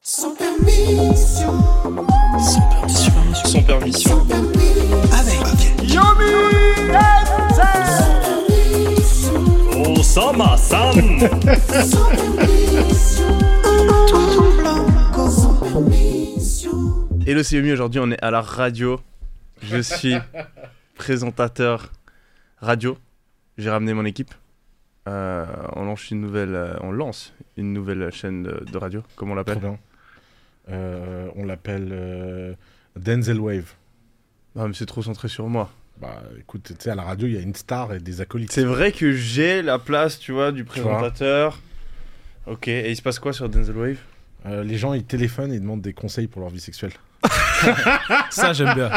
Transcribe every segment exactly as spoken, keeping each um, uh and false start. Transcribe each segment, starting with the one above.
Sans permission. Sans permission. Sans permission. Sans permission. Avec Yomi Osama-san. Sans permission. Tout blanc. Sans permission. Hello, c'est Yomi. Aujourd'hui, on est à la radio. Je suis présentateur radio. J'ai ramené mon équipe. Euh, on lance une nouvelle, euh, on lance une nouvelle chaîne de, de radio. Comment on l'appelle ? Trop bien. Euh, on l'appelle euh, Denzel Wave. Ah, mais c'est trop centré sur moi. Bah écoute, tu sais, à la radio, il y a une star et des acolytes. C'est vrai que j'ai la place, tu vois, du présentateur. Ok, et il se passe quoi sur Denzel Wave ? Euh, les gens, ils téléphonent et ils demandent des conseils pour leur vie sexuelle. ça, j'aime bien.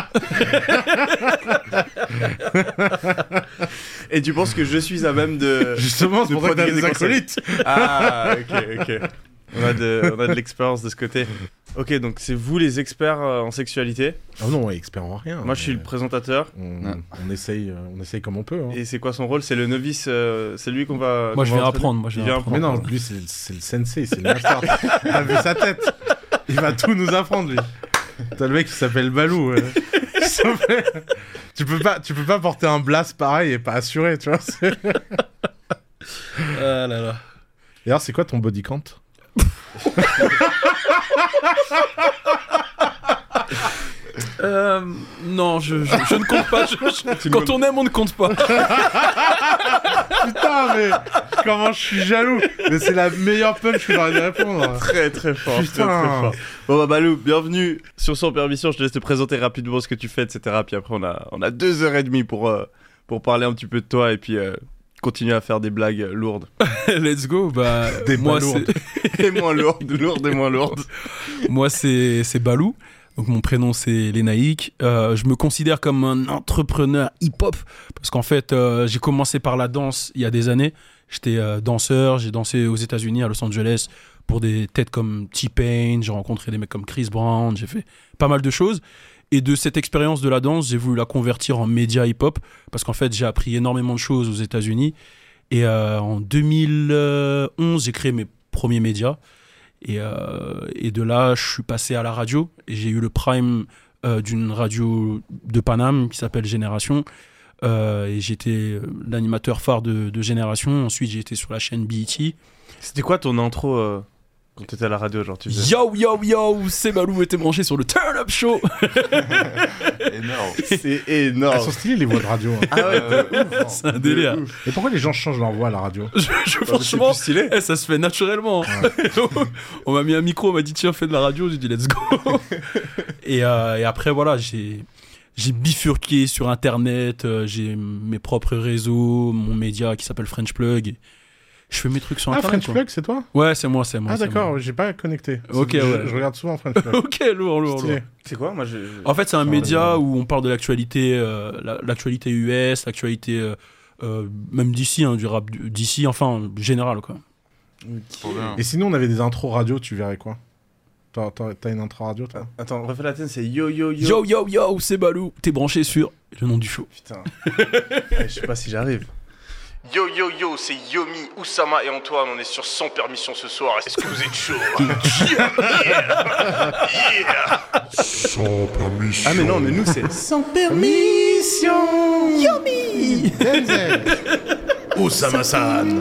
Et tu penses que je suis à même de... Justement, c'est pour ça que t'as des acolytes. Ah, ok, ok. On a de, on a de l'expérience de ce côté. Ok, donc c'est vous les experts euh, en sexualité. Oh non, ouais, expert en rien. Moi, je suis le présentateur. On, on, essaye, euh, on essaye comme on peut. Hein. Et c'est quoi son rôle ? C'est le novice, euh, c'est lui qu'on va... Moi, qu'on je va viens entraîner apprendre. Moi, je Il viens vient apprendre. Mais non, lui, c'est, c'est le sensei, c'est le master. T'as vu sa tête ? Il va tout nous apprendre, lui. T'as le mec qui s'appelle Balou. Euh. tu, peux pas, tu peux pas porter un blast pareil et pas assurer, tu vois. C'est... Ah là là. Et alors, c'est quoi ton body count ? Euh, non, je, je, je ne compte pas. Je, je, quand on aime, on ne compte pas. Putain, mais comment je suis jaloux. Mais c'est la meilleure punch que j'aurais dû répondre. Très très fort, très, Putain. très fort. Bon bah Balou, bienvenue sur Sans Permission. Je te laisse te présenter rapidement ce que tu fais, et cetera. Puis après on a, on a deux heures et demie pour, euh, pour parler un petit peu de toi et puis euh, continuer à faire des blagues lourdes. Let's go. Bah, Des moi, pas lourdes. c'est... Et moins lourdes, lourdes et moins lourdes. moi, c'est, c'est Balou. Donc mon prénom c'est Lénaïque. Euh, je me considère comme un entrepreneur hip-hop parce qu'en fait euh, j'ai commencé par la danse il y a des années. J'étais euh, danseur, j'ai dansé aux États-Unis, à Los Angeles pour des têtes comme T-Pain. J'ai rencontré des mecs comme Chris Brown. J'ai fait pas mal de choses. Et de cette expérience de la danse, j'ai voulu la convertir en média hip-hop parce qu'en fait j'ai appris énormément de choses aux États-Unis. Et euh, en deux mille onze, j'ai créé mes premiers médias. Et, euh, et de là, je suis passé à la radio et j'ai eu le prime euh, d'une radio de Paname qui s'appelle Génération. Euh, et j'étais l'animateur phare de, de Génération. Ensuite, j'ai été sur la chaîne B E T. C'était quoi ton intro euh, quand t'étais à la radio, genre tu faisais... Yo, yo, yo, c'est Balou était branché sur le Turn Up Show. Énorme. C'est énorme. Elles sont stylées, les voix de radio. Hein. Ah ouais, de ouf. C'est un délire. Et pourquoi les gens changent leur voix à la radio ? Je, je, Bah, franchement, c'est plus stylé. eh, ça se fait naturellement. On m'a mis un micro, on m'a dit tiens, fais de la radio. J'ai dit let's go. et, euh, et après, voilà, j'ai, j'ai bifurqué sur Internet. Euh, j'ai mes propres réseaux, mon média qui s'appelle French Plug. Et je fais mes trucs sur Ah, Internet. French quoi. Plug, c'est toi ? Ouais, c'est moi, c'est moi. Ah, c'est d'accord, moi. j'ai pas connecté. Ok, je, ouais. je regarde souvent French Plug. Ok, lourd, lourd, lourd. Stylé. C'est quoi moi je... je- En fait, c'est un Non, média mais- où on parle de l'actualité, euh, la- l'actualité U S, l'actualité euh, euh, même d'ici, hein, du rap du- d'ici, enfin, général, quoi. Trop bien. Et sinon, on avait des intros radio, tu verrais quoi ? T'as, t'as, t'as une intro radio, toi ? Attends, refais la tienne, c'est yo yo yo. Yo, yo, yo, c'est Balou. T'es branché sur le nom du show. Putain. Ouais, je sais pas si j'arrive. Yo yo yo, c'est Yomi, Oussama et Antoine, on est sur Sans Permission ce soir, est-ce que vous êtes chaud ? Yeah, yeah, yeah. Sans permission. Ah mais non, mais nous c'est Sans Permission. Yomi. Denzel. Oussama-san.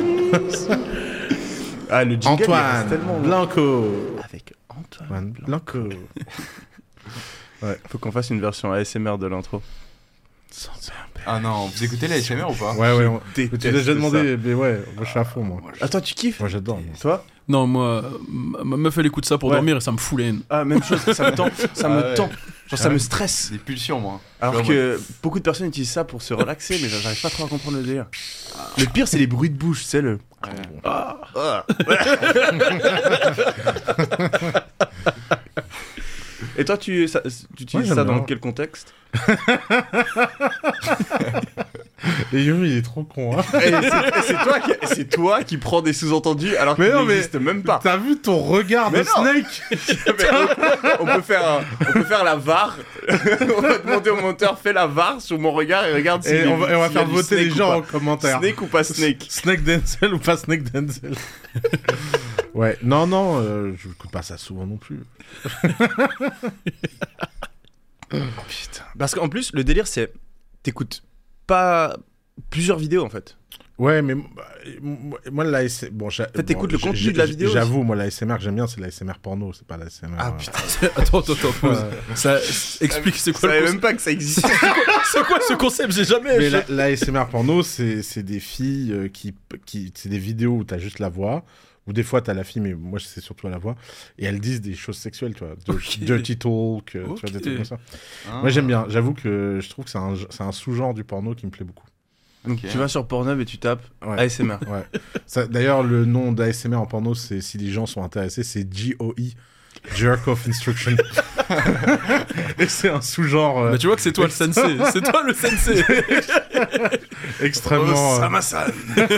Ah le jingle, il reste Antoine tellement... Blanco. Avec Antoine. Antoine Blanco. Faut qu'on fasse une version A S M R de l'intro. Sans Permission. Ah non, vous écoutez la S M R ou pas? Ouais, ouais. On... Mais Déteste tu l'as déjà ça. demandé, mais ouais, moi je suis à fond, moi. Ah toi tu kiffes ? Moi j'adore. moi. Toi ? Non, moi, ma ma meuf, elle écoute ça pour Ouais. dormir et ça me fout les haines. Ah même chose, ça me tend, ça Ah me ouais. tend. Genre ça Ouais. me stresse. Des pulsions, moi. Alors Tu vois, que beaucoup de personnes utilisent ça pour se relaxer, mais j'arrive pas trop à comprendre le délire. Le pire, c'est les bruits de bouche, tu sais, le. moi, ouais. Ah, ah. Et toi, tu, ça, tu utilises Ouais, ça j'aime dans bien. quel contexte ? Et Yumi, il est trop con, hein. Et c'est, et c'est toi qui, c'est toi qui prends des sous-entendus alors Mais qu'il non, mais- n'existe même pas. T'as vu ton regard Mais de non. Snake ? Mais on, on peut faire, un- on peut faire la V A R. On va demander au monteur, fais la V A R sur mon regard et regarde si Et on va, et on va s'il y a faire du voter les Snake ou gens pas. en commentaire. Snake ou pas Snake. Snake Denzel ou pas Snake Denzel. Ouais, non, non, euh, je n'écoute pas ça souvent non plus. Putain. Parce qu'en plus, le délire, c'est. T'écoutes pas plusieurs vidéos en fait. Ouais, mais bah, moi, moi l'A S M R... Bon, j'a- fait, t'écoutes bon, le contenu j'ai- de la j'ai- vidéo J'avoue, moi, l'A S M R que j'aime bien, c'est l'A S M R porno, c'est pas l'A S M R... Ah euh, putain. Attends, attends, attends, pause. Ouais. Ça explique c'est Je quoi le savais concept. même pas que ça existait. C'est quoi ce concept? J'ai jamais. Mais la- l'A S M R porno, c'est c'est des filles euh, qui... qui c'est des vidéos où t'as juste la voix, ou des fois t'as la fille, mais moi, c'est surtout à la voix, et elles disent des choses sexuelles, tu vois. Dirty, Ok. dirty talk, euh, tu Ok. vois, des trucs comme ça. Ah. Moi, j'aime bien. J'avoue que je trouve que c'est un, c'est un sous-genre du porno qui me plaît beaucoup. Donc Ok. tu vas sur Pornhub et tu tapes Ouais. A S M R. Ouais. Ça- D'ailleurs, le nom d'A S M R en porno, c'est si les gens sont intéressés, c'est G O I, Jerk Off Instruction. Et c'est un sous-genre euh, Mais tu vois que c'est toi le sensei. C'est toi le sensei. extrêmement. euh, Sama-san.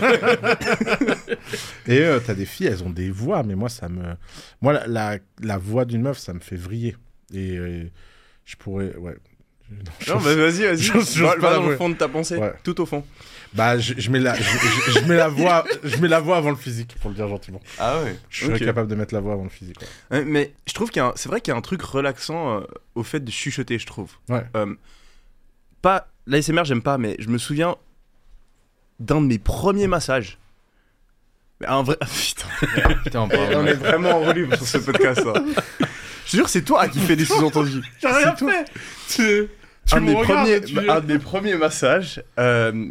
Et euh, t'as des filles, elles ont des voix, mais moi, ça me. Moi, la, la, la voix d'une meuf, ça me fait vriller. Et euh, je pourrais. Ouais. Non, bah vas-y, vas-y. J'ose- j'ose Va, pas va dans l'avouer. le fond de ta pensée. Ouais. Tout au fond. Bah, je, je mets la, je, je- je mets la voix, je mets la voix avant le physique, pour le dire gentiment. Ah ouais. Je serais Ok. capable de mettre la voix avant le physique. Ouais. Ouais, mais je trouve qu'il y a un- c'est vrai qu'il y a un truc relaxant euh, au fait de chuchoter, je trouve. Ouais. Euh, pas l'A S M R, j'aime pas, mais je me souviens d'un de mes premiers massages. Mais un vrai. Ah, putain. Putain, on parle. On est vraiment en relue sur ce podcast. Là. Je te jure, c'est toi qui fais des sous-entendus. J'ai rien fait. Tu, tu un, me des regardes, premiers, tu- un des premiers massages, euh,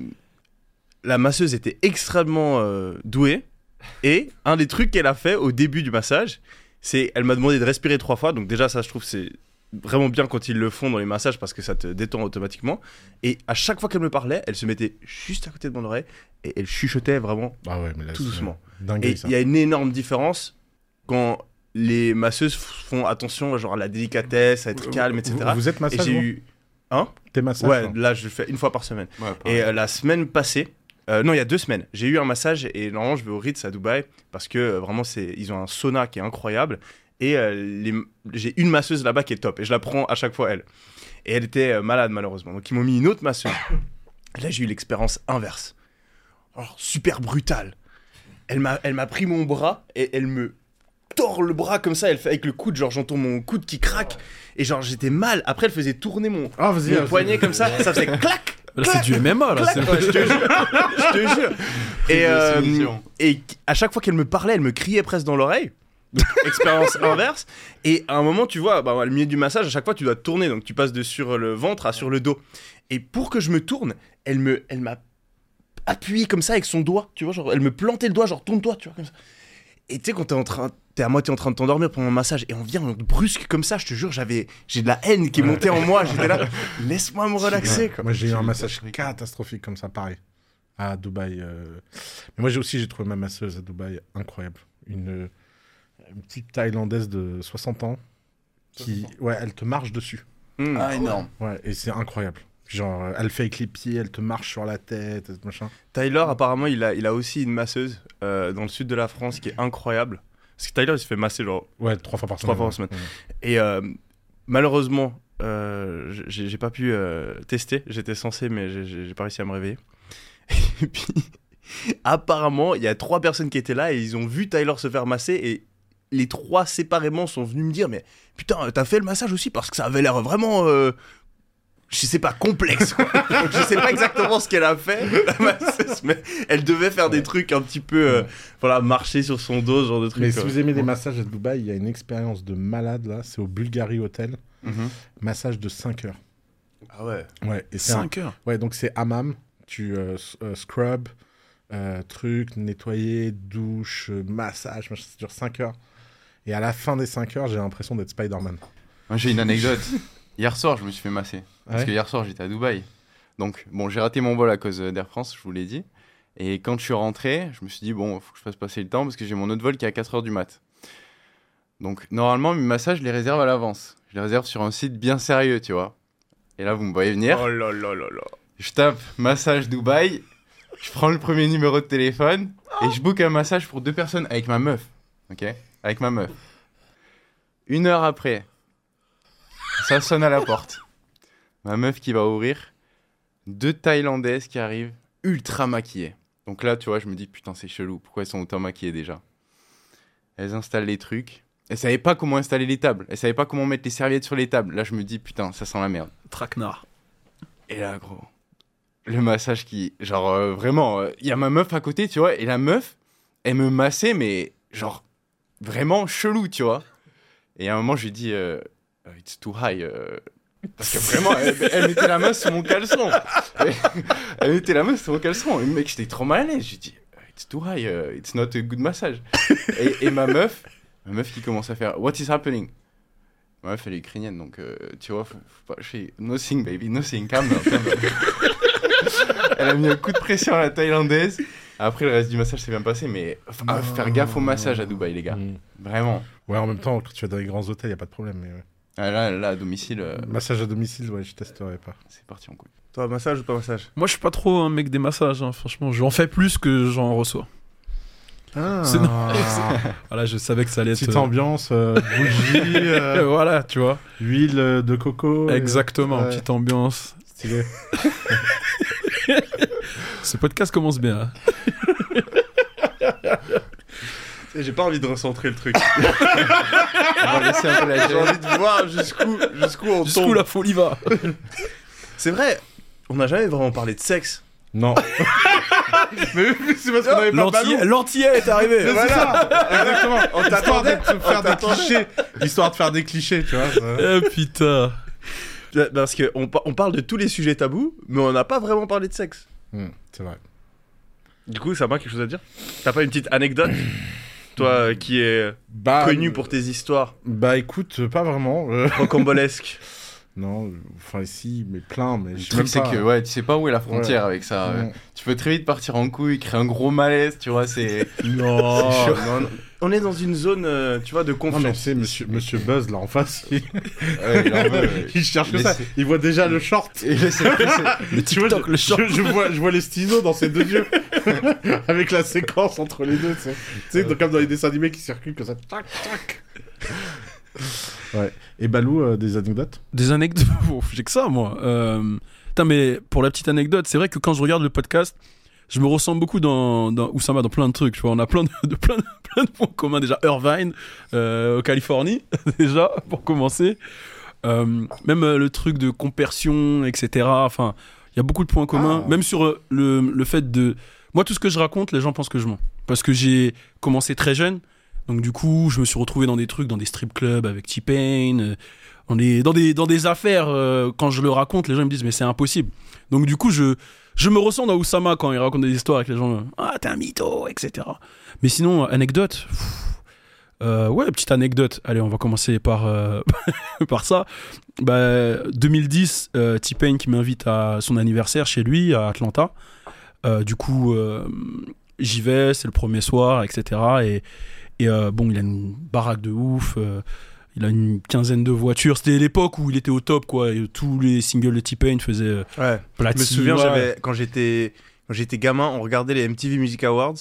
la masseuse était extrêmement euh, douée. Et un des trucs qu'elle a fait au début du massage, c'est elle m'a demandé de respirer trois fois. Donc déjà, ça, je trouve, c'est vraiment bien quand ils le font dans les massages parce que ça te détend automatiquement. Et à chaque fois qu'elle me parlait, elle se mettait juste à côté de mon oreille et elle chuchotait vraiment Ah ouais, mais là, tout c'est doucement. dingue. Et ça. il y a une énorme différence quand les masseuses font attention genre à la délicatesse, à être calme, et cetera. Vous, vous êtes Et massage, j'ai vous eu... Hein T'es massage Ouais, toi là je le fais une fois par semaine. Ouais, pareil. Et euh, la semaine passée, euh, non il y a deux semaines, j'ai eu un massage et normalement je vais au Ritz à Dubaï parce que euh, vraiment c'est, ils ont un sauna qui est incroyable et euh, les... j'ai une masseuse là-bas qui est top et je la prends à chaque fois elle. Et elle était euh, malade malheureusement, donc ils m'ont mis une autre masseuse. Et là j'ai eu l'expérience inverse. Alors super brutale. Elle m'a, elle m'a pris mon bras et elle me tord le bras comme ça, elle fait avec le coude, genre j'entends mon coude qui craque et genre j'étais mal. Après elle faisait tourner mon, Ah, vas-y. mon vas-y. poignet comme ça, ça faisait clac. Là, c'est du M M A là. Clac, c'est- ouais, je te jure, je te jure. Et, de euh, soumission. et à chaque fois qu'elle me parlait, elle me criait presque dans l'oreille. Donc, expérience inverse. Et à un moment, tu vois, bah, au milieu du massage, à chaque fois, tu dois te tourner. Donc, tu passes de sur le ventre à sur le dos. Et pour que je me tourne, elle me, elle m'a appuyé comme ça avec son doigt. Tu vois, genre, elle me plantait le doigt, genre, tourne-toi, tu vois, comme ça. Et tu sais, quand t'es en train, t'es à moitié en train de t'endormir pendant un massage et on vient, on te brusque comme ça, je te jure, j'avais, j'ai de la haine qui est montée en moi. J'étais là, laisse-moi me relaxer. Quoi. Moi, j'ai eu Tu un me massage touches, catastrophique comme ça, pareil, à Dubaï. euh. Mais moi, j'ai aussi, j'ai trouvé ma masseuse à Dubaï incroyable. Une, une petite Thaïlandaise de soixante ans qui, ouais, elle te marche dessus. Mm. Ah, énorme. Ouais, et c'est incroyable. Genre, euh, elle fait avec les pieds, elle te marche sur la tête, et machin. Tyler, apparemment, il a, il a aussi une masseuse euh, dans le sud de la France qui est incroyable. Parce que Tyler, il se fait masser genre. Ouais, trois fois par Trois semaine. fois par ouais. Et euh, malheureusement, euh, j'ai j'ai pas pu euh, tester. J'étais censé, mais j'ai- j'ai j'ai pas réussi à me réveiller. Et puis, apparemment, il y a trois personnes qui étaient là et ils ont vu Tyler se faire masser. Et les trois séparément sont venus me dire: mais putain, t'as fait le massage aussi parce que ça avait l'air vraiment. euh, je sais pas, complexe. Quoi. Donc, je sais pas exactement ce qu'elle a fait, la masseuse, mais elle devait faire des trucs un petit peu. euh, voilà, marcher sur son dos, ce genre de trucs. Mais si quoi. vous aimez les massages à Dubaï, il y a une expérience de malade là, c'est au Bulgari Hotel, Mhm. massage de cinq heures. Ah ouais. Ouais, et c'est un- cinq heures. ouais, donc c'est hammam, tu euh, s- euh, scrub, euh, truc, nettoyer, douche, euh, massage, machin, ça dure cinq heures. Et à la fin des cinq heures, j'ai l'impression d'être Spider-Man. Moi, j'ai une anecdote. Hier soir, je me suis fait masser. Parce Ouais. que hier soir, j'étais à Dubaï. Donc, bon, j'ai raté mon vol à cause euh, d'Air France, je vous l'ai dit. Et quand je suis rentré, je me suis dit, bon, faut que je fasse passer le temps parce que j'ai mon autre vol qui est à quatre heures du mat. Donc, normalement, mes massages, je les réserve à l'avance. Je les réserve sur un site bien sérieux, tu vois. Et là, vous me voyez venir. Oh là là là là. Je tape massage Dubaï, je prends le premier numéro de téléphone et je book un massage pour deux personnes avec ma meuf. Ok? Avec ma meuf. Une heure après, ça sonne à la porte. Ma meuf qui va ouvrir, deux Thaïlandaises qui arrivent, ultra maquillées. Donc là, tu vois, je me dis, putain, c'est chelou, pourquoi elles sont autant maquillées déjà? elles installent les trucs. Elles savaient pas comment installer les tables. Elles savaient pas comment mettre les serviettes sur les tables. Là, je me dis, putain, ça sent la merde. Traquenard. Et là, gros, le massage qui... Genre, euh, vraiment, il euh, y a ma meuf à côté, tu vois, et la meuf, elle me massait, mais genre, vraiment chelou, tu vois. Et à un moment, je lui dis, euh, it's too high. Euh, parce que vraiment, elle, elle mettait la main sur mon caleçon. Elle, elle mettait la main sur mon caleçon. Et mec, j'étais trop mal à l'aise. Je lui dis, it's too high, uh, it's not a good massage. et, et ma meuf, ma meuf qui commence à faire, what is happening? Ma meuf, elle est ukrainienne, donc euh, tu vois, faut, faut pas... Je fais, nothing, baby, nothing, calm down, calm down. Elle a mis un coup de pression à la thaïlandaise. Après, le reste du massage s'est bien passé, mais f- à faire gaffe au massage à Dubaï, les gars. Mm. Vraiment. Ouais, en même temps, quand tu vas dans les grands hôtels, y a pas de problème. Mais ouais. Ah, là, là, à domicile, euh, Massage à domicile, ouais, je testerai pas. c'est parti en couille. Toi, massage ou pas massage? Moi, je suis pas trop un mec des massages, hein, franchement. J'en fais plus que j'en reçois. Ah, C'est- Voilà, je savais que ça allait être. petite euh, ambiance, euh, bougie, euh, Voilà, tu vois. huile euh, de coco. et- Exactement, ouais, petite ambiance. stylé. Ce podcast commence bien. hein. J'ai pas envie de recentrer le truc. On va laisser un peu la J'ai gêne. envie de voir jusqu'où jusqu'où on Jusqu'où tombe. la folie va. C'est vrai, on n'a jamais vraiment parlé de sexe. Non. mais c'est parce qu'on avait pas L'anti- Balou. L'antillais est arrivé. Mais c'est ça, exactement. On Histoire t'attendait. de te faire des clichés. Histoire de faire des clichés, tu vois. ça. Eh putain. Parce qu'on on parle de tous les sujets tabous, mais on n'a pas vraiment parlé de sexe. Hmm, c'est vrai. Du coup, ça m'a quelque chose à dire? T'as pas une petite anecdote? Toi euh, qui es Bah, connu euh, pour tes histoires Bah écoute, pas vraiment. euh, rocambolesques. non, euh, enfin si, mais plein, mais Le je sais truc, même c'est pas. que ouais, tu sais pas où est la frontière avec ça. Mm. euh. Tu peux très vite partir en couille, créer un gros malaise, tu vois, c'est... Non, C'est chaud. non, non. On est dans une zone, euh, tu vois, de Non mais tu confiance. sais, monsieur, monsieur Buzz là en face, il, Ouais, il en veut, ouais. il cherche que Mais ça. c'est- Il voit déjà le short. Et là, c'est plus, c'est- Le Tu vois, TikTok, je, le short. je, je vois, je vois les stylos dans ses deux yeux, avec la séquence entre les deux, tu sais, tu sais, comme dans les dessins animés qui circulent comme ça, tac, tac. Ouais. Et Balou, euh, des anecdotes? Des anecdotes. Ouf, j'ai que ça, moi. Euh... Putain, mais pour la petite anecdote, c'est vrai que quand je regarde le podcast, je me ressemble beaucoup dans, dans Oussama, dans plein de trucs. Tu vois, on a plein de, de, plein de, plein de points communs. Déjà, Irvine, euh, en Californie, déjà, pour commencer. Euh, même euh, le truc de compersion, et cetera. Enfin, il y a beaucoup de points communs. Ah. Même sur euh, le, le fait de... Moi, tout ce que je raconte, les gens pensent que je mens. Parce que j'ai commencé très jeune. Donc, du coup, je me suis retrouvé dans des trucs, dans des strip clubs avec T-Pain. euh, on est dans des, dans des affaires, euh, quand je le raconte, les gens me disent, mais c'est impossible. Donc, du coup, je, je me ressens dans Oussama quand il raconte des histoires avec les gens. euh, Ah, t'es un mytho, et cetera. Mais sinon, anecdote. pff, euh, ouais, petite anecdote. Allez, on va commencer par, euh, par ça. Bah, deux mille dix, euh, T-Pain qui m'invite à son anniversaire chez lui, à Atlanta. Euh, du coup, euh, j'y vais, c'est le premier soir, et cetera. Et, et euh, bon, il a une baraque de ouf. euh, Il a une quinzaine de voitures. C'était l'époque où il était au top, quoi. Et tous les singles de T-Pain faisaient euh, Ouais. Je platine. me souviens, ouais. j'avais, quand j'étais quand j'étais gamin, on regardait les M T V Music Awards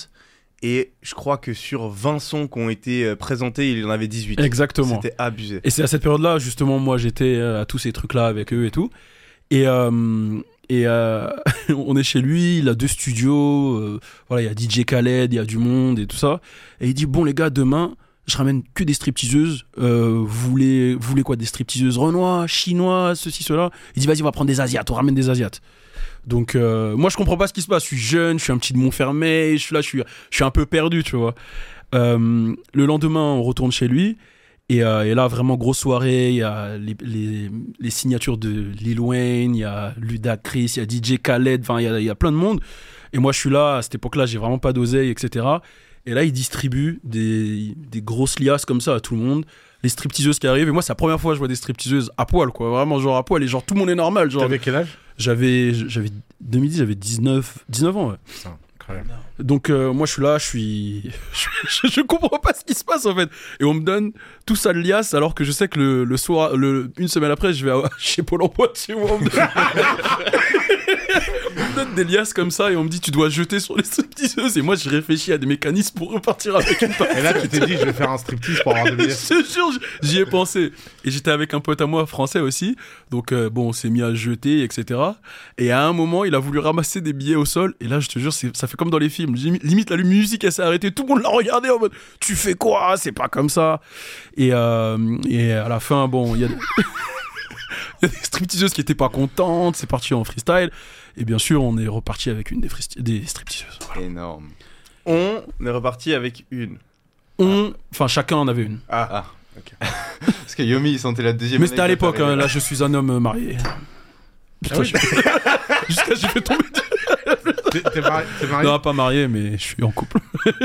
et je crois que sur vingt sons qui ont été euh, présentés, il y en avait dix-huit. Exactement. C'était abusé. Et c'est à cette période-là, justement, moi, j'étais euh, à tous ces trucs-là avec eux et tout. Et, euh, et euh, on est chez lui, il a deux studios. euh, voilà, il y a D J Khaled, il y a du monde et tout ça. Et il dit, bon, les gars, demain, je ramène que des stripteaseuses. Euh, vous, voulez, vous voulez quoi? Des stripteaseuses renois, chinois, ceci, cela? Il dit, vas-y, on va prendre des Asiates, on ramène des Asiates. Donc, euh, moi, je comprends pas ce qui se passe. Je suis jeune, je suis un petit de Montfermeil, je suis là, je suis, je suis un peu perdu, tu vois. Euh, le lendemain, on retourne chez lui. Et, euh, et là, vraiment grosse soirée. Il y a les, les, les signatures de Lil Wayne, il y a Ludacris, il y a D J Khaled, enfin, il y a, il y a plein de monde. Et moi, je suis là, à cette époque-là, j'ai vraiment pas d'oseille, et cetera. Et là, il distribue des, des grosses liasses comme ça à tout le monde. Les stripteaseuses qui arrivent. Et moi, c'est la première fois que je vois des stripteaseuses à poil, quoi. Vraiment, genre à poil. Et genre, tout le monde est normal. Genre, T'avais quel âge? j'avais, j'avais, deux mille dix, j'avais dix-neuf, dix-neuf ans, ouais. Putain, incroyable. Donc, euh, moi, je suis là, je suis. Je, je comprends pas ce qui se passe, en fait. Et on me donne tout ça de liasse, alors que je sais que le, le soir, le, une semaine après, je vais à- chez Pôle emploi, tu vois. on me donne- On me donne des liasses comme ça et on me dit tu dois jeter sur les stripteaseuses. Et moi, je réfléchis à des mécanismes pour repartir avec une passe. Et là, tu t'es dit, je vais faire un striptease pour avoir des billets. Je te jure, j'y ai pensé. Et j'étais avec un pote à moi français aussi. Donc, euh, bon, on s'est mis à jeter, et cetera. Et à un moment, il a voulu ramasser des billets au sol. Et là, je te jure, c'est, ça fait comme dans les films. Limite, la musique, elle s'est arrêtée. Tout le monde l'a regardé en mode tu fais quoi? C'est pas comme ça. Et, euh, et à la fin, bon, il y a des... il y a des stripteaseuses qui étaient pas contentes. C'est parti en freestyle. Et bien sûr, on est reparti avec une des, frist- des stripteaseuses. Voilà. Énorme. On est reparti avec une. On... Enfin, chacun en avait une. Ah, Parce que Yomi, il sentait la deuxième. Mais c'était à anecdote l'époque. Hein, arriver. là, je suis un homme euh, marié. Putain, Ah oui. je- Jusqu'à j'ai fait tomber. T'es, t'es marié, t'es marié Non, pas marié, mais je suis en couple.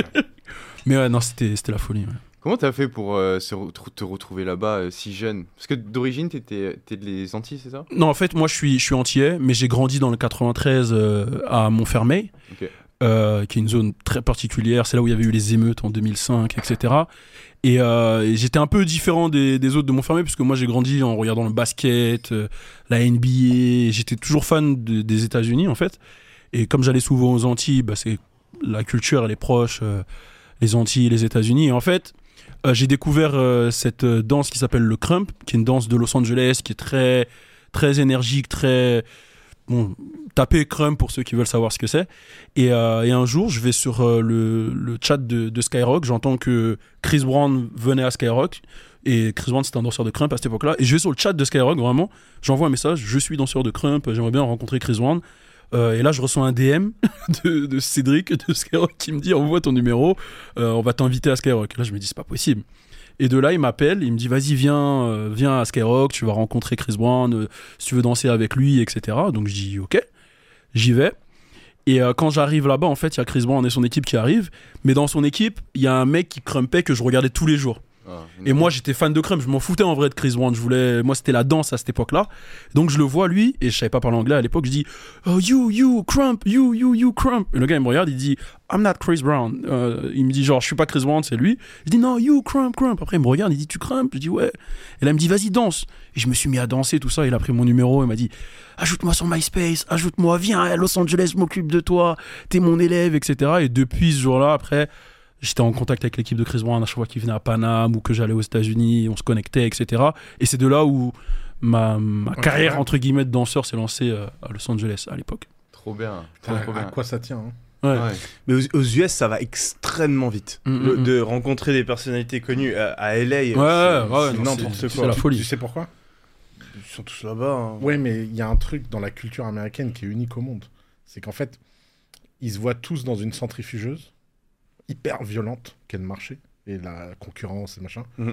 Mais ouais, non, c'était, c'était la folie. Ouais. Comment t'as fait pour euh, se re- te retrouver là-bas euh, si jeune? Parce que d'origine, t'étais, t'es des Antilles, c'est ça? Non, en fait, moi, je suis, je suis antillais, mais j'ai grandi dans le quatre-vingt-treize euh, à Montfermeil, Ok. euh, qui est une zone très particulière. C'est là où il y avait eu les émeutes en deux mille cinq, et cetera. Et, euh, et j'étais un peu différent des, des autres de Montfermeil, parce que moi, j'ai grandi en regardant le basket, euh, la N B A. J'étais toujours fan de- des États-Unis, en fait. Et comme j'allais souvent aux Antilles, bah, c'est, la culture, elle est proche, euh, les Antilles, les États-Unis. Et en fait, euh, j'ai découvert euh, cette euh, danse qui s'appelle le crump, qui est une danse de Los Angeles, qui est très, très énergique, très... Bon, tapez crump pour ceux qui veulent savoir ce que c'est. Et, euh, et un jour, je vais sur euh, le, le chat de, de Skyrock, j'entends que Chris Brown venait à Skyrock, et Chris Brown, c'était un danseur de crump à cette époque-là, et je vais sur le chat de Skyrock, vraiment, j'envoie un message, je suis danseur de crump, j'aimerais bien rencontrer Chris Brown. Euh, et là, je reçois un D M de, de Cédric de Skyrock qui me dit envoie ton numéro, euh, on va t'inviter à Skyrock. Là, je me dis c'est pas possible. Et de là, il m'appelle, il me dit vas-y viens, euh, viens à Skyrock, tu vas rencontrer Chris Brown, euh, si tu veux danser avec lui, et cetera. Donc je dis ok, j'y vais. Et euh, quand j'arrive là-bas, en fait, il y a Chris Brown et son équipe qui arrivent, mais dans son équipe, il y a un mec qui crumpait que je regardais tous les jours. Ah, Et moi, j'étais fan de crump, je m'en foutais en vrai de Chris Brown. Je voulais, moi, c'était la danse à cette époque-là. Donc, je le vois lui, et je savais pas parler anglais à l'époque. Je dis, oh, you, you, crump, you, you, you, crump. Et le gars, il me regarde, il dit, I'm not Chris Brown. Euh, il me dit, genre, je suis pas Chris Brown, c'est lui. Je dis, non, you, crump, crump. Après, il me regarde, il dit, tu crump? Je dis, ouais. Et là, il me dit, vas-y, danse. Et je me suis mis à danser, tout ça. Il a pris mon numéro, il m'a dit, ajoute-moi sur MySpace, ajoute-moi, viens à Los Angeles, je m'occupe de toi, t'es mon élève, et cetera. Et depuis ce jour-là, après, j'étais en contact avec l'équipe de Chris Brown à chaque fois qu'il venait à Paname ou que j'allais aux États-Unis, on se connectait, et cetera. Et c'est de là où ma, ma Ouais, carrière, ouais. entre guillemets, de danseur s'est lancée euh, à Los Angeles à l'époque. Trop bien. Trop, Putain, trop à bien. quoi ça tient hein Ouais. Ouais. Mais aux, aux U S, ça va extrêmement vite. Mm, Le- mm, mm. De rencontrer des personnalités connues à, à L A, Ouais, c'est, ouais, c'est non, n'importe c'est- quoi. c'est la Tu- folie. Tu sais pourquoi? Ils sont tous là-bas. hein. Ouais, mais il y a un truc dans la culture américaine qui est unique au monde. C'est qu'en fait, ils se voient tous dans une centrifugeuse hyper violente qu'est le marché et la concurrence et machin. Mhm.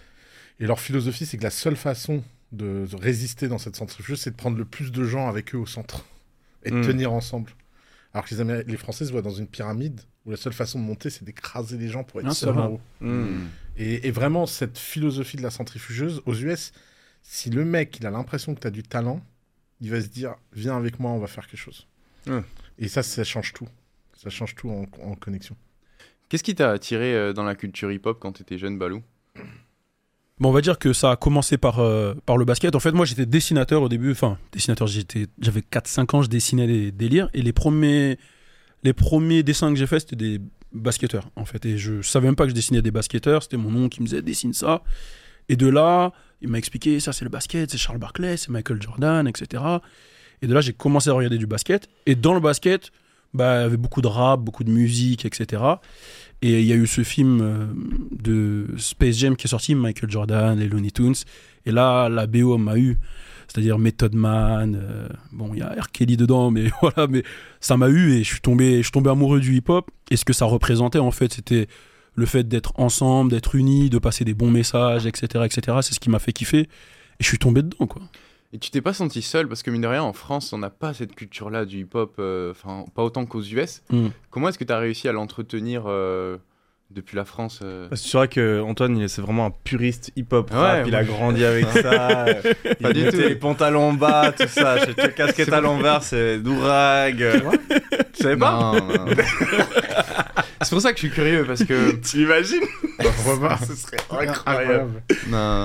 Et leur philosophie, c'est que la seule façon de de résister dans cette centrifugeuse, c'est de prendre le plus de gens avec eux au centre et de Mhm. tenir ensemble. Alors que les, Améri- les Français se voient dans une pyramide où la seule façon de monter, c'est d'écraser les gens pour être Ah, c'est seul vrai. en haut. Mm. Et, et vraiment, cette philosophie de la centrifugeuse, aux U S, si le mec il a l'impression que tu as du talent, il va se dire viens avec moi, on va faire quelque chose. Ouais. Et ça, ça change tout. Ça change tout en, en connexion. Qu'est-ce qui t'a attiré euh, dans la culture hip-hop quand t'étais jeune, Balou? Bon, on va dire que ça a commencé par, euh, par le basket. En fait, moi, j'étais dessinateur au début. Enfin, dessinateur, j'étais, j'avais quatre cinq ans, je dessinais des délires. Et les premiers, les premiers dessins que j'ai faits, c'était des basketteurs, en fait. Et je savais même pas que je dessinais des basketteurs. C'était mon oncle qui me disait, dessine ça. Et de là, il m'a expliqué, ça, c'est le basket, c'est Charles Barkley, c'est Michael Jordan, et cetera. Et de là, j'ai commencé à regarder du basket. Et dans le basket, bah, il y avait beaucoup de rap, beaucoup de musique, et cetera. Et il y a eu ce film euh, de Space Jam qui est sorti, Michael Jordan, les Looney Tunes. Et là, la B O m'a eu, c'est-à-dire Method Man. euh, bon, il y a R. Kelly dedans, mais voilà, mais ça m'a eu et je suis tombé, je suis tombé amoureux du hip-hop. Et ce que ça représentait, en fait, c'était le fait d'être ensemble, d'être unis, de passer des bons messages, et cetera, et cetera. C'est ce qui m'a fait kiffer. Et je suis tombé dedans, quoi. Et tu t'es pas senti seul parce que mine de rien en France on n'a pas cette culture-là du hip-hop, euh, enfin pas autant qu'aux U S. Mm. Comment est-ce que tu as réussi à l'entretenir euh, depuis la France euh C'est vrai que Antoine, il est- c'est vraiment un puriste hip-hop Ouais, rap. Il moi, a je- grandi avec ça. Il Pas du mettait tout. les pantalons bas, tout ça. J'ai la casquette à l'envers, c'est d'ourag. Tu savais pas? Non, non. C'est pour ça que je suis curieux parce que Tu imagines? Pourquoi pas Ce serait incroyable. non.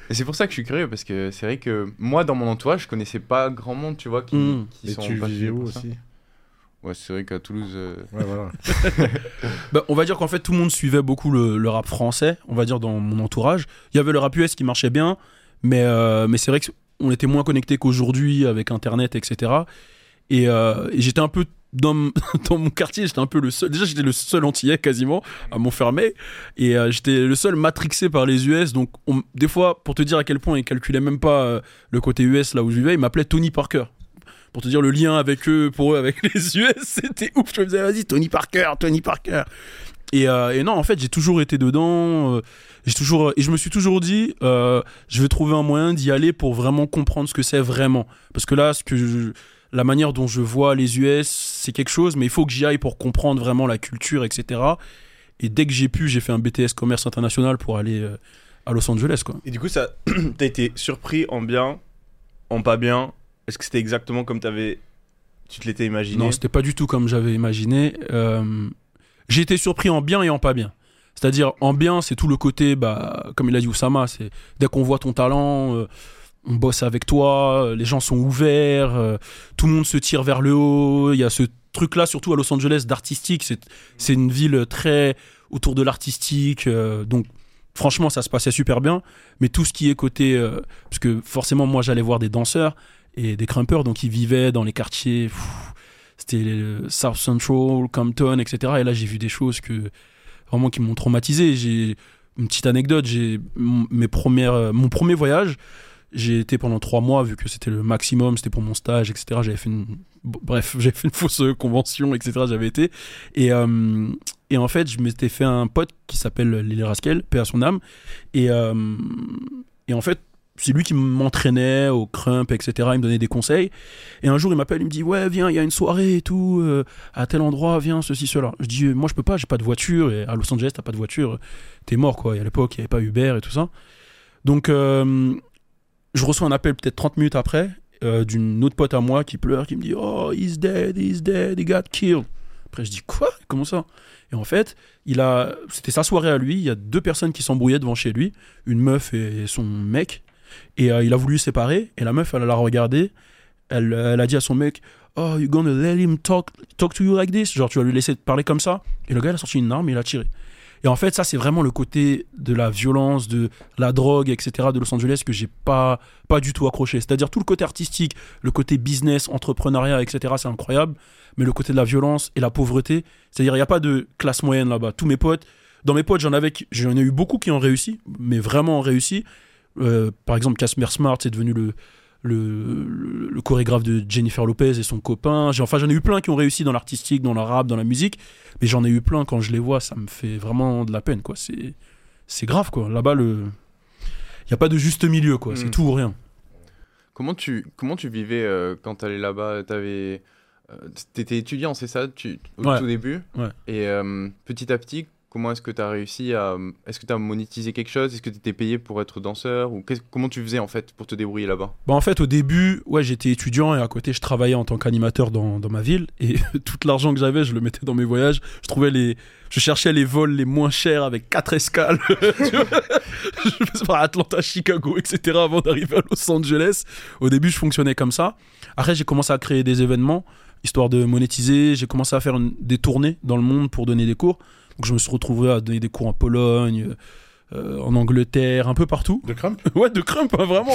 Et c'est pour ça que je suis curieux, parce que c'est vrai que moi, dans mon entourage, je connaissais pas grand monde, tu vois, qui, Mm. qui Et sont tu passionnés vivais où pour ça. aussi? Ouais, c'est vrai qu'à Toulouse... euh, Ouais, voilà. Bah, on va dire qu'en fait, tout le monde suivait beaucoup le, le rap français, on va dire, dans mon entourage. Il y avait le rap U S qui marchait bien, mais, euh, mais c'est vrai qu'on était moins connectés qu'aujourd'hui avec Internet, et cetera. Et, euh, et j'étais un peu dans, m- dans mon quartier, j'étais un peu le seul. Déjà, j'étais le seul antillais quasiment à Montfermeil. Et euh, j'étais le seul matrixé par les U S. Donc, on- des fois, pour te dire à quel point ils calculaient même pas euh, le côté U S là où je vivais, ils m'appelaient Tony Parker. Pour te dire le lien avec eux, pour eux, avec les U S, c'était ouf. Je me disais, vas-y, Tony Parker, Tony Parker. Et, euh, et non, en fait, j'ai toujours été dedans. euh, j'ai toujours, et je me suis toujours dit, euh, je vais trouver un moyen d'y aller pour vraiment comprendre ce que c'est vraiment. Parce que là, ce que je- la manière dont je vois les U S, c'est quelque chose, mais il faut que j'y aille pour comprendre vraiment la culture, et cetera. Et dès que j'ai pu, j'ai fait un B T S commerce international pour aller euh, à Los Angeles, quoi. Et du coup, ça, t'as été surpris en bien, en pas bien. Est-ce que c'était exactement comme t'avais, tu te l'étais imaginé? Non, c'était pas du tout comme j'avais imaginé. Euh, j'ai été surpris en bien et en pas bien. C'est-à-dire, en bien, c'est tout le côté, bah, comme il a dit Oussama, c'est dès qu'on voit ton talent, euh, on bosse avec toi, euh, les gens sont ouverts, euh, tout le monde se tire vers le haut. Il y a ce truc-là, surtout à Los Angeles, d'artistique. C'est, c'est une ville très autour de l'artistique. euh, donc, franchement, ça se passait super bien. Mais tout ce qui est côté. euh, parce que forcément, moi, j'allais voir des danseurs et des crumpers, donc ils vivaient dans les quartiers. pff, C'était euh, South Central, Compton, et cetera. Et là, j'ai vu des choses que vraiment qui m'ont traumatisé. J'ai une petite anecdote. J'ai mon- mes premières, euh, mon premier voyage. J'ai été pendant trois mois, vu que c'était le maximum, c'était pour mon stage, et cetera. J'avais fait une, bon, bref, j'avais fait une fausse convention, et cetera. J'avais été et euh, et en fait, je m'étais fait un pote qui s'appelle Lily Raskel, paix à son âme. Et euh, et en fait, c'est lui qui m'entraînait au crump, et cetera. Il me donnait des conseils. Et un jour, il m'appelle, il me dit, ouais, viens, il y a une soirée et tout, euh, à tel endroit, viens, ceci, cela. Je dis, euh, moi, je peux pas, j'ai pas de voiture. Et à Los Angeles, t'as pas de voiture, t'es mort, quoi. Et à l'époque, il y avait pas Uber et tout ça. Donc, euh, je reçois un appel peut-être trente minutes après euh, d'une autre pote à moi qui pleure, qui me dit, oh, he's dead, he's dead, he got killed. Après, je dis, quoi? Comment ça? Et en fait, il a, c'était sa soirée à lui. Il y a deux personnes qui s'embrouillaient devant chez lui, une meuf et son mec. Et euh, il a voulu se séparer. Et la meuf, elle l'a regardé. Elle, elle a dit à son mec, oh, you gonna let him talk, talk to you like this? Genre, tu vas lui laisser parler comme ça? Et le gars, il a sorti une arme et il a tiré. Et en fait, ça, c'est vraiment le côté de la violence, de la drogue, et cetera de Los Angeles que j'ai pas, pas du tout accroché. C'est-à-dire tout le côté artistique, le côté business, entrepreneuriat, et cetera, c'est incroyable. Mais le côté de la violence et la pauvreté, c'est-à-dire il n'y a pas de classe moyenne là-bas. Tous mes potes, dans mes potes, j'en avais, qui- j'en ai eu beaucoup qui ont réussi, mais vraiment ont réussi. Euh, par exemple, Casper Smart, c'est devenu le, le, le, le chorégraphe de Jennifer Lopez et son copain. J'ai, enfin, j'en ai eu plein qui ont réussi dans l'artistique, dans le rap, dans la musique. Mais j'en ai eu plein, quand je les vois, ça me fait vraiment de la peine, quoi. C'est, c'est grave, quoi. Là-bas, le... il n'y a pas de juste milieu, quoi. Mm. C'est tout ou rien. Comment tu, comment tu vivais euh, quand t'allais là-bas? T'avais, euh, t'étais étudiant, c'est ça, tu, au Ouais. tout début? Ouais. Et euh, petit à petit, comment est-ce que t'as réussi à... Est-ce que t'as monétisé quelque chose? Est-ce que t'étais payé pour être danseur? Ou qu'est-ce- comment tu faisais en fait pour te débrouiller là-bas? Bah en fait, au début, ouais, j'étais étudiant et à côté, je travaillais en tant qu'animateur dans, dans ma ville. Et tout l'argent que j'avais, je le mettais dans mes voyages. Je trouvais les, je cherchais les vols les moins chers avec quatre escales. Tu vois, je faisais par Atlanta, Chicago, et cetera avant d'arriver à Los Angeles. Au début, je fonctionnais comme ça. Après, j'ai commencé à créer des événements histoire de monétiser. J'ai commencé à faire une- des tournées dans le monde pour donner des cours. Donc, je me suis retrouvé à donner des cours en Pologne, euh, en Angleterre, un peu partout. De Crump? Ouais, de Crump, hein, vraiment.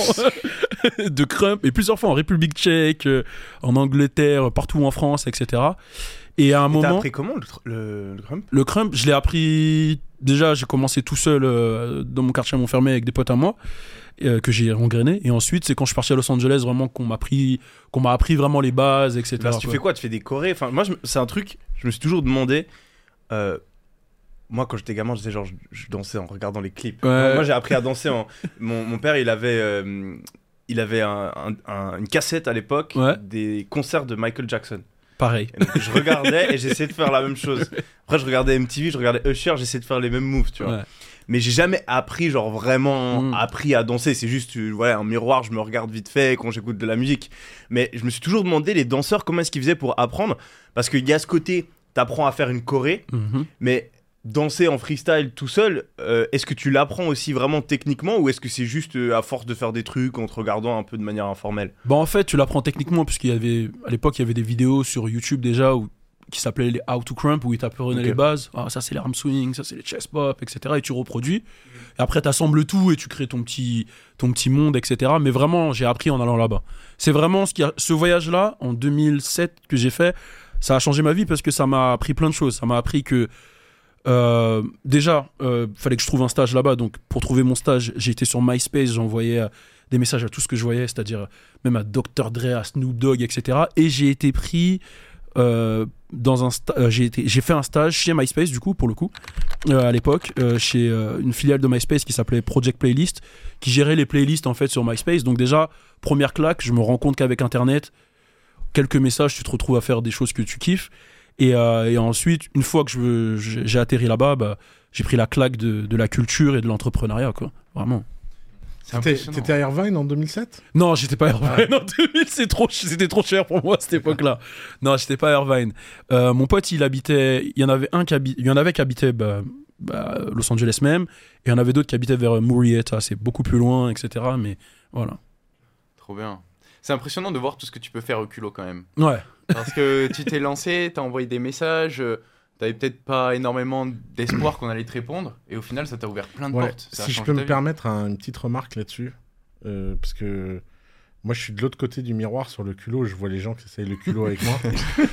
De Crump, et plusieurs fois en République tchèque, euh, en Angleterre, partout en France, et cetera. Et à un Et T'as moment, appris comment le, tr- le, le crump? le Crump, je l'ai appris. Déjà, j'ai commencé tout seul euh, dans mon quartier à Montfermeil avec des potes à moi, euh, que j'ai engrainé. Et ensuite, c'est quand je suis parti à Los Angeles, vraiment, qu'on m'a appris, qu'on m'a appris vraiment les bases, et cetera. Parce que tu quoi. fais quoi? Tu fais des chorés? Enfin, moi, je me- c'est un truc, je me suis toujours demandé. euh, moi, quand j'étais gamin, je disais genre, je, je dansais en regardant les clips. Ouais. Moi, j'ai appris à danser en. Mon, mon père, il avait, euh, il avait un- un- un- une cassette à l'époque Ouais. des concerts de Michael Jackson. Pareil. Et donc, je regardais et j'essayais de faire la même chose. Après, je regardais M T V, je regardais Usher, j'essayais de faire les mêmes moves, tu vois. Ouais. Mais j'ai jamais appris, genre vraiment Mm. appris à danser. C'est juste, euh, voilà, un miroir, je me regarde vite fait quand j'écoute de la musique. Mais je me suis toujours demandé, les danseurs, comment est-ce qu'ils faisaient pour apprendre? Parce qu'il y a ce côté, t'apprends à faire une choré, Mhm. mais danser en freestyle tout seul, euh, est-ce que tu l'apprends aussi vraiment techniquement ou est-ce que c'est juste euh, à force de faire des trucs en te regardant un peu de manière informelle? Bah en fait, tu l'apprends techniquement puisqu'il y avait à l'époque il y avait des vidéos sur YouTube déjà où, qui s'appelaient les How to Crump où ils t'apprenaient Ok. les bases. Ah, ça c'est les arm swing, ça c'est les chest pop, et cetera. Et tu reproduis. Et après t'assembles tout et tu crées ton petit ton petit monde, et cetera. Mais vraiment, j'ai appris en allant là-bas. C'est vraiment ce qui a, ce voyage-là en deux mille sept que j'ai fait. Ça a changé ma vie parce que ça m'a appris plein de choses. Ça m'a appris que Euh, déjà, euh, fallait que je trouve un stage là-bas. Donc, pour trouver mon stage, j'ai été sur MySpace, j'envoyais euh, des messages à tout ce que je voyais, c'est-à-dire euh, même à docteur Dre, à Snoop Dogg, et cetera. Et j'ai été pris euh, dans un sta- euh, j'ai été, j'ai fait un stage chez MySpace du coup, pour le coup, euh, à l'époque, euh, chez euh, une filiale de MySpace qui s'appelait Project Playlist, qui gérait les playlists en fait sur MySpace. Donc déjà, première claque, je me rends compte qu'avec Internet, quelques messages, tu te retrouves à faire des choses que tu kiffes. Et, euh, et ensuite, une fois que je, je- j'ai atterri là-bas, bah, j'ai pris la claque de, de la culture et de l'entrepreneuriat, quoi. Vraiment. C'est T'étais impressionnant. t'étais à Irvine en deux mille sept? Non, j'étais pas à Irvine en deux mille, c'est trop, c'était trop cher pour moi à cette époque-là. Non, j'étais pas à Irvine. Euh, mon pote, il habitait, il y en avait un qui habitait, il y en avait qui habitaient bah, bah, Los Angeles même, et il y en avait d'autres qui habitaient vers Murrieta, c'est beaucoup plus loin, et cetera. Mais voilà. Trop bien. C'est impressionnant de voir tout ce que tu peux faire au culot quand même. Ouais. Parce que tu t'es lancé, t'as envoyé des messages, euh, t'avais peut-être pas énormément d'espoir qu'on allait te répondre, et au final ça t'a ouvert plein de Ouais, portes. Ça a si je changé peux ta me vie. permettre un- une petite remarque là-dessus, euh, parce que moi je suis de l'autre côté du miroir sur le culot, je vois les gens qui essayent le culot avec moi.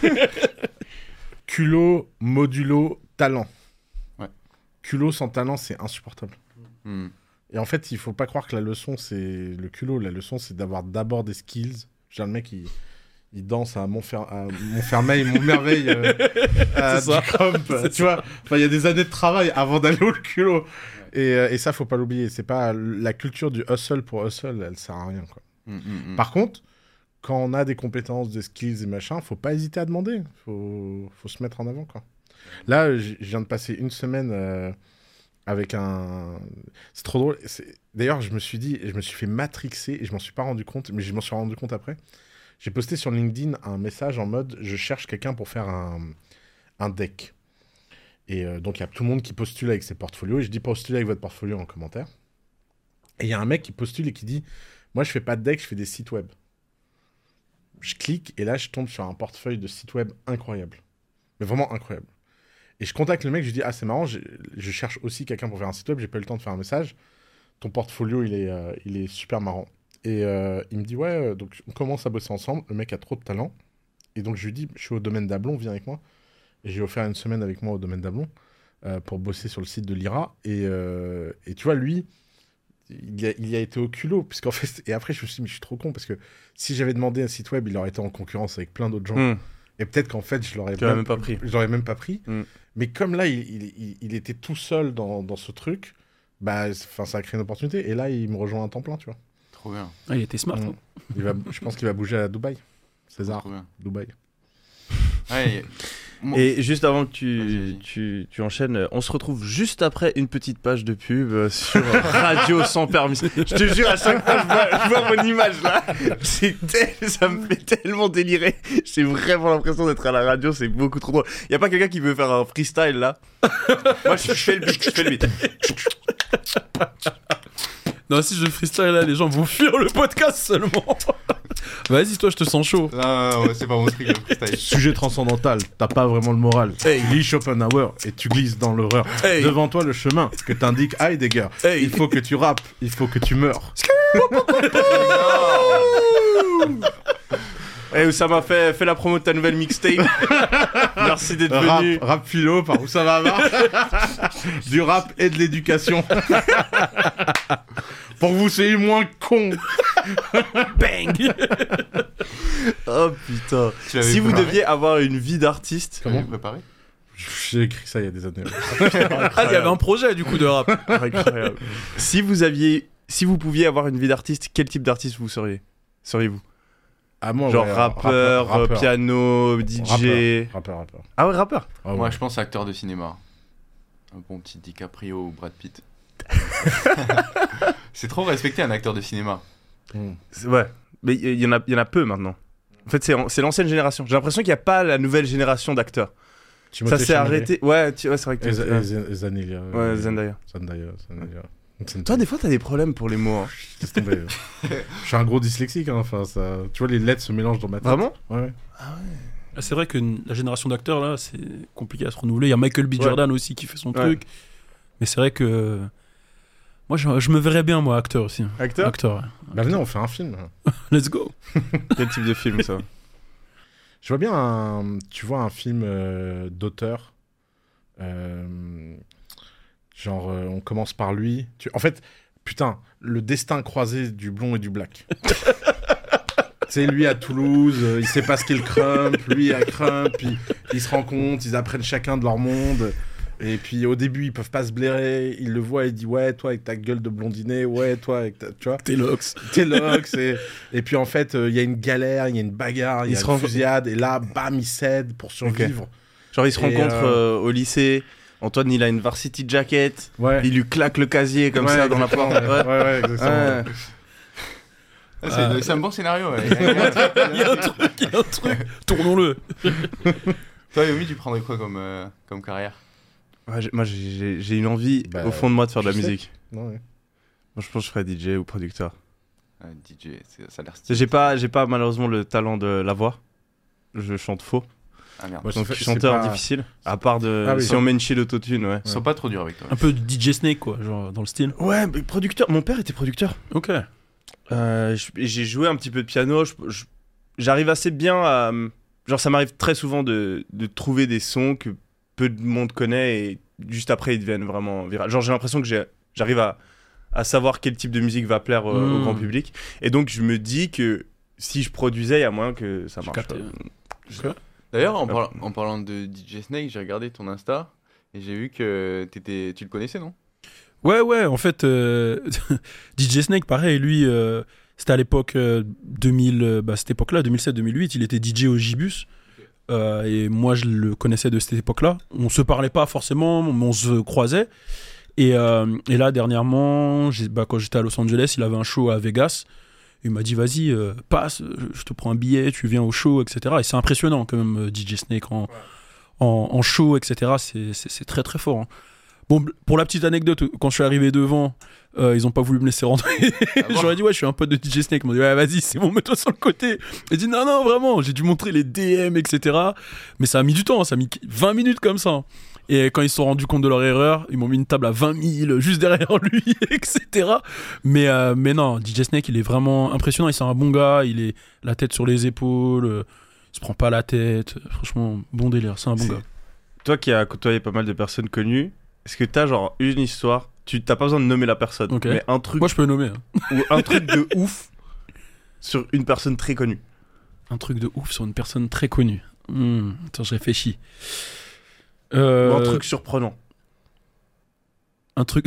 Culot, modulo, talent. Ouais. Culot sans talent, c'est insupportable. Hmm. Et en fait, il faut pas croire que la leçon, c'est le culot. La leçon, c'est d'avoir d'abord des skills. Genre, le mec, il, il danse à Montfer... à Montfermeil, Montmerveille, euh, à C'est ça. Ducomp, euh, tu vois. Enfin, il y a des années de travail avant d'aller au culot. Et, euh, et ça, faut pas l'oublier. C'est pas la culture du hustle pour hustle, elle sert à rien, quoi. Hmm, hmm, hmm. Par contre, quand on a des compétences, des skills et machin, faut pas hésiter à demander. Faut, faut se mettre en avant, quoi. Là, j- je viens de passer une semaine euh, avec un. C'est trop drôle. C'est- D'ailleurs, je me suis dit, je me suis fait matrixer et je m'en suis pas rendu compte, mais je m'en suis rendu compte après. J'ai posté sur LinkedIn un message en mode je cherche quelqu'un pour faire un, un deck. Et euh, donc, il y a tout le monde qui postule avec ses portfolios. Et je dis postulez avec votre portfolio en commentaire. Et il y a un mec qui postule et qui dit moi, je fais pas de deck, je fais des sites web. Je clique et là, je tombe sur un portefeuille de sites web incroyable. Mais vraiment incroyable. Et je contacte le mec, je lui dis ah, c'est marrant, j'ai- je cherche aussi quelqu'un pour faire un site web, j'ai pas eu le temps de faire un message. Ton portfolio, il est, euh, il est super marrant. Et euh, il me dit ouais, euh, donc on commence à bosser ensemble. Le mec a trop de talent. Et donc, je lui dis je suis au domaine d'Ablon, viens avec moi. Et j'ai offert une semaine avec moi au domaine d'Ablon euh, pour bosser sur le site de l'I R A. Et, euh, et tu vois, lui, il y, a, il y a été au culot. Puisqu'en fait, et après, je me suis dit, mais je suis trop con parce que si j'avais demandé un site web, il aurait été en concurrence avec plein d'autres gens. Hmm. Et peut-être qu'en fait, je l'aurais Tu l'aurais même pas pris. Je l'aurais même pas pris. Mm. Mais comme là, il, il, il- il était tout seul dans, dans ce truc, bah, c'est- 'fin, ça a créé une opportunité. Et là, il me rejoint à temps plein, tu vois. Trop bien. Ah, il était smart. Mm. hein. Il va, je pense qu'il va bouger à Dubaï. César, Trop bien. Dubaï. Ouais, moi- Et juste avant que Vas-y, tu, vas-y. tu, tu enchaînes, euh, on se retrouve juste après une petite page de pub euh, sur Radio Sans Permis. Je te jure, à chaque fois, je vois, je vois mon image là. C'est tel- ça me fait tellement délirer. J'ai vraiment l'impression d'être à la radio, c'est beaucoup trop drôle. Y a pas quelqu'un qui veut faire un freestyle là? Moi, je, je fais le beat, je fais le beat. Non, si je freestyle là, les gens vont fuir le podcast seulement. Vas-y, toi, je te sens chaud. Ah, ouais, c'est pas mon truc le freestyle. Sujet transcendantal, t'as pas vraiment le moral. Hey. Lis Schopenhauer et tu glisses dans l'horreur. Hey. Devant toi le chemin que t'indique Heidegger. Hey. Il faut que tu rappes, il faut que tu meurs. Eh, ça m'a fait, fait la promo de ta nouvelle mixtape. Merci d'être Rap, venu. rap philo, par où ça va avoir du rap et de l'éducation. Pour que vous soyez moins con. Bang. Oh putain. Tu l'avais Si vous préparé deviez avoir une vie d'artiste, Tu l'avais préparé? J'ai écrit ça il y a des années. Ah, il y avait un projet du coup de rap. incroyable. Si vous aviez, si vous pouviez avoir une vie d'artiste, quel type d'artiste vous seriez? Seriez-vous? Ah, moi, Genre ouais, rappeur, rappeur, rappeur. piano, D J. Rappeur, rappeur, rappeur. Ah ouais, rappeur. Ah ouais. Moi, je pense acteur de cinéma. Un bon petit DiCaprio ou Brad Pitt. C'est trop respecté un acteur de cinéma. Mm. C'est- Ouais, mais il y, y en a, il y en a peu maintenant. En fait, c'est c'est l'ancienne génération. J'ai l'impression qu'il n'y a pas la nouvelle génération d'acteurs. Timothée Ça s'est Chalamet. arrêté. Ouais, tu- ouais c'est vrai que Et, tu- Z- et Z- et Zendaya. Ouais, Zendaya. Zendaya, Zendaya. Zendaya. Toi, des fois, t'as des problèmes pour les mots. Hein. Laisse tomber. Je suis un gros dyslexique, hein. Enfin, ça... tu vois, les lettres se mélangent dans ma tête. Vraiment? Ouais, ouais. Ah, c'est vrai que la génération d'acteurs, là, c'est compliqué à se renouveler. Il y a Michael B. Ouais. Jordan aussi qui fait son Ouais. truc. Mais c'est vrai que. Moi, je, je me verrais bien, moi, acteur aussi. Acteur Acteur, ouais. Bah venez, on fait un film. Let's go. Quel type de film, ça? Je vois bien un, tu vois, un film euh, d'auteur. Euh, genre, euh, on commence par lui. Tu... En fait, putain, le destin croisé du blond et du black. C'est lui à Toulouse, euh, il sait pas ce qu'est le crump, lui à crump, ils, ils se rencontrent, ils apprennent chacun de leur monde. Et puis au début, ils peuvent pas se blairer, il le voit, il dit ouais, toi avec ta gueule de blondinet, ouais, toi avec ta, tu vois, T'es Lox. tes locks. Et, et puis en fait, il euh, y a une galère, il y a une bagarre, il y Ils a se une rencontrent- fusillade, et là, bam, il cède pour survivre. Genre, ils se Et, rencontrent euh, euh, au lycée. Antoine, il a une varsity jacket. Ouais. Il lui claque le casier comme Ouais, ça dans la porte. Ouais, Ouais. ouais, ouais, exactement. Ouais. Ah, c'est, Ah. c'est un bon scénario. Ouais. Il y a un truc, il y a un truc. Tournons-le. Toi, Yomi, tu prendrais quoi comme, euh, comme carrière? Ouais, j'ai- moi, j'ai- j'ai j'ai une envie Bah, au fond de moi de faire de la je sais. musique. Non, ouais. Moi, je pense que je ferais D J ou producteur. Ah, D J, c'est- ça a l'air stylé. J'ai pas, j'ai pas malheureusement le talent de la voix. Je chante faux. Ah merde. Moi, Donc, c'est- c'est chanteur pas- difficile. À part de. Ah oui. Si on met une chill autotune, ouais. Ils sont pas trop durs avec toi. Un peu D J Snake, quoi, genre dans le style. Ouais, mais producteur. Mon père était producteur. Ok. Euh, je- j'ai joué un petit peu de piano. je- je- J'arrive assez bien à. Genre, ça m'arrive très souvent de, de trouver des sons que peu de monde connaît et juste après ils deviennent vraiment viraux. Genre, j'ai l'impression que j'ai- j'arrive à, à savoir quel type de musique va plaire euh, au Mm. grand public. Et donc, je me dis que si je produisais, il y a moyen que ça J'ai marche. capté. quoi. D'ailleurs, en, parla- en parlant de D J Snake, j'ai regardé ton Insta et j'ai vu que t'étais... tu le connaissais, non? Ouais, ouais, en fait, euh, D J Snake, pareil, lui, euh, c'était à l'époque euh, deux mille, euh, bah, cette époque-là, deux mille sept deux mille huit, il était D J au Gibus. Euh, et moi, je le connaissais de cette époque-là. On se parlait pas forcément, mais on se croisait. Et, euh, et là, dernièrement, j'ai- bah, quand j'étais à Los Angeles, il avait un show à Vegas. Il m'a dit, vas-y, euh, passe, je- je te prends un billet, tu viens au show, et cetera. Et c'est impressionnant quand même, euh, D J Snake en, en, en show, et cetera. C'est, c'est, c'est très très fort. hein. Bon, pour la petite anecdote, quand je suis arrivé devant, euh, ils ont pas voulu me laisser rentrer. bon J'aurais dit, ouais, je suis un pote de D J Snake. Ils m'ont dit, ouais, vas-y, c'est bon, mets-toi sur le côté. J'ai dit, non, non, vraiment. J'ai dû montrer les D M, et cetera. Mais ça a mis du temps, ça a mis vingt minutes comme ça. Et quand ils se sont rendus compte de leur erreur, ils m'ont mis une table à vingt mille juste derrière lui, et cetera. Mais, euh, mais non, D J Snake, il est vraiment impressionnant. Il c'est un bon gars, il est la tête sur les épaules, euh, il se prend pas la tête. Franchement, bon délire, c'est un bon C'est- gars. Toi qui as côtoyé pas mal de personnes connues, est-ce que t'as genre une histoire, tu t'as pas besoin de nommer la personne, Ok. mais un truc Moi, je peux le nommer. hein. ou un truc de ouf sur une personne très connue. Un truc de ouf sur une personne très connue. Hmm, attends, je réfléchis. Euh, Ou un truc surprenant. un truc.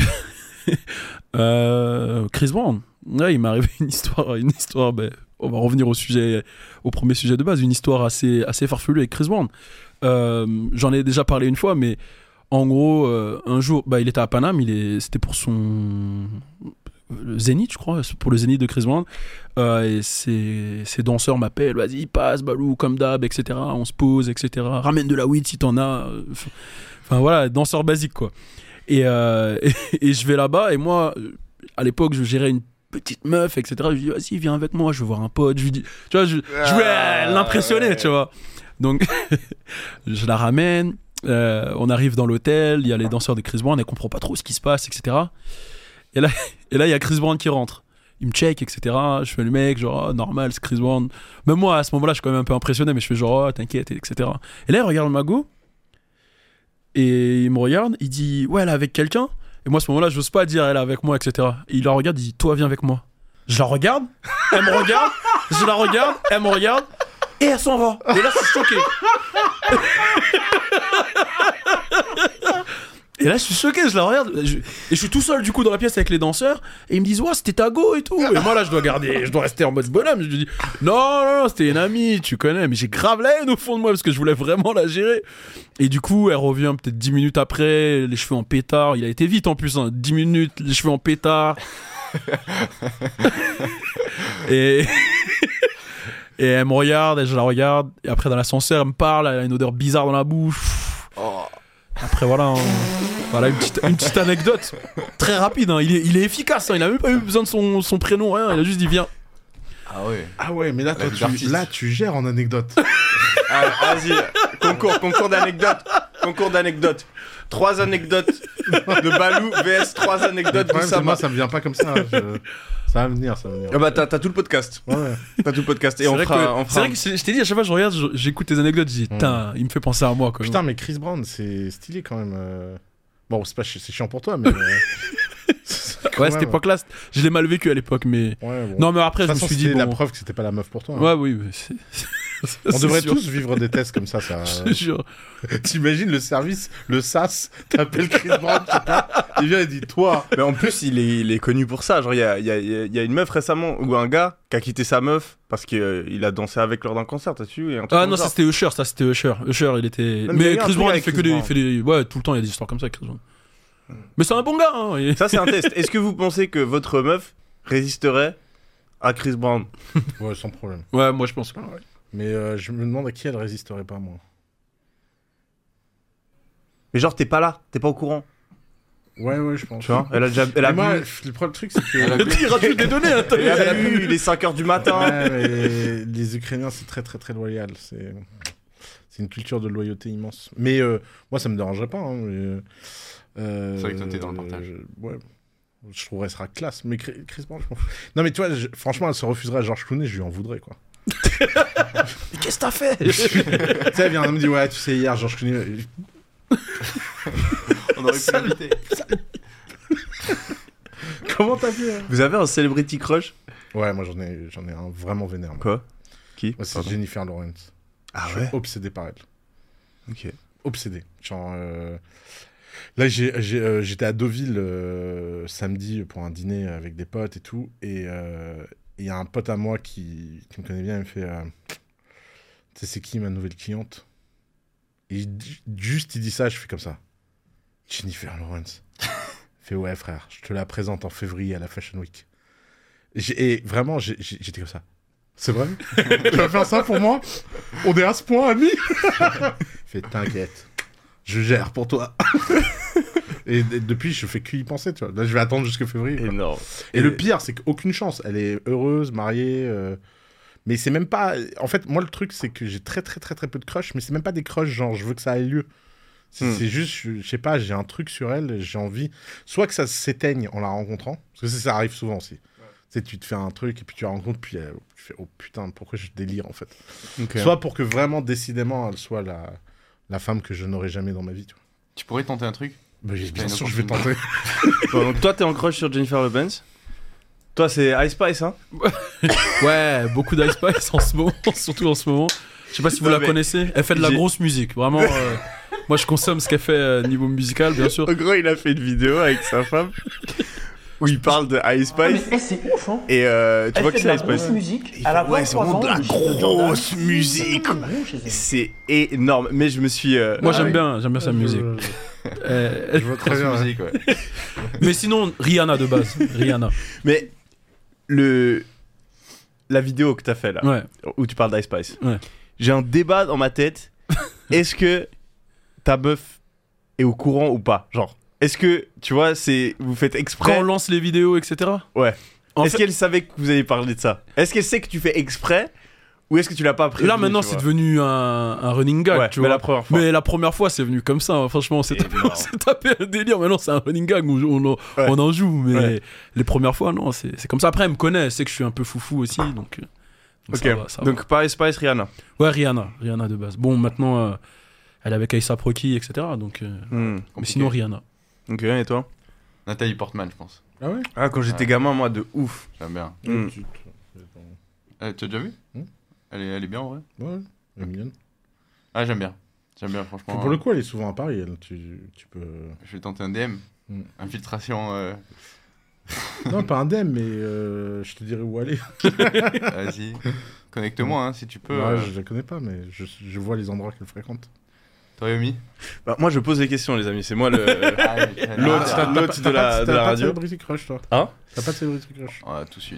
Euh, Chris Brown. Ouais, il m'est arrivé une histoire, une histoire. Ben, on va revenir au sujet, au premier sujet de base, une histoire assez, assez farfelue avec Chris Brown. Euh, j'en ai déjà parlé une fois, mais en gros, euh, un jour, bah, il était à Paname, il est, c'était pour son le Zénith, je crois, pour le Zénith de Chris Brown. Euh, et ses, ses danseurs m'appellent, vas-y, passe, Balou, comme d'hab, et cetera. On se pose, et cetera. Ramène de la weed si t'en as. Enfin voilà, danseur basique, quoi. Et, euh, et, et je vais là-bas, et moi, à l'époque, je gérais une petite meuf, et cetera. Je lui dis, vas-y, viens avec moi, je veux voir un pote. Je lui dis, tu vois, je, je voulais l'impressionner, tu vois. Donc, je la ramène, euh, on arrive dans l'hôtel, il y a les danseurs de Chris Brown, elle comprend pas trop ce qui se passe, et cetera. Et là, et là, il y a Chris Brown qui rentre. Il me check, et cetera. Je fais le mec, genre, oh, normal, c'est Chris Brown. Même moi, à ce moment-là, je suis quand même un peu impressionné, mais je fais genre, oh, t'inquiète, et cetera. Et là, il regarde le magot, et il me regarde, il dit, ouais, elle est avec quelqu'un. Et moi, à ce moment-là, j'ose pas dire, elle est avec moi, et cetera. Et il la regarde, il dit, toi, viens avec moi. Je la regarde, elle me regarde, je la regarde, elle me regarde, et elle s'en va. Et là, je suis choqué. Et là, je suis choqué, je la regarde. Je- et je suis tout seul, du coup, dans la pièce avec les danseurs. Et ils me disent, ouais, c'était ta go et tout. Et moi, là, je dois garder, je dois rester en mode bonhomme. Je lui dis, non, non, non, c'était une amie, tu connais. Mais j'ai grave la haine au fond de moi parce que je voulais vraiment la gérer. Et du coup, elle revient peut-être dix minutes après, les cheveux en pétard. Il a été vite en plus, hein. dix minutes, les cheveux en pétard. et. Et elle me regarde, et je la regarde. Et après, dans l'ascenseur, elle me parle, elle a une odeur bizarre dans la bouche. Oh après voilà. hein. Voilà une petite, une petite anecdote très rapide. hein. Il, est, il est efficace. hein. Il a même pas eu besoin de son, son prénom, rien. Il a juste dit viens. Ah ouais. Ah ouais, mais là, toi, vie tu, d'artiste. là, tu gères en anecdote. Ah, vas-y, concours, concours d'anecdotes. Concours d'anecdotes. Trois anecdotes de Balou vs trois anecdotes Le problème, c'est que d'Oussama. moi, ça me vient pas comme ça. hein, je- Ça va venir, ça va venir. Ah bah t'as, t'as tout le podcast. Ouais, ouais. T'as tout le podcast. Et C'est on vrai, fera, que, on c'est fera vrai que je je t'ai dit à chaque fois je regarde, je- j'écoute tes anecdotes, je dis putain, il me fait penser à moi quoi. Putain, mais Chris Brown, c'est stylé quand même. euh. Bon, c'est pas chi- c'est chiant pour toi, mais. euh, c'est quand ouais, cette même- époque-là, c'est- je l'ai mal vécu à l'époque, mais Ouais, bon. non, mais après De je toute me façon, suis dit c'était la bon, preuve que c'était pas la meuf pour toi. hein. ouais, oui, mais c'est- c'est- On c'est devrait sûr. tous vivre des tests comme ça. ça... Je te jure. T'imagines le service, le S A S, t'appelles Chris Brown, tu parles, il vient et dit toi. Mais en plus, il est, il est connu pour ça. Genre, il y a, il y, a, il y a une meuf récemment, ou un gars, qui a quitté sa meuf parce qu'il euh, il a dansé avec lors d'un concert, t'as su et un truc Ah comme non, ça. ça c'était Usher, ça c'était Usher. Usher, il était. Non, mais il y a mais eu un Chris truc Brown, il avec fait que Chris des, il Brown. fait des. Ouais, tout le temps, il y a des histoires comme ça, Chris Brown. Mais c'est un bon gars, hein. et- Ça, c'est un test. Est-ce que vous pensez que votre meuf résisterait à Chris Brown? Ouais, sans problème. Ouais, moi je pense pas. ouais. Mais euh, je me demande à qui elle résisterait pas, moi. Mais genre, t'es pas là, t'es pas au courant. Ouais, ouais, je pense. Tu vois, elle a déjà. Elle a Mais moi, bu, le problème, le truc, c'est que. Elle a bu. Il rajoute des données, hein, t'as vu. elle a bu, il est cinq heures du matin. Ouais, mais les Ukrainiens, c'est très, très, très loyal. C'est, c'est une culture de loyauté immense. Mais euh, moi, ça me dérangerait pas. Hein, mais, euh, C'est vrai que toi, t'es dans le euh, partage. je- Ouais. Je trouverais ça classe. Mais Chris Chris Brown, je m'en fous. Non, mais tu vois, je- franchement, elle se refuserait à George Clooney, je lui en voudrais, quoi. Mais qu'est-ce que t'as fait? Tu sais, elle vient, elle me dit, ouais, tu sais, hier, George Clooney. On aurait pu l'inviter. Comment t'as fait hein Vous avez un celebrity crush? Ouais, moi, j'en ai, j'en ai un vraiment vénère. moi. Quoi? Qui? Moi, c'est Pardon. Jennifer Lawrence. Ah Je suis ouais? obsédé par elle. Ok. Obsédé. Genre, euh, là, j'ai, j'ai, euh, j'étais à Deauville euh, samedi pour un dîner avec des potes et tout. Et euh, il y a un pote à moi qui, qui me connaît bien, il me fait euh, tu sais, c'est qui ma nouvelle cliente? Et il dit- juste, il dit ça, je fais comme ça. Jennifer Lawrence. Il fait ouais, frère, je te la présente en février à la Fashion Week. J'ai- et vraiment, j'ai- j'ai- j'étais comme ça. C'est vrai? Tu vas faire ça pour moi? On est à ce point, ami? Fait t'inquiète, je gère pour toi. et, et depuis, je fais que y penser, tu vois. Là, je vais attendre jusqu'à février. quoi. Énorme. Et le pire, c'est qu'aucune chance. Elle est heureuse, mariée. euh, Mais c'est même pas. En fait, moi, le truc, c'est que j'ai très, très, très, très peu de crush. Mais c'est même pas des crushs, genre, je veux que ça ait lieu. C'est Hmm. c'est juste, je, je sais pas, j'ai un truc sur elle, j'ai envie. Soit que ça s'éteigne en la rencontrant, parce que ça, ça arrive souvent aussi. Tu sais, tu te fais un truc et puis tu la rencontres, puis euh, tu fais oh putain, pourquoi je délire en fait. Ok. Soit pour que vraiment, décidément, elle soit la, la femme que je n'aurai jamais dans ma vie. Tu vois. Tu pourrais tenter un truc? Bah, j'ai- bien une sûr, je vais opportunité. tenter. Bon, donc toi, t'es en crush sur Jennifer Lawrence. Toi, c'est Ice Spice, hein? Ouais, beaucoup d'Ice Spice en ce moment, surtout en ce moment. Je sais pas si vous Non, la mais connaissez. Elle fait de la j'ai- grosse musique, vraiment. euh, Moi, je consomme ce qu'elle fait euh, niveau musical, bien sûr. En gros, il a fait une vidéo avec sa femme où il parle de Ice Spice. Eh, c'est ouf, hein. Et euh, tu Elle vois fait que de la c'est Ice Spice. grosse musique. Il Elle a fait, ouais, c'est vraiment de la vingt-trois ans, le Jordan. grosse musique. C'est bon chez elle. C'est énorme. Mais je me suis. euh, Moi, Ah j'aime oui. bien, j'aime bien sa musique. Je, Euh, je vois très Grosse bien. ouais. musique, ouais. Mais sinon, Rihanna de base. Rihanna. Mais le la vidéo que t'as fait là, Ouais. où tu parles d'Ice Spice, Ouais. j'ai un débat dans ma tête. Est-ce que ta meuf est au courant ou pas? Genre, est-ce que tu vois, c'est vous faites Quand exprès? on lance les vidéos, et cetera. Ouais. En Est-ce fait- qu'elle savait que vous alliez parler de ça? Est-ce qu'elle sait que tu fais exprès ou est-ce que tu l'as pas prévu? Là, maintenant, tu c'est vois devenu un, un running gag, Ouais, tu mais vois. la première fois. Mais la première fois, c'est venu comme ça. hein. Franchement, on s'est C'est tapé, énorme. on s'est tapé un délire. Maintenant, c'est un running gag où on, on, Ouais. on en joue. Mais Ouais. les premières fois, non, c'est c'est comme ça. Après, elle me connaît. Elle sait que je suis un peu foufou aussi. Donc, euh, donc Ok. ça va, ça va. Donc pas Ice Spice, Rihanna. Ouais, Rihanna. Rihanna de base. Bon, maintenant, euh, elle est avec A$AP Rocky, et cetera. Donc, euh, Hmm. mais Compliqué. sinon, Rihanna. Ok, et toi? Nathalie Portman, je pense. Ah ouais? Ah, quand j'étais Ouais. gamin, moi, de ouf. J'aime bien. Hmm. Tu- tu- Eh, tu as déjà vu? Hmm. elle, est, elle est bien en vrai? Ouais, elle est mignonne. Ah, j'aime bien. J'aime bien, franchement. Pour le coup, elle est souvent à Paris, elle. Tu, tu peux. Je vais tenter un D M. Hmm. Infiltration. euh, Non, pas un D M, mais euh, je te dirai où aller. Vas-y. Connecte-moi hein, si tu peux. Ouais, euh, je la connais pas, mais je, je vois les endroits qu'elle fréquente. Toi, Yomi? Bah, moi, je pose des questions, les amis. C'est moi le. Ah, mais- L'autre, Ah, t'as- l'autre de la- t'as de la pas radio. de célébrité crush, toi. Hein? T'as pas de célébrité crush. On a tous une.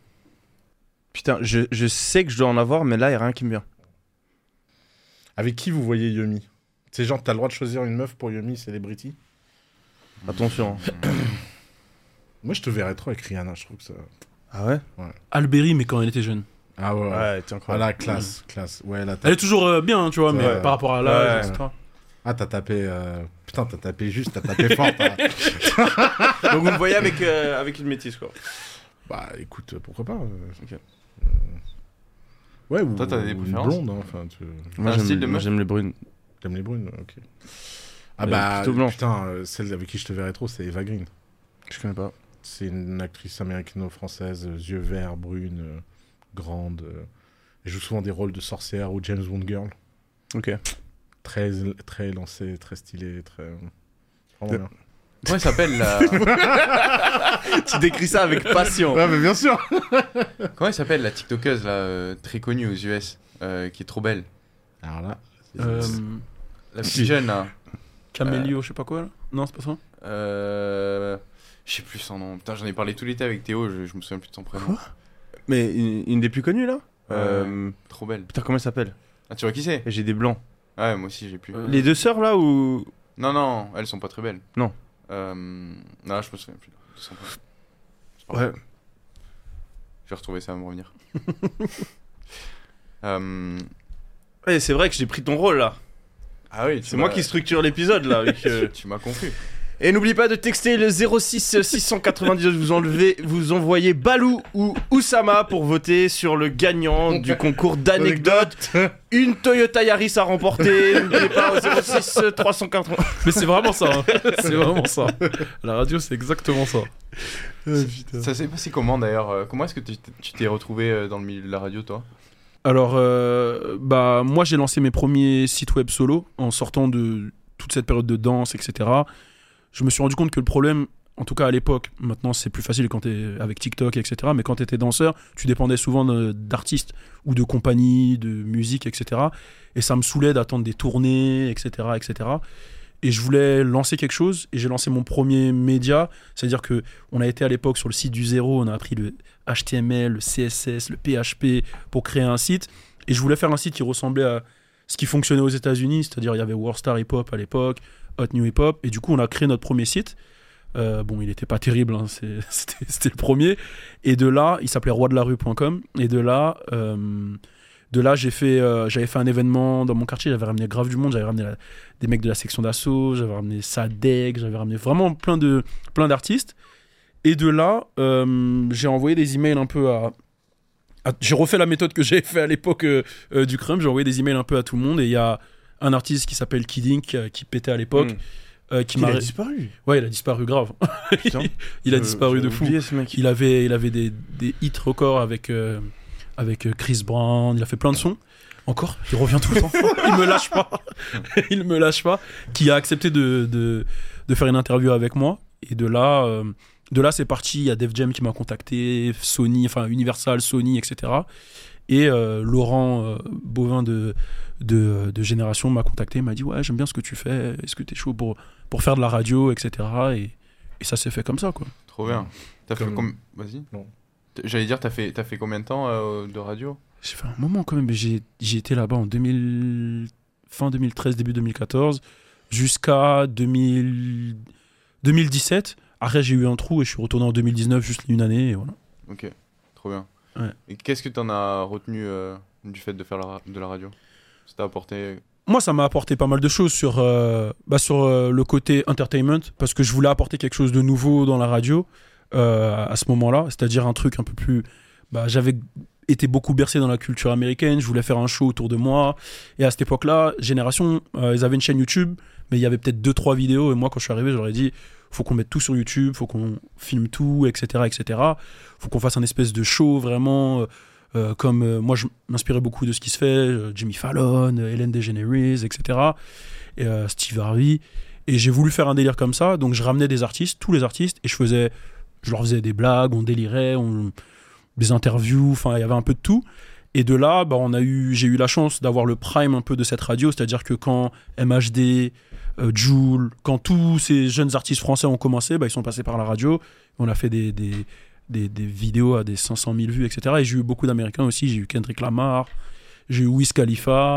Putain, je, je sais que je dois en avoir, mais là, il a rien qui me vient. Avec qui vous voyez Yumi? C'est genre, t'as le droit de choisir une meuf pour Yumi Celebrity. Attention. Moi, je te verrais trop avec Rihanna, je trouve que ça... Ah ouais? Alberi, mais quand elle était jeune. Ah ouais, ouais. Ouais, t'es incroyable. Voilà, classe, classe. Ouais, là, t'as... Elle est toujours euh, bien, hein, tu vois, mais Ouais. par rapport à l'âge, Ouais. et cetera. Ah, t'as tapé... euh, Putain, t'as tapé juste, t'as tapé fort. t'as- Donc vous me voyez avec, euh, avec une métisse, quoi. Bah, écoute, pourquoi pas. euh, Ok. euh, Ouais, ou, Toi, t'as des ou une préférences blonde, hein, enfin, tu... Moi, un j'aime, style de moi, meuf j'aime les brunes. T'aimes les brunes, ok. Ah Mais bah, plutôt blanche. putain, euh, celle avec qui je te verrais trop, c'est Eva Green. Je connais pas. C'est une actrice américano-française, euh, yeux verts, brune, euh, grande. euh, Elle joue souvent des rôles de sorcière ou James Bond girl. Ok. Très, très élancée, très stylée, très... Vraiment De- bien. Comment elle s'appelle la... Tu décris ça avec passion. Ouais, mais bien sûr. Comment elle s'appelle la TikTokeuse là, euh, très connue aux U S, euh, qui est trop belle. Alors là... c'est- Euh, La petite jeune là. Camélio, je sais pas quoi, là. Non, c'est pas ça. Euh... Je sais plus son nom. Putain, j'en ai parlé tout l'été avec Théo, je, je me souviens plus de son prénom. Quoi Mais une, une des plus connues, là euh... Trop belle. Putain, comment elle s'appelle? Ah, tu vois qui c'est? J'ai des blancs. Ouais, moi aussi j'ai plus. Euh, Les deux sœurs, là, ou... Non, non, elles sont pas très belles. Non. Euh... Non, je me souviens plus. de son prénom. C'est pas Ouais. grave. Je vais retrouver ça, va me revenir. euh... Ouais, c'est vrai que j'ai pris ton rôle, là. Ah oui, tu C'est moi m'as- qui structure l'épisode, là. Avec, euh, Tu m'as confus. Et n'oubliez pas de texter le zéro six six cent quatre-vingt-dix, vous enlevez, vous envoyez Balou ou Oussama pour voter sur le gagnant du concours d'anecdotes. Une Toyota Yaris à remporter. N'oubliez pas au zéro six trois cent quatre-vingts. Mais c'est vraiment ça. hein. C'est vraiment ça. La radio, c'est exactement ça. Ça s'est passé comment d'ailleurs euh, Comment est-ce que tu t'es- tu t'es retrouvé euh, dans le milieu de la radio, toi? Alors, euh, bah, moi, j'ai lancé mes premiers sites web solo en sortant de toute cette période de danse, et cetera. Je me suis rendu compte que le problème, en tout cas à l'époque, maintenant c'est plus facile quand t'es avec TikTok, et cetera. Mais quand t'étais danseur, tu dépendais souvent de- d'artistes ou de compagnies, de musique, et cetera. Et ça me saoulait d'attendre des tournées, et cetera, et cetera. Et je voulais lancer quelque chose et j'ai lancé mon premier média. C'est-à-dire que on a été à l'époque sur le site du zéro, on a appris le H T M L, le C S S, le P H P pour créer un site. Et je voulais faire un site qui ressemblait à ce qui fonctionnait aux États-Unis, c'est-à-dire il y avait Worldstar Hip Hop à l'époque, Hot New Hip Hop, et du coup on a créé notre premier site. Euh, bon, il n'était pas terrible, hein, c'est- c'était, c'était le premier. Et de là, il s'appelait roi de la rue point com. Et de là, euh, de là j'ai fait, euh, j'avais fait un événement dans mon quartier, j'avais ramené grave du monde, j'avais ramené la- des mecs de la section d'assaut, j'avais ramené Sadek, j'avais ramené vraiment plein, de, plein d'artistes. Et de là, euh, j'ai envoyé des emails un peu à, à- j'ai refait la méthode que j'avais fait à l'époque euh, euh, du Crumb, j'ai envoyé des emails un peu à tout le monde. Et il y a un artiste qui s'appelle Kidding qui, qui pétait à l'époque. Mm. euh, qui Il m'a... a disparu. Ouais, il a disparu grave. Putain. il a Je- disparu j'avais de fou. oublié ce mec. Il avait, il avait des, des hits records avec, euh, avec euh, Chris Brown. Il a fait plein de sons. Encore, il revient tout le temps. Il me lâche pas. Il me lâche pas. Qui a accepté de, de, de faire une interview avec moi. Et de là, euh, de là c'est parti. Il y a Def Jam qui m'a contacté, Sony, enfin Universal, Sony, et cetera. Et euh, Laurent euh, Bovin de, de, de Génération m'a contacté, m'a dit ouais, j'aime bien ce que tu fais. Est-ce que t'es chaud pour, pour faire de la radio, et cetera. Et, et ça s'est fait comme ça, quoi. Trop bien. T'as fait Comme- com- Vas-y. Non. T- J'allais dire, t'as fait, t'as fait combien de temps euh, de radio? J'ai fait un moment quand même, mais j'ai, j'ai été là-bas en deux mille... fin deux mille treize, début deux mille quatorze, jusqu'à deux mille... deux mille dix-sept. Après, j'ai eu un trou et je suis retourné en deux mille dix-neuf, juste une année, et voilà. Ok, trop bien. Ouais. Et qu'est-ce que t'en as retenu euh, du fait de faire la ra- de la radio? Ça t'a apporté... Moi, ça m'a apporté pas mal de choses sur, euh, bah, sur euh, le côté entertainment, parce que je voulais apporter quelque chose de nouveau dans la radio euh, à ce moment-là, c'est-à-dire un truc un peu plus... Bah, j'avais été beaucoup bercé dans la culture américaine, je voulais faire un show autour de moi, et à cette époque-là, Génération, euh, ils avaient une chaîne YouTube, mais il y avait peut-être deux trois vidéos, et moi, quand je suis arrivé, je leur ai dit, faut qu'on mette tout sur YouTube, faut qu'on filme tout, et cetera, et cetera. Faut qu'on fasse un espèce de show vraiment... Euh, Euh, comme euh, moi je m'inspirais beaucoup de ce qui se fait, euh, Jimmy Fallon, euh, Ellen DeGeneres, et cetera. Et euh, Steve Harvey. Et j'ai voulu faire un délire comme ça, donc je ramenais des artistes, tous les artistes, et je faisais, je leur faisais des blagues, on délirait, on, des interviews, enfin il y avait un peu de tout. Et de là, bah, on a eu, j'ai eu la chance d'avoir le prime un peu de cette radio, c'est-à-dire que quand M H D, euh, Jul, quand tous ces jeunes artistes français ont commencé, bah, ils sont passés par la radio. On a fait des, des Des, des vidéos à des cinq cent mille vues, et cetera. Et j'ai eu beaucoup d'Américains aussi. J'ai eu Kendrick Lamar, j'ai eu Wiz Khalifa,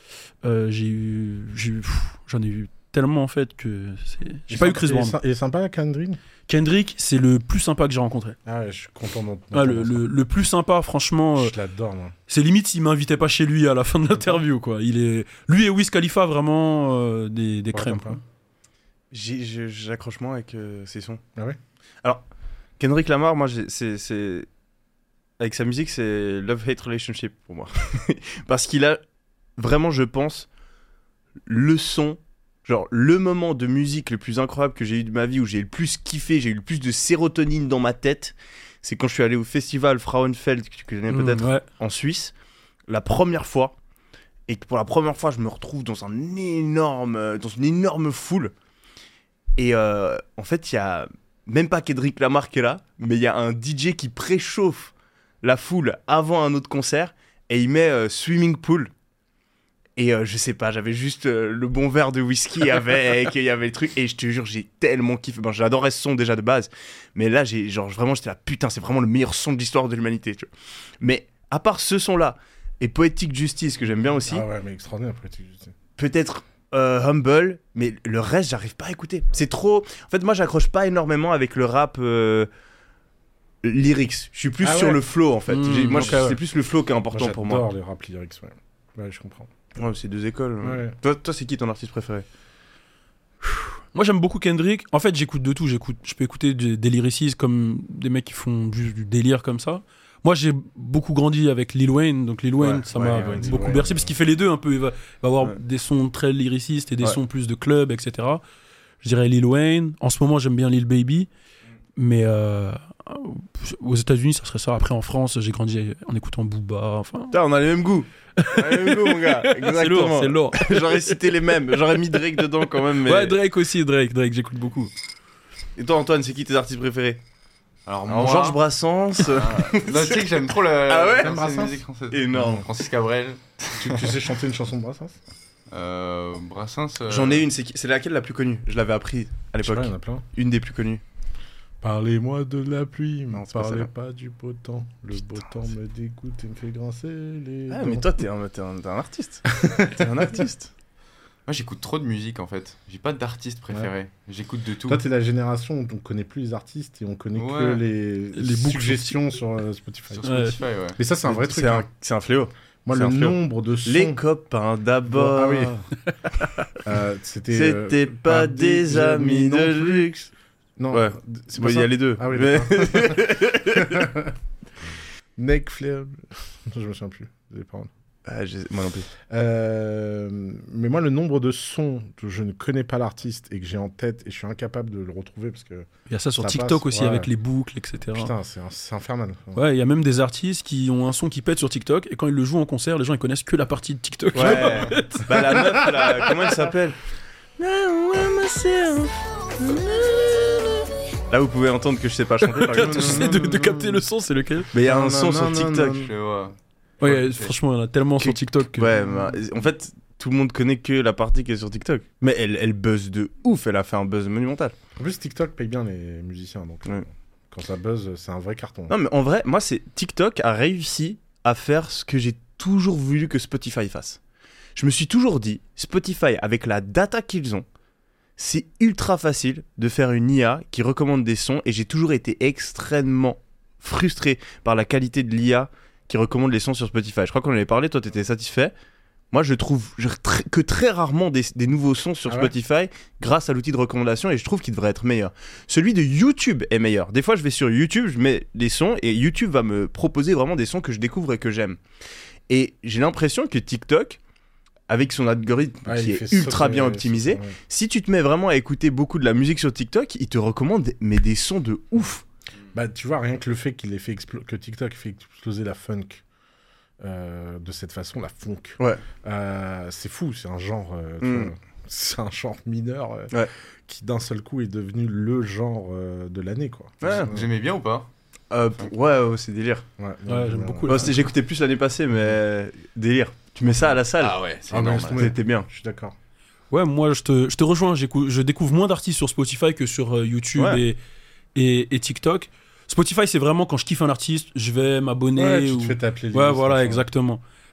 Euh, j'ai eu, j'ai eu, pff, j'en ai eu tellement en fait que c'est... j'ai Il pas est eu Chris sympa- Brown. Il est sy- il est sympa, Kendrick. Kendrick, c'est le plus sympa que j'ai rencontré. Ah ouais, je suis content d'entendre Ah, le, ça. le, le plus sympa, franchement, euh, Je l'adore, moi. c'est limite s'il m'invitait pas chez lui à la fin de l'interview, quoi. Il est, lui et Wiz Khalifa, vraiment euh, des, des Ouais, crèmes, sympa. quoi. J'ai- je- J'accroche moins avec euh, ses sons. Ah ouais. Alors, Kendrick Lamar, moi, j'ai- c'est, c'est... avec sa musique, c'est love-hate relationship pour moi. Parce qu'il a vraiment, je pense, le son, genre le moment de musique le plus incroyable que j'ai eu de ma vie, où j'ai le plus kiffé, j'ai eu le plus de sérotonine dans ma tête, c'est quand je suis allé au festival Frauenfeld, que tu connais Mmh, peut-être, ouais. en Suisse, la première fois, et que pour la première fois, je me retrouve dans un énorme, euh, dans une énorme foule. Et euh, en fait, il y a même pas Kendrick Lamar qui est là, mais il y a un D J qui préchauffe la foule avant un autre concert, et il met euh, Swimming Pool. Et euh, je sais pas, j'avais juste euh, le bon verre de whisky avec, et il y avait le truc, et je te jure, j'ai tellement kiffé. Bon, j'adorais ce son déjà de base, mais là, j'ai genre vraiment, j'étais là, putain, c'est vraiment le meilleur son de l'histoire de l'humanité, tu vois. Mais à part ce son-là, et Poetic Justice, que j'aime bien aussi, Ah ouais, mais extraordinaire, Poetic Justice. peut-être euh, Humble, mais le reste, j'arrive pas à écouter. C'est trop. En fait, moi, j'accroche pas énormément avec le rap euh, lyrics. Je suis plus Ah sur ouais. le flow, en fait. Mmh, J'ai- moi, ok, je- ouais. c'est plus le flow qui est important Moi, pour moi. j'adore les rap lyrics, ouais. Ouais, je comprends. Ouais, c'est deux écoles. Ouais. Toi, toi c'est qui ton artiste préféré? Moi j'aime beaucoup Kendrick. En fait, j'écoute de tout. J'écoute, je peux écouter des, des lyricistes comme des mecs qui font juste du délire comme ça. Moi, j'ai beaucoup grandi avec Lil Wayne, donc Lil Wayne, Ouais, ça ouais, m'a Lil Wayne, Lil beaucoup Wayne, bercé ouais. parce qu'il fait les deux un peu. Il va, il va avoir Ouais. des sons très lyricistes et des Ouais. sons plus de club, et cetera. Je dirais Lil Wayne. En ce moment, j'aime bien Lil Baby, mais euh, aux États-Unis, ça serait ça. Après, en France, j'ai grandi en écoutant Booba. Enfin, Putain, on a les mêmes goûts. On a les mêmes goûts, mon gars. c'est lourd, Exactement. c'est lourd. J'aurais cité les mêmes. J'aurais mis Drake dedans quand même. Mais... Ouais, Drake aussi, Drake, Drake, j'écoute beaucoup. Et toi, Antoine, c'est qui tes artistes préférés? Alors, Alors, moi, Georges Brassens. euh, ah, non, tu sais que j'aime trop la, Ah ouais l'ancienne Brassens musique française. Énorme. Francis Cabrel. tu, tu sais chanter une chanson de Brassens? Euh, Brassens. euh, J'en ai une, c'est, qui- c'est laquelle la plus connue? Je l'avais appris à Je sais pas, l'époque. il y en a plein. Une des plus connues. Parlez-moi de la pluie, Non, ne c'est pas parlez celle-là. pas du beau temps. Le beau temps me dégoûte et me fait grincer les Ah, dents. mais toi, t'es un, t'es un, t'es un artiste. T'es un artiste. Moi, j'écoute trop de musique en fait. J'ai pas d'artiste préféré. J'écoute de tout. Toi, t'es la génération où on connaît plus les artistes et on connaît que Ouais. les, Les boucles suggestions sur euh, Spotify. Sur Ouais. Spotify, ouais. Mais ça, c'est un vrai truc. C'est hein. un, c'est un fléau. Moi, c'est le un fléau. nombre de sons. Les copains d'abord. Ah oui. euh, c'était. euh, C'était pas des amis de luxe. Non, Ouais. c'est Bon, pas il y ça. a les deux. Ah oui, Mais- Neck flare. Je me souviens plus des paroles. Ah, j'ai- moi non plus. Euh, mais moi, le nombre de sons que je ne connais pas l'artiste et que j'ai en tête et je suis incapable de le retrouver parce que Il y a ça sur Ça TikTok passe, aussi ouais. avec les boucles, et cetera. putain, c'est un- c'est infernal. Ouais, il y a même des artistes qui ont un son qui pète sur TikTok et quand ils le jouent en concert, les gens ils connaissent que la partie de TikTok. Ouais. Bah, la meuf, là, comment elle s'appelle? Là, vous pouvez entendre que je sais pas chanter. Par Quand exemple. j'essaie de, de capter le son, c'est lequel? Mais il y a un Non, son non, sur non, TikTok. non, Je vois. Ouais, Ouais, franchement, il y en a tellement sur Que- TikTok. Que... Ouais, bah, en fait, tout le monde connaît que la partie qui est sur TikTok. Mais elle, elle buzz de ouf. Elle a fait un buzz monumental. En plus, TikTok paye bien les musiciens, donc euh, Ouais. quand ça buzz, c'est un vrai carton. Non, mais en vrai, moi, c'est TikTok a réussi à faire ce que j'ai toujours voulu que Spotify fasse. Je me suis toujours dit, Spotify, avec la data qu'ils ont, c'est ultra facile de faire une I A qui recommande des sons, et j'ai toujours été extrêmement frustré par la qualité de l'I A qui recommande les sons sur Spotify. Je crois qu'on en avait parlé, toi, t'étais satisfait. Moi, je trouve je- tr- que très rarement des, des nouveaux sons sur Ah ouais Spotify grâce à l'outil de recommandation, et je trouve qu'il devrait être meilleur. Celui de YouTube est meilleur. Des fois, je vais sur YouTube, je mets des sons, et YouTube va me proposer vraiment des sons que je découvre et que j'aime. Et j'ai l'impression que TikTok, avec son algorithme Ouais, qui il est fait ultra sauter- bien optimisé, ouais. si tu te mets vraiment à écouter beaucoup de la musique sur TikTok, il te recommande mais des sons de ouf. Bah, tu vois, rien que le fait qu'il ait fait explo- que TikTok ait fait exploser la funk euh, de cette façon, la funk, Ouais. euh, c'est fou, c'est un genre, euh, tu Mm. vois, c'est un genre mineur euh, Ouais. qui d'un seul coup est devenu le genre euh, de l'année, quoi. Ouais. Vous aimez bien ou pas? Euh, p- ouais, ouais, c'est délire. Ouais, Ouais, j'aime beaucoup. Bon, c'était- J'écoutais plus l'année passée, mais délire. Tu mets ça à la salle, ouais, c'est Ah, mais énorme. laisse tomber. c'était bien. Je suis d'accord. Ouais, moi je te, je te rejoins. J'écoute- Je découvre moins d'artistes sur Spotify que sur euh, YouTube Ouais. et, et, et TikTok. Spotify, c'est vraiment quand je kiffe un artiste, je vais m'abonner. Ouais, tu ou... te fais ta playlist. Ouais, voilà, machin. exactement.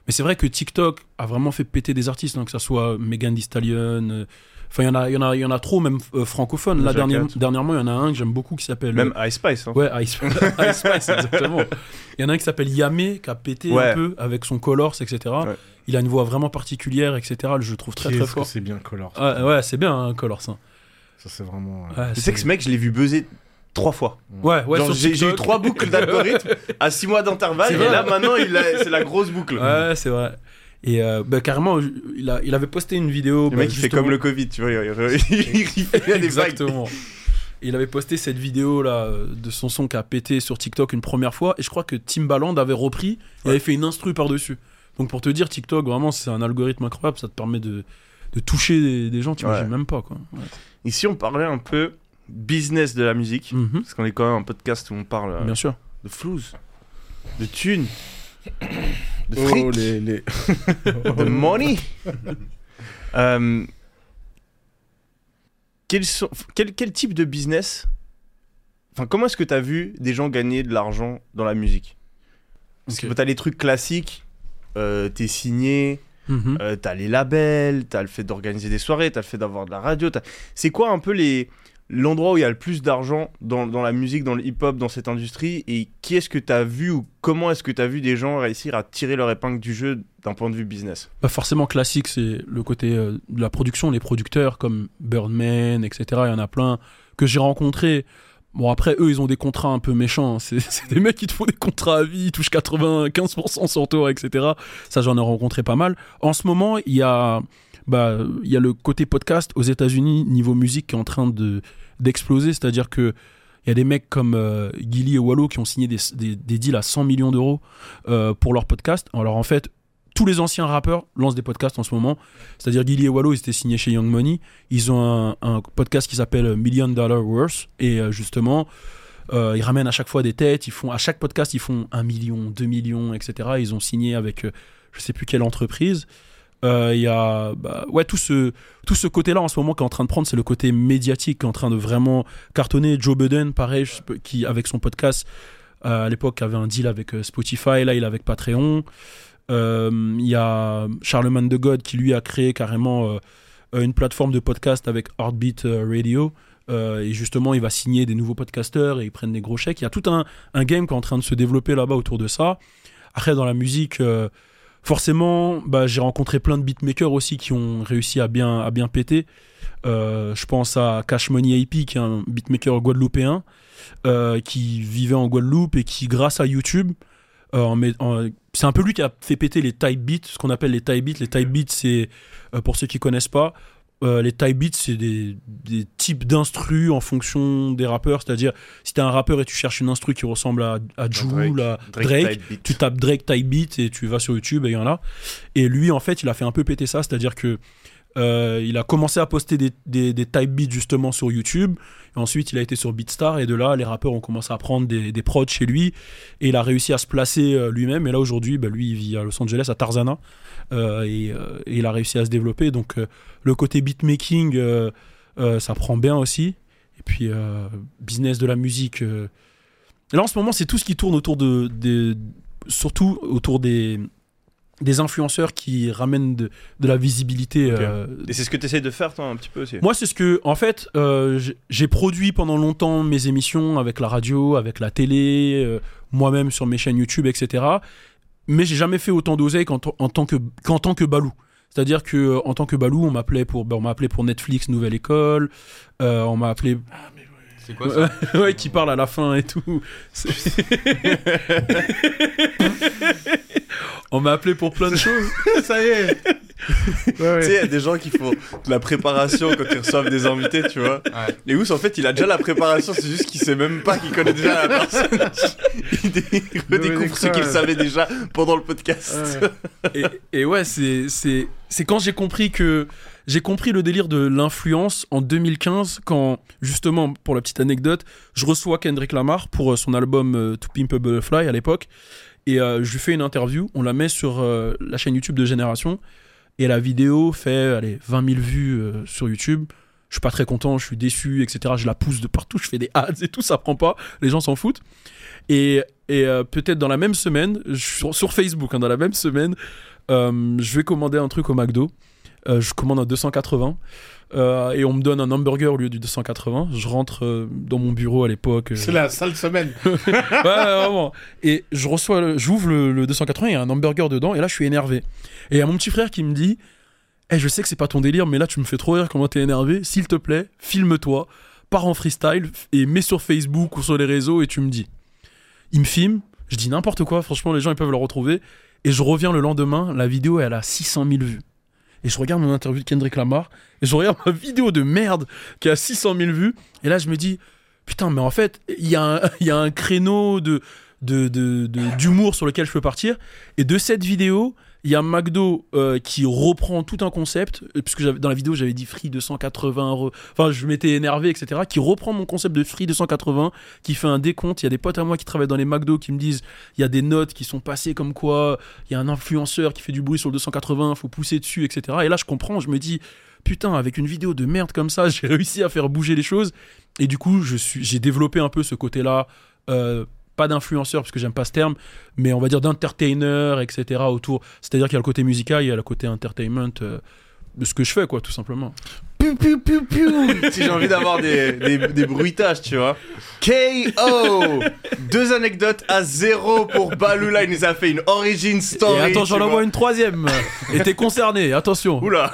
Mais c'est vrai que TikTok a vraiment fait péter des artistes, hein, que ça soit Megan Thee Stallion. euh, Enfin, il y en a, il y en a, il y en a trop, même euh, francophones. Là, Doja dernièrement, Cat. dernièrement, il y en a un que j'aime beaucoup qui s'appelle. Même Ice Spice. Hein. Ouais, Ice, Ice Spice, exactement. Il y en a un qui s'appelle Yamé, qui a pété Ouais. un peu avec son Colors, et cetera. Ouais. Il a une voix vraiment particulière, et cetera. Je le trouve très, très Qu'est-ce que fort. c'est bien Color. Ouais, ouais, c'est bien, hein, Colors. hein. Ça, c'est vraiment. euh, Ouais, Tu sais que ce mec, je l'ai vu buzzer trois fois. Ouais, ouais, Genre, sur j'ai, j'ai eu TikTok. trois boucles d'algorithme à six mois d'intervalle. C'est Et vrai. là, maintenant, il a, c'est la grosse boucle. Ouais, c'est vrai. Et euh, bah, carrément, il, a, il avait posté une vidéo. Le bah, mec, il fait justement- comme le Covid, tu vois. Il, il, il fait des vagues. Exactement. Il avait posté cette vidéo là euh, de son son qui a pété sur TikTok une première fois et je crois que Timbaland avait repris et avait fait une instru par-dessus. Donc pour te dire, TikTok, vraiment, c'est un algorithme incroyable, ça te permet de, de toucher des, des gens, tu imagines Ouais. même pas quoi. Ouais. Ici, on parlait un peu business de la musique. Mhm. Parce qu'on est quand même un podcast où on parle euh, Bien sûr. de flouze, de thunes, de Oh, fric, les. les... de money. Euh, quels sont, quel, quel type de business Enfin, comment est-ce que tu as vu des gens gagner de l'argent dans la musique? Parce Ok. que t'as les trucs classiques, euh, t'es signé, Mhm. euh, t'as les labels, t'as le fait d'organiser des soirées, t'as le fait d'avoir de la radio. t'as- C'est quoi un peu les l'endroit où il y a le plus d'argent dans, dans la musique, dans le hip-hop, dans cette industrie? Et qui est-ce que t'as vu ou comment est-ce que t'as vu des gens réussir à tirer leur épingle du jeu d'un point de vue business? Bah forcément classique, c'est le côté euh, de la production, les producteurs comme Birdman, et cetera. Il y en a plein que j'ai rencontrés. Bon après eux ils ont des contrats un peu méchants, hein. c'est, c'est des mecs qui te font des contrats à vie, ils touchent quatre-vingt-quinze pour cent sur toi, et cetera. Ça j'en ai rencontré pas mal. En ce moment il y a, bah, il y a le côté podcast aux États-Unis niveau musique qui est en train de, d'exploser, c'est-à-dire que il y a des mecs comme euh, Gilly et Wallo qui ont signé des, des, des deals à cent millions d'euros euh, pour leur podcast. Alors en fait tous les anciens rappeurs lancent des podcasts en ce moment. C'est-à-dire Gilly et Wallo, ils étaient signés chez Young Money. Ils ont un, un podcast qui s'appelle Million Dollar Worth. Et euh, justement, euh, ils ramènent à chaque fois des têtes. Ils font, à chaque podcast, ils font un million, deux millions, et cetera. Ils ont signé avec euh, je sais plus quelle entreprise. Euh, Il y a bah, ouais, tout ce, tout ce côté-là en ce moment qui est en train de prendre, c'est le côté médiatique qui est en train de vraiment cartonner. Joe Budden, pareil, je sais pas, qui, avec son podcast, euh, à l'époque, avait un deal avec euh, Spotify. Là, il est avec Patreon. Il euh, y a Charlemagne de God qui lui a créé carrément euh, une plateforme de podcast avec Heartbeat Radio euh, et justement il va signer des nouveaux podcasteurs et ils prennent des gros chèques. Il y a tout un, un game qui est en train de se développer là-bas autour de ça. Après dans la musique euh, forcément bah, j'ai rencontré plein de beatmakers aussi qui ont réussi à bien, à bien péter. Euh, je pense à Cash Money A P qui est un beatmaker guadeloupéen euh, qui vivait en Guadeloupe et qui grâce à YouTube euh, en, en, c'est un peu lui qui a fait péter les type beats, ce qu'on appelle les type beats. Les type beats, c'est, euh, pour ceux qui connaissent pas, euh, les type beats, c'est des, des types d'instrus en fonction des rappeurs. C'est-à-dire, si t'es un rappeur et tu cherches une instru qui ressemble à, à Jul, à Drake, Drake, type beat. tu tapes Drake type beat et tu vas sur YouTube et il y en a. Et lui, en fait, il a fait un peu péter ça. C'est-à-dire que euh, il a commencé à poster des, des, des type beats justement sur YouTube. Et ensuite, il a été sur Beatstar et de là, les rappeurs ont commencé à prendre des, des prods chez lui et il a réussi à se placer euh, lui-même. Et là, aujourd'hui, bah, lui, il vit à Los Angeles, à Tarzana, euh, et, euh, et il a réussi à se développer. Donc, euh, le côté beatmaking, euh, euh, ça prend bien aussi. Et puis, euh, business de la musique. Euh... Là, en ce moment, c'est tout ce qui tourne autour de, de surtout autour des des influenceurs qui ramènent de, de la visibilité. Ok. euh, Et c'est ce que tu essayes de faire, toi, un petit peu aussi. moi, c'est ce que, en fait, euh, j'ai- j'ai produit pendant longtemps mes émissions avec la radio, avec la télé, euh, moi-même sur mes chaînes YouTube, et cetera. Mais j'ai jamais fait autant d'oseille qu'en, en tant que qu'en tant que Balou. C'est-à-dire que euh, en tant que Balou, on m'appelait pour, ben, on m'a appelé pour Netflix Nouvelle École, euh, on m'a appelé, C'est quoi ça? ouais, qui parle à la fin et tout. C'est- on m'a appelé pour plein de choses. Ça y est. Ouais, Tu ouais. sais, il y a des gens qui font de la préparation quand ils reçoivent des invités, tu vois. Ouais. Et Ous, en fait, il a déjà la préparation, c'est juste qu'il sait même pas qu'il connaît déjà la personne. Il dé- il redécouvre ce qu'il savait déjà pendant le podcast. Ouais. et, et ouais, c'est, c'est, c'est quand j'ai compris que j'ai compris le délire de l'influence en deux mille quinze, quand justement, pour la petite anecdote, je reçois Kendrick Lamar pour euh, son album euh, To Pimp a Butterfly à l'époque, et euh, je lui fais une interview, on la met sur euh, la chaîne YouTube de Génération, et la vidéo fait allez, vingt mille vues euh, sur YouTube. Je suis pas très content, je suis déçu, et cetera. Je la pousse de partout, je fais des ads et tout, ça prend pas. Les gens s'en foutent. Et, et euh, peut-être dans la même semaine, je, sur, sur Facebook, hein, dans la même semaine, euh, je vais commander un truc au McDo. Euh, je commande un deux cent quatre-vingts euh, et on me donne un hamburger au lieu du deux cent quatre-vingts. Je rentre euh, dans mon bureau à l'époque. euh, C'est la sale semaine. ouais, vraiment. Et je reçois, le- j'ouvre le, le deux cent quatre-vingts, il y a un hamburger dedans, et là je suis énervé. Et il y a mon petit frère qui me dit, hey, je sais que c'est pas ton délire, mais là tu me fais trop rire comment t'es énervé. S'il te plaît, filme-toi, pars en freestyle et mets sur Facebook ou sur les réseaux et tu me dis. Il me filme, je dis n'importe quoi, franchement les gens ils peuvent le retrouver. Et je reviens le lendemain, la vidéo elle a six cent mille vues. Et je regarde mon interview de Kendrick Lamar, et je regarde ma vidéo de merde qui a six cent mille vues, et là je me dis, putain, mais en fait, il y, a un- il y a un créneau de, de, de, de- d'humour sur lequel je peux partir, et de cette vidéo, il y a McDo euh, qui reprend tout un concept, euh, puisque j'avais- dans la vidéo j'avais dit Free deux cent quatre-vingts euros, enfin je m'étais énervé, et cetera, qui reprend mon concept de Free deux cent quatre-vingts, qui fait un décompte. Il y a des potes à moi qui travaillent dans les McDo qui me disent, il y a des notes qui sont passées comme quoi, il y a un influenceur qui fait du bruit sur le deux cent quatre-vingts, faut pousser dessus, et cetera. Et là je comprends, je me dis, putain, avec une vidéo de merde comme ça, j'ai réussi à faire bouger les choses, et du coup je suis, j'ai développé un peu ce côté-là, euh, pas d'influenceur parce que j'aime pas ce terme, mais on va dire d'entertainer, et cetera autour. C'est-à-dire qu'il y a le côté musical, il y a le côté entertainment euh, de ce que je fais, quoi, tout simplement. Piu, piu, piu, piu. Si j'ai envie d'avoir des, des, des bruitages, tu vois. K O. Deux anecdotes à zéro pour Balou. Là, il nous a fait une origin story. Et attends, j'en tu envoie vois. une troisième. Et t'es concerné, attention. Oula.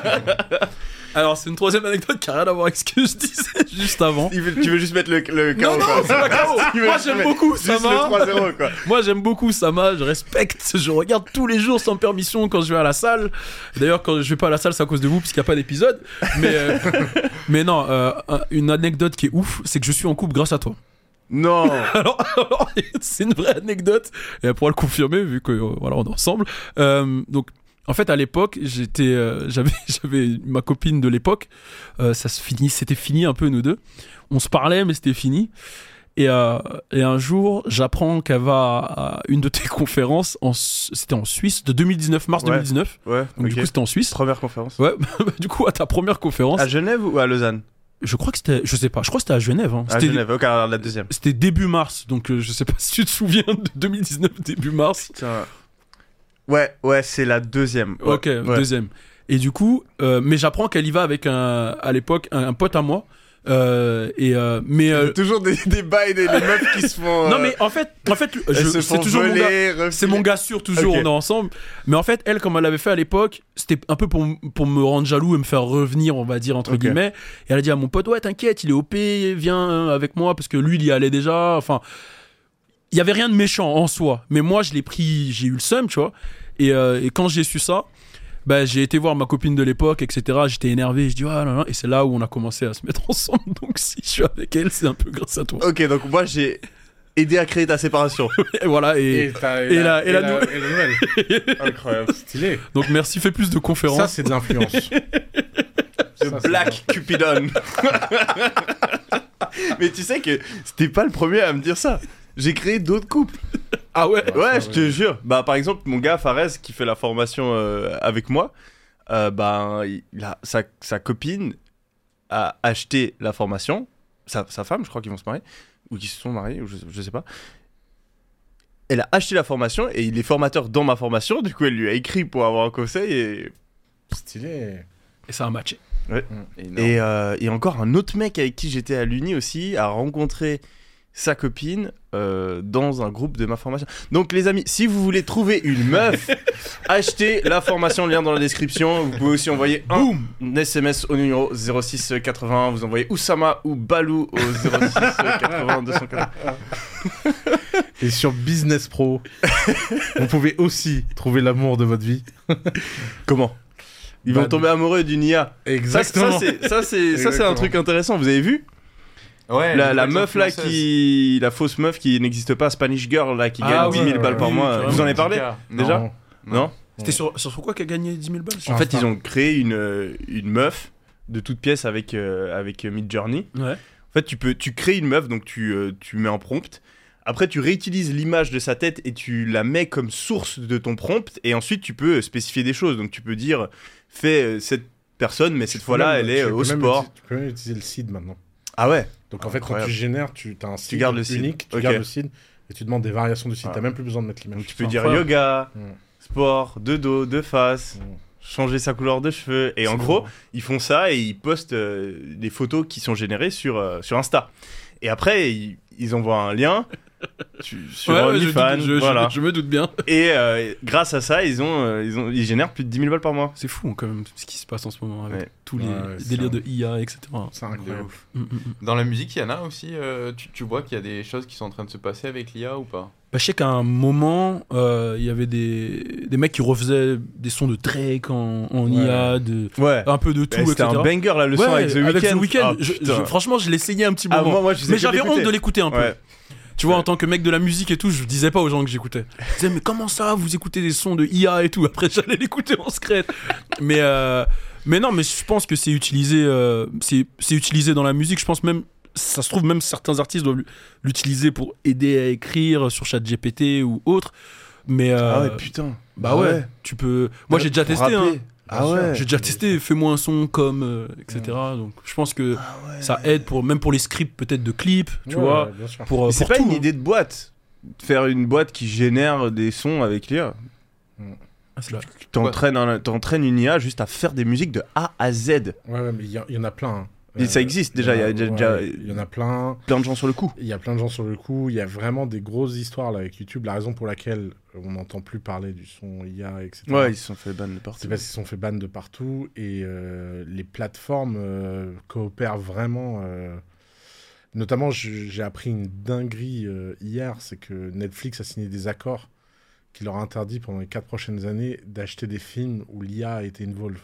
Alors, c'est une troisième anecdote qui a rien à voir avec ce que je disais juste avant. Il veut- Tu veux juste mettre le, le Non, chaos, non, quoi. c'est pas K O. Tu veux Moi, juste j'aime mettre beaucoup juste Sama. le trois zéro, quoi. Moi, j'aime beaucoup Sama, je respecte, je regarde tous les jours sans permission quand je vais à la salle. D'ailleurs, quand je vais pas à la salle, c'est à cause de vous, puisqu'il n'y a pas d'épisode. Mais, euh, mais non, euh, une anecdote qui est ouf, c'est que je suis en couple grâce à toi. Non. Alors, alors, c'est une vraie anecdote, et elle pourra le confirmer vu que euh, voilà, on est ensemble. Euh, donc, en fait, à l'époque, j'étais, euh, j'avais, j'avais ma copine de l'époque. Euh, ça se finit, c'était fini un peu nous deux. On se parlait, mais c'était fini. Et, euh, et un jour, j'apprends qu'elle va à une de tes conférences. En, Su- c'était en Suisse, de deux mille dix-neuf, mars Ouais. deux mille dix-neuf. Ouais, Donc ok. du coup, c'était en Suisse. Première conférence. Ouais. Du coup, à ta première conférence, À Genève ou à Lausanne? je crois que c'était, je sais pas, je crois que c'était à Genève. Hein. À C'était- Genève, ok, alors la deuxième. C'était début mars, donc euh, je sais pas si tu te souviens de deux mille dix-neuf, début mars. Tiens. Ouais, ouais, c'est la deuxième. Ouais, Ok, ouais. deuxième. Et du coup, euh, mais j'apprends qu'elle y va avec un, à l'époque, un, un pote à moi. Euh, et euh, mais euh, Toujours des, des bails, des, des meufs qui se font. non euh, mais en fait, en fait, elles je- se c'est font toujours mon gars. voler, refiler. C'est mon gars sûr, toujours, Ok. on est ensemble. Mais en fait, elle, comme elle l'avait fait à l'époque, c'était un peu pour, m- pour me rendre jaloux et me faire revenir, on va dire, entre Ok. guillemets. Et elle a dit à mon pote, ouais, t'inquiète, il est O P, viens euh, avec moi, parce que lui, il y allait déjà. Enfin, il y avait rien de méchant en soi. Mais moi, je l'ai pris, j'ai eu le seum, tu vois. Et, euh, et quand j'ai su ça, bah, j'ai été voir ma copine de l'époque, et cetera. J'étais énervé, je dis, ah, là, là. Et c'est là où on a commencé à se mettre ensemble. Donc si je suis avec elle, c'est un peu grâce à toi. Ok, donc moi j'ai aidé à créer ta séparation. Et voilà, et, Et, t'as- et la- et la nou- et la nouvelle. Incroyable. Stylé. donc merci, fais plus de conférences. Ça, c'est de l'influence. The Ça, c'est Black Cupidon. Mais tu sais que c'était pas le premier à me dire ça. J'ai créé d'autres couples. Ah ouais. Ouais, Ouais, ça, je te ouais. jure. Bah, par exemple, mon gars Fares qui fait la formation euh, avec moi, euh, bah, il a, sa, sa copine a acheté la formation. Sa, sa femme, je crois qu'ils vont se marier. Ou qu'ils se sont mariés, ou je, je sais pas. Elle a acheté la formation et il est formateur dans ma formation. Du coup, elle lui a écrit pour avoir un conseil. Et, Stylé. Et ça a matché. et, euh, et encore un autre mec avec qui j'étais à l'Uni aussi a rencontré sa copine euh, dans un groupe de ma formation. Donc les amis, si vous voulez trouver une meuf, achetez la formation, lien dans la description. Vous pouvez aussi envoyer un, un S M S au numéro zéro six quatre-vingts. Vous envoyez Oussama ou Balou au zéro six quatre-vingts deux cent quatre-vingts. Et sur Business Pro, vous pouvez aussi trouver l'amour de votre vie. Comment Ils Bah, vont tomber amoureux d'une I A. Ça, Exactement. ça, c'est, ça, c'est, ça, c'est un Exactement. truc intéressant. Vous avez vu Ouais, la, les la nouvelles meuf là influenceuses. qui... La fausse meuf qui n'existe pas, Spanish Girl là, qui Ah gagne oui, dix mille ouais, balles par oui, mois. carrément. Vous en avez parlé Jessica. déjà Non. Non C'était sur, sur quoi qu'elle a gagné dix mille balles En fait, Insta. ils ont créé une, euh, une meuf de toute pièce avec, euh, avec euh, Midjourney. Ouais. En fait, tu, peux, tu crées une meuf, donc tu, euh, tu mets un prompt. Après, tu réutilises l'image de sa tête et tu la mets comme source de ton prompt. Et ensuite, tu peux euh, spécifier des choses. Donc, tu peux dire, fais euh, cette personne, mais cette Tu peux fois-là, même- elle est tu euh, au peux même sport. uti- Tu peux même utiliser le seed maintenant. Ah ouais. Donc en fait, quand Incroyable. tu génères, tu as un seed gardes le seed. unique, tu Ok. gardes le seed et tu demandes des variations du seed. Ah. T'as même plus besoin de mettre l'image. Donc tu peux C'est dire incroyable. yoga, Mm. sport, de dos, de face, Mm. changer sa couleur de cheveux. Et en C'est gros, bon. ils font ça et ils postent euh, des photos qui sont générées sur, euh, sur Insta. Et après, ils, ils envoient un lien tu- sur Ouais, ouais, je, OnlyFans. doute- je- je- voilà. je me doute bien. Et euh, grâce à ça, ils, ont, euh, ils, ont, ils génèrent plus de dix mille balles par mois. C'est fou quand même ce qui se passe en ce moment avec Ouais. tous les Ouais, ouais, c'est délires un- de I A, et cetera. C'est De incroyable. ouf. Mm, mm, mm. Dans la musique, il y en a aussi. euh, tu, tu vois qu'il y a des choses qui sont en train de se passer avec l'I A ou pas? Bah, je sais qu'à un moment, euh, il y avait des, des mecs qui refaisaient des sons de Drake en, en I A, de, Ouais. un peu de tout, C'était et cetera. un banger là, le son Ouais, avec The Weeknd. Weeknd. Ah, Je- putain. je- franchement, je l'ai saigné un petit Ah, moment. moi, moi, je faisais mais que j'avais l'écouter. honte de l'écouter un peu. Ouais. Tu vois, Ouais. en tant que mec de la musique et tout, je disais pas aux gens que j'écoutais. Je disais, mais comment ça, vous écoutez des sons de I A et tout? Après, j'allais l'écouter en secret. mais, euh, mais non, mais je pense que c'est utilisé, euh, c'est, c'est utilisé dans la musique. Je pense même, ça se trouve, même certains artistes doivent l'utiliser pour aider à écrire sur ChatGPT ou autre. Mais, euh, Ah ouais, putain. bah ouais, tu peux. Moi, j'ai déjà Pour testé, hein. rapper. Ah ouais. J'ai déjà testé, fais-moi un son comme, euh, et cetera. Donc, je pense que Ah ouais. ça aide pour, même pour les scripts peut-être de clips, tu Ouais, vois. ouais, bien sûr. Pour, Mais c'est pour pas tout, une hein. idée de boîte. De faire une boîte qui génère des sons avec l'I A. Ah, c'est là. T'entraînes un- t'entraînes une I A juste à faire des musiques de A à Z. Ouais, ouais, mais il y, a- il y en a plein. hein. Et ça existe déjà, il y a déjà- ouais, déjà- Il y en a plein. Plein de gens sur le coup. Il y a plein de gens sur le coup. Il y a vraiment des grosses histoires là, avec YouTube. La raison pour laquelle on n'entend plus parler du son I A, et cetera. Ouais, ils se sont fait ban de partout. C'est parce qu'ils se sont fait ban de partout et euh, les plateformes euh, coopèrent vraiment. euh, Notamment, je- j'ai appris une dinguerie euh, hier, c'est que Netflix a signé des accords qui leur interdit pendant les quatre prochaines années d'acheter des films où l'I A a été involve.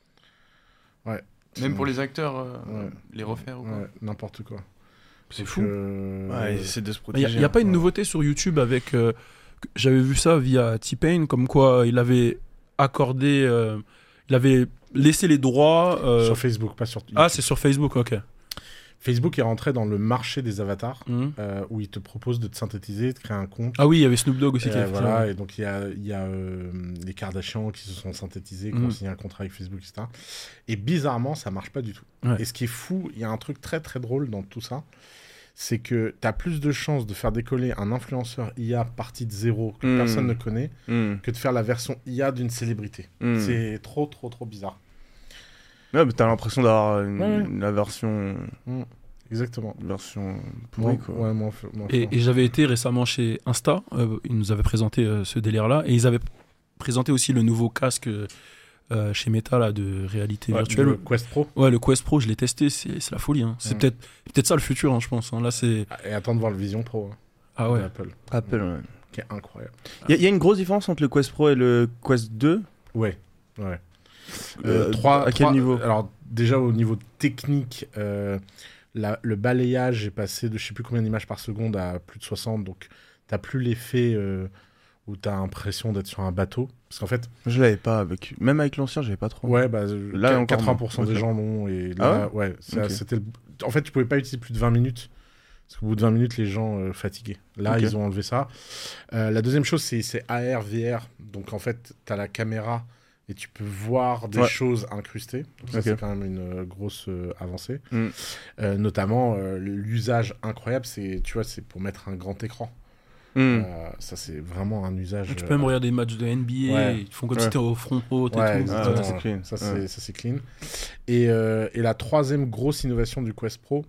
Ouais. Même pour les acteurs, euh, Ouais. les refaire ou quoi? Ouais, n'importe quoi. C'est Donc, fou. euh, Ouais, ils essaient de se Il protéger. n'y a, pas une ouais. nouveauté sur YouTube avec. euh, que- J'avais vu ça via T-Pain, comme quoi il avait accordé. euh, il avait laissé les droits. euh, Sur Facebook, pas sur YouTube. Ah, c'est sur Facebook, ok. Facebook est rentré dans le marché des avatars Mhm. euh, où il te propose de te synthétiser, de créer un compte. Ah oui, il y avait Snoop Dogg aussi qui Euh, avait fait voilà, ça. et donc il y a, il y a euh, les Kardashians qui se sont synthétisés, qui Mhm. ont signé un contrat avec Facebook, et cetera. Et bizarrement, ça marche pas du tout. Ouais. Et ce qui est fou, il y a un truc très très drôle dans tout ça, c'est que tu as plus de chances de faire décoller un influenceur I A parti de zéro que Mhm. personne ne connaît Hmm, que de faire la version I A d'une célébrité. hmm. C'est trop trop trop bizarre. Ouais, mais t'as l'impression d'avoir une, Ouais, ouais. la version, Exactement. version pourrie, Moi- quoi. ouais, moi, moi, Et, et j'avais été récemment chez Insta, euh, ils nous avaient présenté euh, ce délire-là, et ils avaient présenté aussi le nouveau casque euh, chez Meta là, de réalité Ouais, virtuelle. le Quest Pro. Ouais, le Quest Pro, je l'ai testé, c'est c'est la folie. Hein. C'est Mm. peut-être peut-être ça le futur, hein, je pense. hein. Là, c'est. Et attends de voir le Vision Pro hein, Ah ouais. d'Apple, Apple, ouais. qui est incroyable. Il y, a- y a une grosse différence entre le Quest Pro et le Quest deux. Ouais, ouais. Euh, Euh, trois, à quel trois- niveau Alors, déjà au niveau technique, euh, la- le balayage est passé de je sais plus combien d'images par seconde à plus de soixante, donc t'as plus l'effet euh, où t'as l'impression d'être sur un bateau. Parce qu'en fait, Je l'avais pas avec. Même avec l'ancien, j'avais pas trop. ouais, bah, euh, Là, encore quatre-vingts pour cent moins. des Ok. gens l'ont. Et Ah là, ouais, ça, Ok. c'était le- En fait, tu pouvais pas utiliser plus de vingt minutes. Parce qu'au bout de vingt minutes, les gens euh, fatiguaient. Là, Ok. ils ont enlevé ça. Euh, la deuxième chose, c'est c'est A R, V R. Donc, en fait, tu as la caméra et tu peux voir des Ouais. choses incrustées. Donc, ça, Ok. c'est quand même une euh, grosse euh, avancée. Mm. Euh, notamment, euh, l'usage incroyable, c'est tu vois, c'est pour mettre un grand écran. Hmm. Euh, ça, c'est vraiment un usage. Tu euh, peux même regarder des matchs de N B A, Ouais. ils font comme Ouais. si t'étais au front haut et Ouais, tout. exactement. Ah, ça, c'est clean. Ça, Ouais. c'est ça, c'est clean. Et, euh, et la troisième grosse innovation du Quest Pro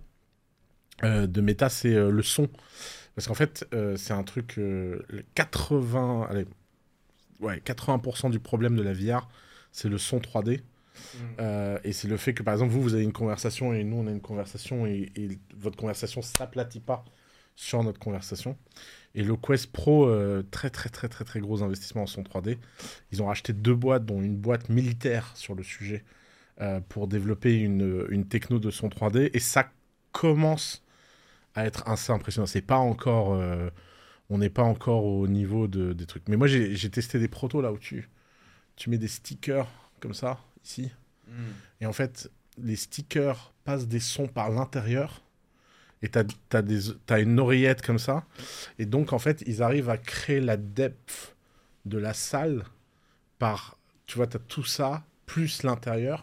euh, de Meta, c'est euh, le son. Parce qu'en fait, euh, c'est un truc. euh, le quatre-vingts, allez, ouais, quatre-vingts pour cent du problème de la V R, c'est le son trois D. Euh, et c'est le fait que, par exemple, vous, vous avez une conversation et nous, on a une conversation et, et votre conversation s'aplatit pas sur notre conversation. Et le Quest Pro, euh, très, très, très, très, très gros investissement en son trois D. Ils ont racheté deux boîtes, dont une boîte militaire sur le sujet, euh, pour développer une, une techno de son trois D. Et ça commence à être assez impressionnant. C'est pas encore... euh, on n'est pas encore au niveau de, des trucs. Mais moi, j'ai j'ai testé des protos là où tu, tu mets des stickers comme ça, ici. Et en fait, les stickers passent des sons par l'intérieur. Et t'as, t'as, des, t'as une oreillette comme ça. Et donc, en fait, ils arrivent à créer la depth de la salle par... Tu vois, t'as tout ça, plus l'intérieur.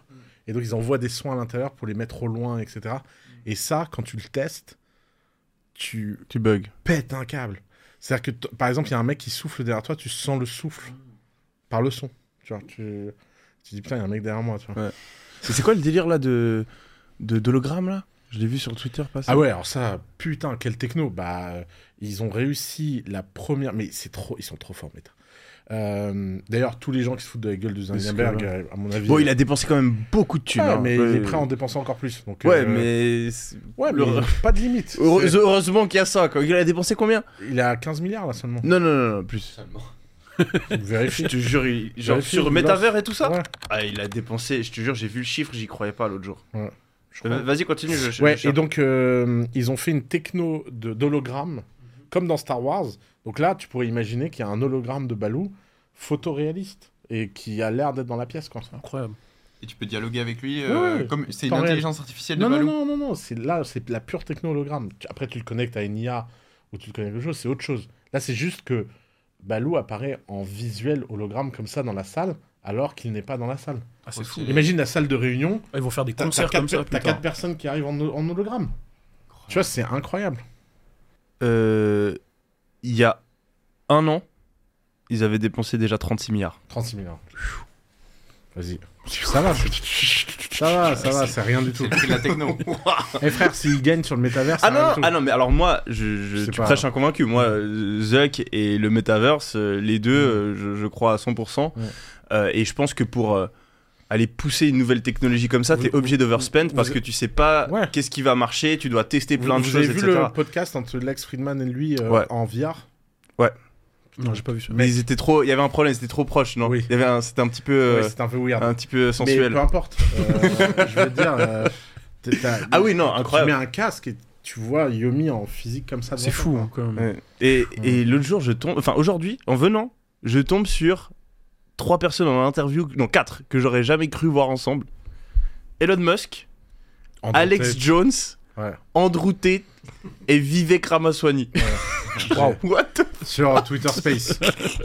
Et donc, ils envoient des sons à l'intérieur pour les mettre au loin, et cetera. Et ça, quand tu le testes, tu Tu bugs. pètes un câble. C'est-à-dire que, t- par exemple, il y a un mec qui souffle derrière toi, tu sens le souffle par le son. Tu vois, tu, tu dis, putain, il y a un mec derrière moi, tu vois. Ouais. C'est c'est quoi le délire là de de d'hologramme là? Je l'ai vu sur Twitter passer. Ah ouais, alors ça, putain, quel techno. Bah, euh, ils ont réussi la première... Mais c'est trop... Ils sont trop forts, Meta. Euh, D'ailleurs, tous les gens qui se foutent de la gueule de Zuckerberg, euh, à mon avis... Bon, il a dépensé quand même beaucoup de thunes. Ouais, hein. mais Ouais, il est prêt à en dépenser encore plus. Donc, Ouais, euh, mais c'est- Ouais, le- mais pas de limite. Heure- C'est- heureusement qu'il y a ça. Quoi. Il a dépensé combien? Il a quinze milliards, là, seulement. Non, non, non, non, plus. Seulement. Vous vérifiez. Je te jure, il- genre Vérifie, sur Douglas. Métavers et tout ça. Ouais, Ah, il a dépensé. Je te jure, j'ai vu le chiffre, j'y croyais pas l'autre jour. je crois. Euh, Vas-y, continue. Je, je- Ouais, je et donc, euh, ils ont fait une techno de- d'hologramme, comme dans Star Wars. Donc là, tu pourrais imaginer qu'il y a un hologramme de Balou photoréaliste et qui a l'air d'être dans la pièce, quoi. Incroyable. Et tu peux dialoguer avec lui. Ouais, euh, ouais. comme c'est une Temps réel. intelligence artificielle de Non, non, Balou. non, non, non, c'est là, c'est la pure techno hologramme. Tu- Après, tu le connectes à une I A ou tu le connectes à quelque chose, c'est autre chose. Là, c'est juste que Balou apparaît en visuel hologramme comme ça dans la salle, alors qu'il n'est pas dans la salle. Ah, c'est Ok. fou. Imagine la salle de réunion, Ah, ils vont faire des t'as t'as concerts quatre, comme ça t'as plus quatre tard. personnes qui arrivent en, en hologramme. Tu vois, c'est incroyable. Euh, il y a un an, ils avaient dépensé déjà trente-six milliards. trente-six milliards. Vas-y. Ça va, ça va, ça va, c'est rien du tout. C'est le prix de la techno. Eh frère, s'il gagne sur le métavers, Ah c'est rien non, du tout. ah non, mais alors moi, je, je, C'est tu pas- prêches un convaincu. Moi, euh, Zuck et le Metaverse, euh, les deux, euh, je, je crois à cent pour cent. Ouais. Euh, et je pense que pour euh, aller pousser une nouvelle technologie comme ça, Vous- t'es obligé d'overspend vous- parce vous- que tu sais pas Ouais. qu'est-ce qui va marcher, tu dois tester Vous, plein de vous choses, avez vu et cetera. le podcast entre Lex Friedman et lui euh, Ouais. en V R? Non, j'ai pas vu ça. Mais ils étaient trop, il y avait un problème, c'était trop proche, non? Oui. Il y avait un, c'était un petit peu, euh, Ouais, c'était un peu weird. un petit peu Mais sensuel. peu importe. Euh, je veux te dire. euh, t'es- t'as- Ah oui, non, Tu incroyable. mets un casque et tu vois Yomi en physique comme ça. C'est devant fou, toi, hein, quand même. Ouais. Et, et l'autre jour, je tombe, enfin aujourd'hui, en venant, je tombe sur trois personnes en interview, non quatre, que j'aurais jamais cru voir ensemble. Elon Musk, quoi. En Alex tête. Jones, Ouais. Andrew Tate et Vivek Ramaswamy. Wow. What the- Sur Twitter Space.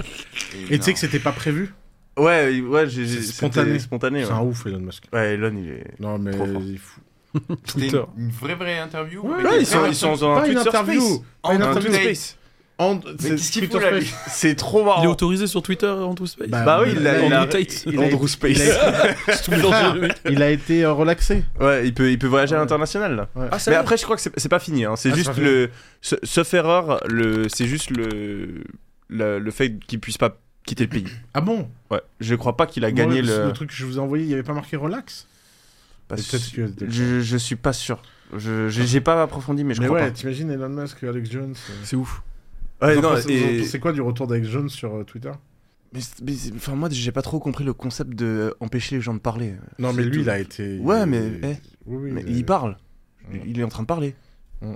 Et tu sais que c'était pas prévu? Ouais, ouais, j'ai, j'ai- C'est spontané. c'était spontané. C'est Ouais. un ouf, Elon Musk. Ouais, Elon, il est. Non, mais Trop fort. il est fou. C'était Twitter. une, une vraie vraie interview. Ouais, avec Ouais, des ils sont, vraies ils sont personnes. dans un Pas une Twitter interview. Space. Pas une En interview. Twitter. Space. En- Mais c'est qu'est-ce qu'il Twitter fout là, lui Space. C'est trop Il est marrant. autorisé sur Twitter, Andrew Space. Bah oui, il a, il a, Andrew Tate. il a- Andrew Space. il a- Frère, il a été euh, relaxé. Ouais, il peut, il peut voyager à Ouais. l'international là. Ouais. Ah, ça Mais va. après, je crois que c'est, c'est pas fini. Hein. C'est Ah, juste c'est pas le. ce- Sauf erreur, le, c'est juste le, le, le fait qu'il puisse pas quitter le pays. Ah bon? Ouais, je crois pas qu'il a gagné Moi, le. le truc que je vous ai envoyé, il n'y avait pas marqué relax? Pas Mais peut-être sûr. que- je, je suis pas sûr. Je, j'ai, j'ai pas approfondi, mais je Mais crois ouais, t'imagines Elon Musk et Alex Jones euh, C'est ouf. pas. Ouais, vous en non, pensez- vous en et- pensez quoi du retour d'Alex Jones sur euh, Twitter? mais, c'est- mais c'est- enfin, moi, j'ai pas trop compris le concept de empêcher les gens de parler. Non, mais C'est lui, tout. il a été. Ouais, il- mais, il- eh, Oui, oui, Mais il, il parle. Ouais. Il est en train de parler. Ouais.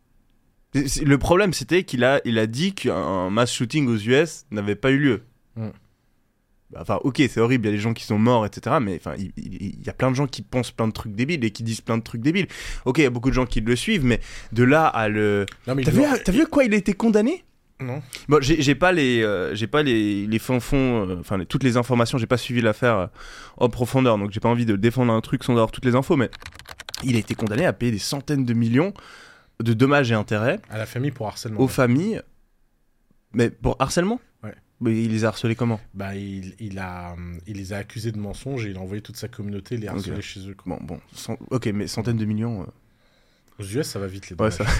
Et c'est- Le problème, c'était qu'il a, il a dit qu'un mass shooting aux U S n'avait pas eu lieu. Ouais. Bah, Enfin, ok, c'est horrible, il y a des gens qui sont morts, et cetera. Mais enfin, il, il- il y a plein de gens qui pensent plein de trucs débiles et qui disent plein de trucs débiles. Ok, il y a beaucoup de gens qui le suivent, mais de là à le. Non, mais il T'as vu, doit- t'as vu à quoi il a été condamné? Non. Bon, j'ai j'ai pas les, euh, j'ai pas les, les fonds fonds, euh, enfin les- toutes les informations. J'ai pas suivi l'affaire euh, en profondeur, donc j'ai pas envie de défendre un truc sans avoir toutes les infos. Mais il a été condamné à payer des centaines de millions de dommages et intérêts À la famille pour harcèlement. aux familles. Mais pour harcèlement? Ouais. Mais il les a harcelés comment? Bah, il, il, a, hum, il les a accusés de mensonges et il a envoyé toute sa communauté les harceler Ok. chez eux. quoi. Bon, bon, cent- ok, mais centaines de millions. euh, Aux U S, ça va vite, les Ouais, dommages. ça.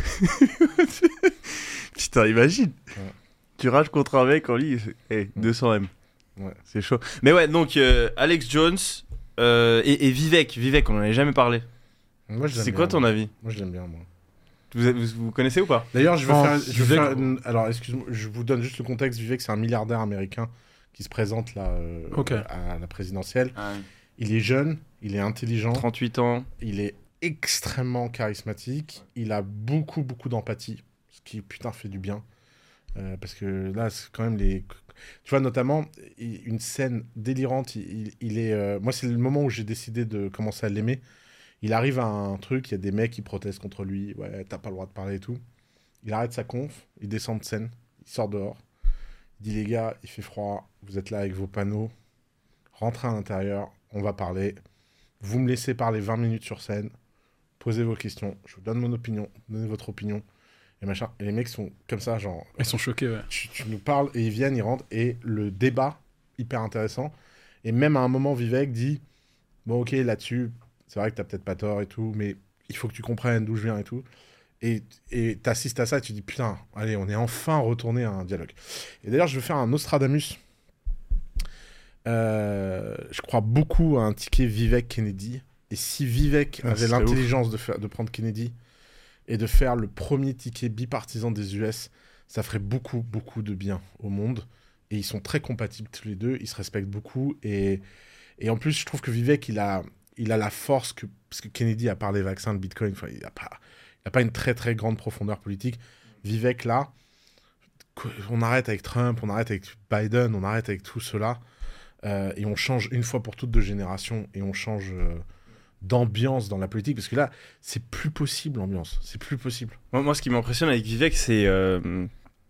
Putain, imagine. Ouais. Tu rages contre un mec en ligne, hey, deux cents M. Ouais. C'est chaud. Mais ouais, donc euh, Alex Jones euh, et, et Vivek. Vivek, on en avait jamais parlé. Moi, je l'aime C'est bien, quoi ton moi. avis? Moi, je l'aime bien, moi. vous, vous, vous connaissez ou pas? D'ailleurs, je vais Oh, faire. Je vais Vivek- faire une- Alors, excuse-moi, je vous donne juste le contexte. Vivek, c'est un milliardaire américain qui se présente là euh, Ok. à la présidentielle. Ah, oui. Il est jeune, il est intelligent, trente-huit ans. il est extrêmement charismatique, il a beaucoup, beaucoup d'empathie, ce qui, putain, fait du bien. Euh, parce que là, c'est quand même les... Tu vois, notamment, il- une scène délirante, il, il- il est... euh, Moi, c'est le moment où j'ai décidé de commencer à l'aimer. Il arrive à un truc, il y a des mecs qui protestent contre lui, ouais, t'as pas le droit de parler et tout. Il arrête sa conf, il descend de scène, il sort dehors. Il dit, les gars, il fait froid, vous êtes là avec vos panneaux, rentrez à l'intérieur, on va parler. vous me laissez parler vingt minutes sur scène, posez vos questions, je vous donne mon opinion, donnez votre opinion, et machin. Et les mecs sont comme ça, genre... Ils sont choqués, ouais. Tu, tu nous parles, et ils viennent, ils rentrent, et le débat, hyper intéressant. Et même à un moment, Vivek dit, bon ok, là-dessus, c'est vrai que t'as peut-être pas tort et tout, mais il faut que tu comprennes d'où je viens et tout. Et et t'assistes à ça et tu dis, putain, allez, on est enfin retourné à un dialogue. Et d'ailleurs, je veux faire un Nostradamus. Euh, je crois beaucoup à un ticket Vivek Kennedy. Et si Vivek Ah, avait c'est l'intelligence de, faire, de prendre Kennedy et de faire le premier ticket bipartisan des U S, ça ferait beaucoup, beaucoup de bien au monde. Et ils sont très compatibles tous les deux, ils se respectent beaucoup. Et, et en plus, je trouve que Vivek, il a, il a la force que... Parce que Kennedy, à part les vaccins, le Bitcoin, enfin, il n'a pas, il a pas une très, très grande profondeur politique. Vivek, là, on arrête avec Trump, on arrête avec Biden, on arrête avec tout cela. Euh, et on change une fois pour toutes de génération. Et on change euh, d'ambiance dans la politique. Parce que là, c'est plus possible, l'ambiance. C'est plus possible. Moi, moi, ce qui m'impressionne avec Vivek, c'est euh,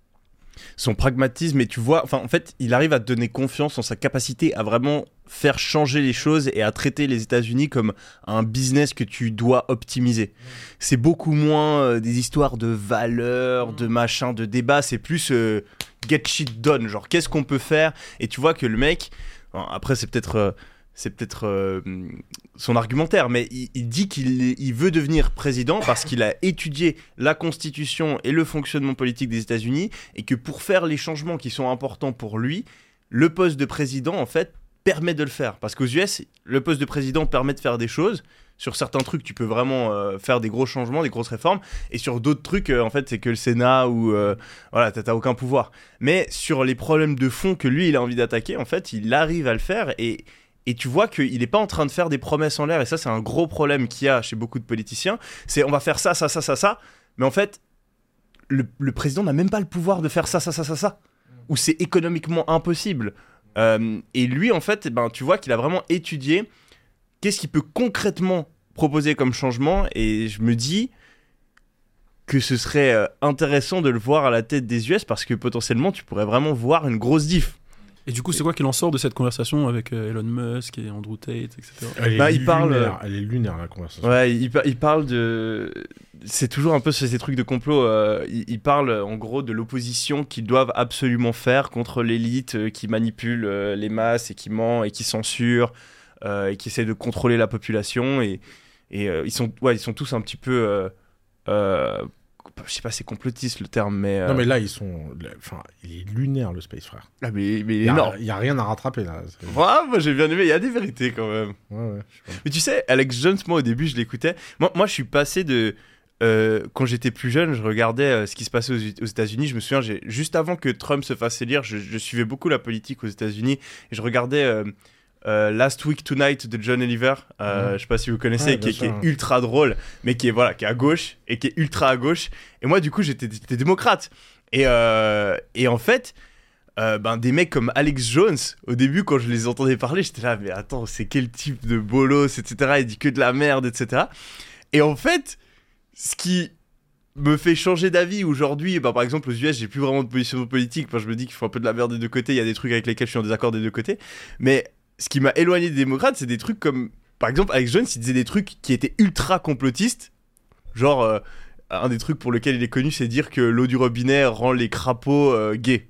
son pragmatisme. Et tu vois, enfin, en fait, il arrive à te donner confiance en sa capacité à vraiment faire changer les choses et à traiter les États-Unis comme un business que tu dois optimiser. C'est beaucoup moins euh, des histoires de valeurs, de machin, de débats. C'est plus euh, get shit done. Genre, qu'est-ce qu'on peut faire? Et tu vois que le mec, bon, après, c'est peut-être. Euh, c'est peut-être euh, son argumentaire, mais il, il dit qu'il il veut devenir président parce qu'il a étudié la Constitution et le fonctionnement politique des États-Unis, et que pour faire les changements qui sont importants pour lui, le poste de président, en fait, permet de le faire. Parce qu'aux U S, le poste de président permet de faire des choses. Sur certains trucs, tu peux vraiment euh, faire des gros changements, des grosses réformes. Et sur d'autres trucs, euh, en fait, c'est que le Sénat ou... Euh, voilà, t'as, t'as aucun pouvoir. Mais sur les problèmes de fond que lui, il a envie d'attaquer, en fait, il arrive à le faire. Et... Et tu vois qu'il n'est pas en train de faire des promesses en l'air. Et ça, c'est un gros problème qu'il y a chez beaucoup de politiciens. C'est on va faire ça, ça, ça, ça, ça. Mais en fait, le, le président n'a même pas le pouvoir de faire ça, ça, ça, ça, ça. Ou c'est économiquement impossible. Euh, et lui, en fait, ben, tu vois qu'il a vraiment étudié qu'est-ce qu'il peut concrètement proposer comme changement. Et je me dis que ce serait euh, intéressant de le voir à la tête des U S, parce que potentiellement, tu pourrais vraiment voir une grosse diff. Et du coup, c'est quoi qu'il en sort de cette conversation avec euh, Elon Musk et Andrew Tate, et cetera. Elle est Bah, il lunaire, parle- elle est lunaire, la conversation. Ouais, il, par- il parle de... C'est toujours un peu ces, ces trucs de complot. euh, il, il parle en gros de l'opposition qu'ils doivent absolument faire contre l'élite euh, qui manipule euh, les masses et qui ment et qui censure euh, et qui essaie de contrôler la population. Et, et euh, ils, sont, ouais, ils sont tous un petit peu... Euh, euh, je sais pas, c'est complotiste le terme, mais... euh, Non, mais là, ils sont... Enfin, il est lunaire, le Space, frère. ah, mais, mais il Il est y a, énorme. il y a rien à rattraper, là. C'est- Ouais, moi j'ai bien aimé, il y a des vérités quand même. Ouais, ouais. je sais pas. Mais tu sais, Alex Jones, moi au début je l'écoutais. Moi, moi je suis passé de. euh, quand j'étais plus jeune, je regardais euh, ce qui se passait aux, aux États-Unis. Je me souviens, j'ai, juste avant que Trump se fasse élire, je, je suivais beaucoup la politique aux États-Unis. Et je regardais euh, euh, Last Week Tonight de John Oliver. Euh, Mhm. Je sais pas si vous connaissez, Ouais, qui, est, bien qui est sûr. ultra drôle, mais qui est, voilà, qui est à gauche et qui est ultra à gauche. Et moi, du coup, j'étais, j'étais démocrate. Et, euh, et en fait. Euh, ben, des mecs comme Alex Jones, au début, quand je les entendais parler, j'étais là, mais attends, c'est quel type de bolos, et cetera. Il dit que de la merde, et cetera. Et en fait, ce qui me fait changer d'avis aujourd'hui, ben, par exemple, aux U S, j'ai plus vraiment de position politique. Enfin, je me dis qu'il faut un peu de la merde des deux côtés. Il y a des trucs avec lesquels je suis en désaccord des deux côtés. Mais ce qui m'a éloigné des démocrates, c'est des trucs comme, par exemple, Alex Jones, il disait des trucs qui étaient ultra complotistes. Genre, euh, un des trucs pour lesquels il est connu, c'est dire que l'eau du robinet rend les crapauds euh, gays.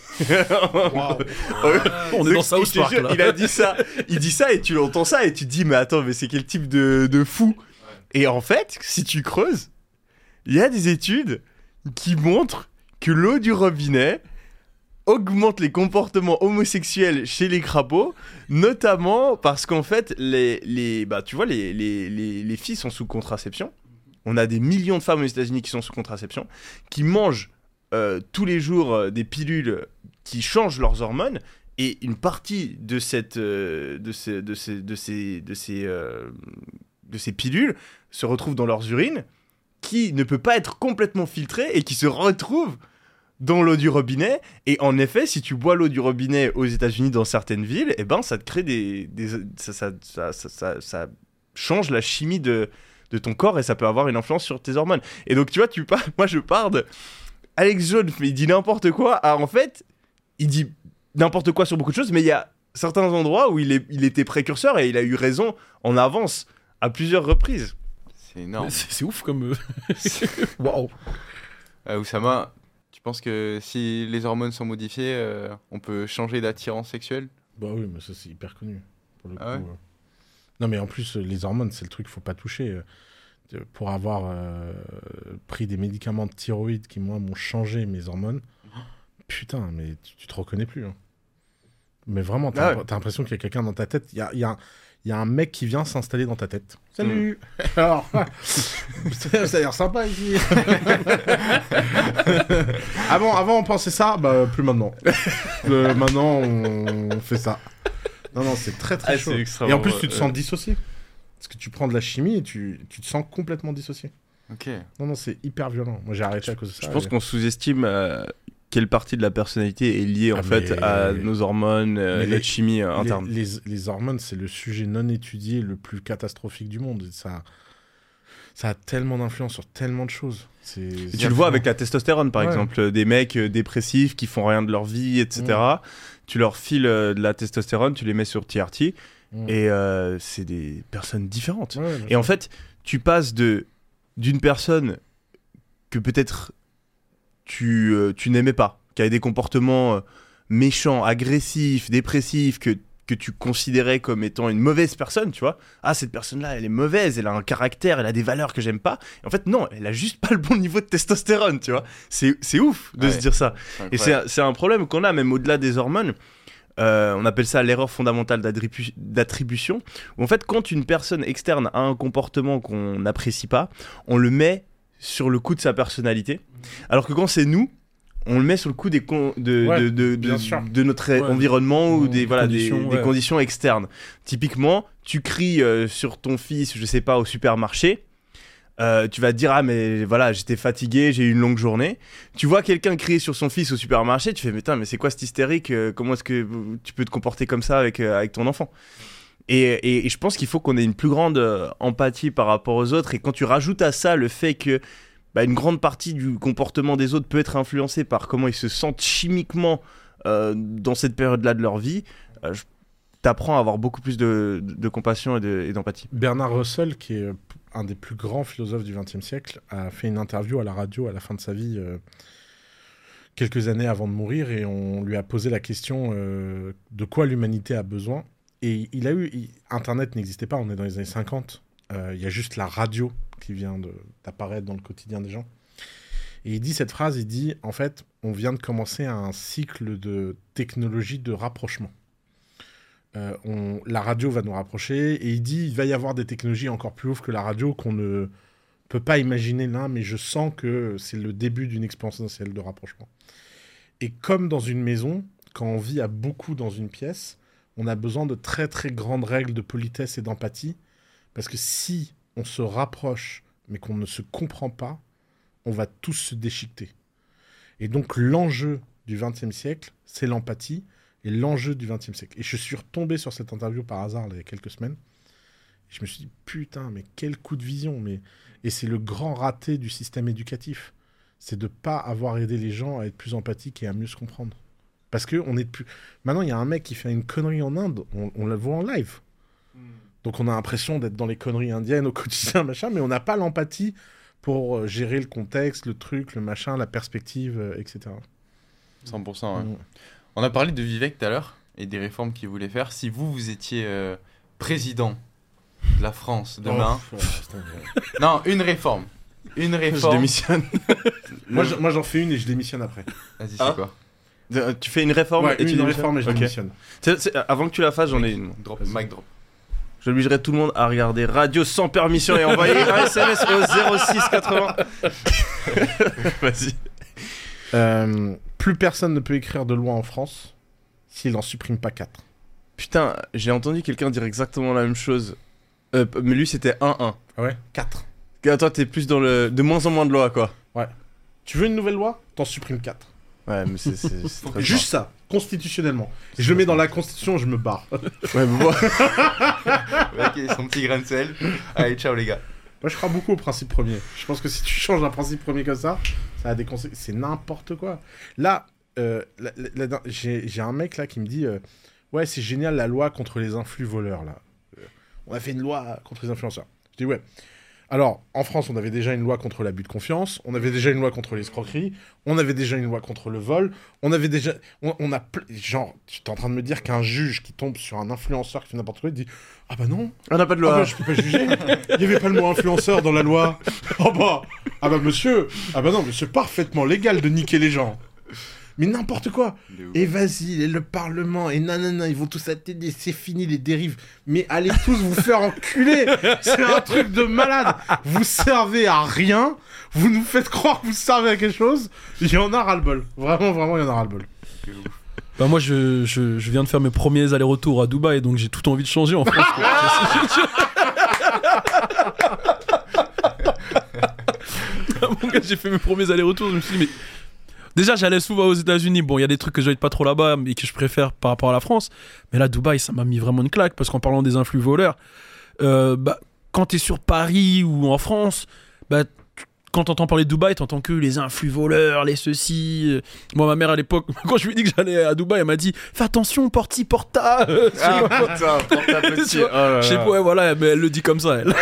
On est dans South Je te Park, jure, là. il a dit ça, il dit ça et tu entends ça et tu te dis mais attends, mais c'est quel type de, de fou. Et en fait, si tu creuses, il y a des études qui montrent que l'eau du robinet augmente les comportements homosexuels chez les crapauds, notamment parce qu'en fait les, les bah tu vois les, les, les, les filles sont sous contraception. On a des millions de femmes aux États-Unis qui sont sous contraception, qui mangent Euh, tous les jours euh, des pilules qui changent leurs hormones, et une partie de cette euh, de ces de ces de ces de ces euh, de ces pilules se retrouve dans leurs urines, qui ne peut pas être complètement filtrée et qui se retrouve dans l'eau du robinet. Et en effet, si tu bois l'eau du robinet aux États-Unis dans certaines villes, et eh ben ça te crée des, des ça, ça, ça, ça, ça, ça change la chimie de de ton corps, et ça peut avoir une influence sur tes hormones. Et donc tu vois, tu pars, moi je pars de Alex Jones, mais il dit n'importe quoi. Alors en fait, il dit n'importe quoi sur beaucoup de choses, mais il y a certains endroits où il, est, il était précurseur et il a eu raison en avance à plusieurs reprises. C'est énorme. C'est c'est ouf comme. euh, Waouh. Euh, Oussama, tu penses que si les hormones sont modifiées, euh, on peut changer d'attirance sexuelle? Bah oui, mais ça c'est hyper connu. Pour le Ah coup, ouais euh. Non mais en plus, euh, les hormones, c'est le truc qu'il faut pas toucher. euh. De- Pour avoir euh, pris des médicaments de thyroïde qui, moi, m'ont changé mes hormones, putain, mais tu, tu te reconnais plus. hein. Mais vraiment, t'as Ah ouais. t'as l'impression qu'il y a quelqu'un dans ta tête. Il y a, il y a un- il y a un mec qui vient s'installer dans ta tête. Salut Alors, ça a l'air sympa ici. avant, avant, on pensait ça, bah plus maintenant. Euh, maintenant, on, on fait ça. Non, non, c'est très très Ah, chaud. c'est Et extrêmement, en plus, tu te euh, sens dissocié. Parce que tu prends de la chimie et tu, tu te sens complètement dissocié. Ok. Non, non, c'est hyper violent. Moi, j'ai arrêté à cause de ça. Je pense et- qu'on sous-estime euh, quelle partie de la personnalité est liée en Ah, fait mais- à nos hormones, euh, Mais les- notre chimie euh, les, interne. les, les hormones, c'est le sujet non étudié le plus catastrophique du monde. Et ça, ça a tellement d'influence sur tellement de choses. C'est, Et tu le vois avec la testostérone, par Ouais. exemple, des mecs euh, dépressifs qui font rien de leur vie, et cetera. Tu leur files euh, de la testostérone, tu les mets sur T R T, Mm. et euh, c'est des personnes différentes. Ouais, bien Et en sûr. fait, tu passes de d'une personne que peut-être tu, euh, tu n'aimais pas, qui avait des comportements euh, méchants, agressifs, dépressifs, que, que tu considérais comme étant une mauvaise personne, tu vois. Ah, cette personne-là, elle est mauvaise, elle a un caractère, elle a des valeurs que j'aime pas. Et en fait, non, elle a juste pas le bon niveau de testostérone, tu vois. C'est, c'est ouf de Ouais. se dire ça. Et c'est, incroyable. c'est un problème qu'on a, même au-delà des hormones. Euh, on appelle ça l'erreur fondamentale d'attribu- d'attribution. Où en fait, quand une personne externe a un comportement qu'on n'apprécie pas, on le met sur le coup de sa personnalité. Alors que quand c'est nous, on le met sur le coup des con- de, Ouais, de, de, bien de- sûr. de notre Ouais, environnement ou des- des, des voilà, des, conditions, des ouais. conditions externes. Typiquement, tu cries euh, sur ton fils, je sais pas, au supermarché. Euh, tu vas te dire, ah mais voilà, j'étais fatigué, j'ai eu une longue journée. Tu vois quelqu'un crier sur son fils au supermarché, tu fais, mais putain, mais c'est quoi cette hystérique? euh, Comment est-ce que tu peux te comporter comme ça avec, euh, avec ton enfant? et, et, et je pense qu'il faut qu'on ait une plus grande euh, empathie par rapport aux autres. Et quand tu rajoutes à ça le fait que bah, une grande partie du comportement des autres peut être influencée par comment ils se sentent chimiquement euh, dans cette période-là de leur vie, euh, je- t'apprends à avoir beaucoup plus de, de, de compassion et, de, et d'empathie. Bernard Russell, qui est euh, un des plus grands philosophes du vingtième siècle, a fait une interview à la radio à la fin de sa vie, euh, quelques années avant de mourir, et on lui a posé la question euh, de quoi l'humanité a besoin. Et il a eu... il- Internet n'existait pas, on est dans les années cinquante. Euh, Il y a juste la radio qui vient de- d'apparaître dans le quotidien des gens. Et il dit cette phrase, il dit, en fait, on vient de commencer un cycle de technologie de rapprochement. Euh, on, la radio va nous rapprocher, et il dit il va y avoir des technologies encore plus ouf que la radio qu'on ne peut pas imaginer là, mais je sens que c'est le début d'une exponentielle de rapprochement. Et comme dans une maison, quand on vit à beaucoup dans une pièce, on a besoin de très très grandes règles de politesse et d'empathie, parce que si on se rapproche mais qu'on ne se comprend pas, on va tous se déchiqueter. Et donc l'enjeu du vingtième siècle, c'est l'empathie, et l'enjeu du vingtième siècle. Et je suis retombé sur cette interview par hasard là, il y a quelques semaines. Je me suis dit, putain, mais quel coup de vision. Mais... Et c'est le grand raté du système éducatif. C'est de ne pas avoir aidé les gens à être plus empathiques et à mieux se comprendre. Parce que on est de plus... Maintenant, il y a un mec qui fait une connerie en Inde, on, on la voit en live. Donc on a l'impression d'être dans les conneries indiennes au quotidien, machin, mais on n'a pas l'empathie pour euh, gérer le contexte, le truc, le machin, la perspective, euh, et cetera. cent pour cent, ouais. Mm. On a parlé de Vivek tout à l'heure et des réformes qu'il voulait faire. Si vous, vous étiez euh, président de la France demain... Oh, putain, ouais. Non, une réforme. Une Je réforme. démissionne. moi, je- moi, j'en fais une et je démissionne après. Vas-y, c'est Ah. quoi? Euh, Tu fais une réforme Ouais, et tu une démissionnes réforme et je Ok. démissionne. C'est- c'est- avant que tu la fasses, j'en ai une. Drop, Vas-y. mic drop. J'obligerai tout le monde à regarder Radio sans permission et envoyer un S M S au zéro six quatre-vingts. Vas-y. Euh, plus personne ne peut écrire de loi en France s'il n'en supprime pas quatre. Putain, j'ai entendu quelqu'un dire exactement la même chose. Euh, p- mais lui, c'était un un. Ah ouais quatre. Toi, t'es plus dans le. De moins en moins de lois, quoi. Tu veux une nouvelle loi? T'en supprimes quatre. Ouais, mais c'est. c'est- c'est très Juste ça, constitutionnellement. Et je le mets dans la constitution, je me barre. fort. Ouais, mais bon. Ok, son petit grain de sel. Allez, ciao les gars. Moi, je crois beaucoup au principe premier. Je pense que si tu changes un principe premier comme ça, ça a des conséquences. C'est n'importe quoi. Là, euh, la- la- la- j'ai j'ai un mec là qui me dit euh, ouais, c'est génial la loi contre les influx voleurs là. Euh, On a fait une loi contre les influenceurs. Je dis ouais. Alors, en France, on avait déjà une loi contre l'abus de confiance, on avait déjà une loi contre l'escroquerie, on avait déjà une loi contre le vol, on avait déjà... On, on a... ple- Genre, tu es en train de me dire qu'un juge qui tombe sur un influenceur qui fait n'importe quoi, il dit « Ah bah non, On n'a pas de ah loi. bah, je peux pas juger, il n'y avait pas le mot influenceur dans la loi. Ah bah, ah bah monsieur, ah bah non, mais c'est parfaitement légal de niquer les gens. » Mais n'importe quoi. Et vas-y, et le Parlement, et nanana, ils vont tous attendre, c'est fini les dérives. Mais allez tous vous faire enculer. C'est un truc de malade. Vous servez à rien, vous nous faites croire que vous servez à quelque chose. Il y en a ras-le-bol. Vraiment, vraiment, il y en a ras-le-bol. Bah moi je, je, je viens de faire mes premiers allers-retours à Dubaï, donc j'ai tout envie de changer en France. Mon gars, j'ai fait mes premiers allers-retours, je me suis dit mais... Déjà, j'allais souvent aux États-Unis. Bon, il y a des trucs que je n'aime pas trop là-bas, mais que je préfère par rapport à la France. Mais là, Dubaï, ça m'a mis vraiment une claque. Parce qu'en parlant des influx voleurs, euh, bah, quand tu es sur Paris ou en France, bah, t- quand tu entends parler de Dubaï, tu entends que les influx voleurs, les ceci. Moi, ma mère, à l'époque, quand je lui ai dit que j'allais à Dubaï, elle m'a dit fais attention, porti, porta. Ah putain, porte à petit. Tu vois, Oh là Je sais là. pas, ouais, voilà, mais elle le dit comme ça, elle.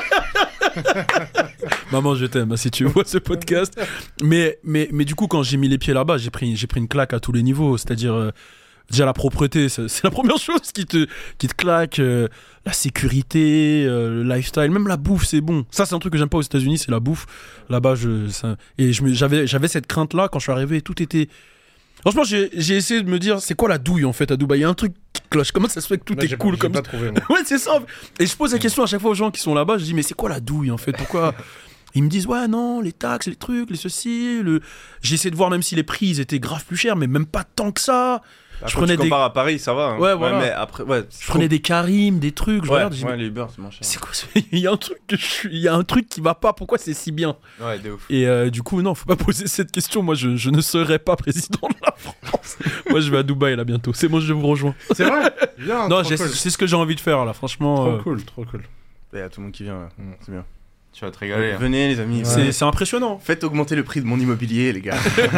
Maman, je t'aime, si tu vois ce podcast. Mais, mais, mais du coup, quand j'ai mis les pieds là-bas, j'ai pris, j'ai pris une claque à tous les niveaux. C'est-à-dire, euh, déjà la propreté, c'est, c'est la première chose qui te, qui te claque. euh, la sécurité, euh, le lifestyle, même la bouffe, c'est bon. Ça, c'est un truc que j'aime pas aux États-Unis, c'est la bouffe. Là-bas, je, ça, et je me, j'avais, j'avais cette crainte-là quand je suis arrivé. Tout était. Franchement, j'ai, j'ai essayé de me dire, c'est quoi la douille en fait à Dubaï? Il y a un truc qui cloche. Comment ça se fait que tout Là, est j'ai cool pas, comme j'ai ça? pas trouvé, moi. Ouais, c'est ça. Et je pose la question à chaque fois aux gens qui sont là-bas. Je dis, mais c'est quoi la douille en fait? Pourquoi? Ils me disent, ouais, non, les taxes, les trucs, les ceci. Le... J'essaie de voir même si les prix ils étaient grave plus chers, mais même pas tant que ça. Après, je prenais tu des- compares à Paris, ça va. hein. Ouais, voilà. mais après, ouais. Je prenais des Karim, des trucs. Je Ouais, regarde, je dis, ouais, mais les Uber, c'est moins cher. c'est quoi ce- Il y a un truc que je suis- il y a un truc qui va pas. Pourquoi c'est si bien? Ouais, de ouf. Et euh, du coup, non, faut pas poser cette question. Moi, je, je ne serai pas président de la France. Moi, je vais à Dubaï là bientôt. C'est bon, je vous rejoins. C'est vrai. Bien, Non, trop j'ai- cool. c'est ce que j'ai envie de faire là. Franchement, Trop euh, cool, trop cool. Il y a tout le monde qui vient, là. Mm. C'est bien. Tu vas te régaler. hein. Venez, les amis. c'est, ouais. c'est impressionnant. Faites augmenter le prix de mon immobilier, les gars.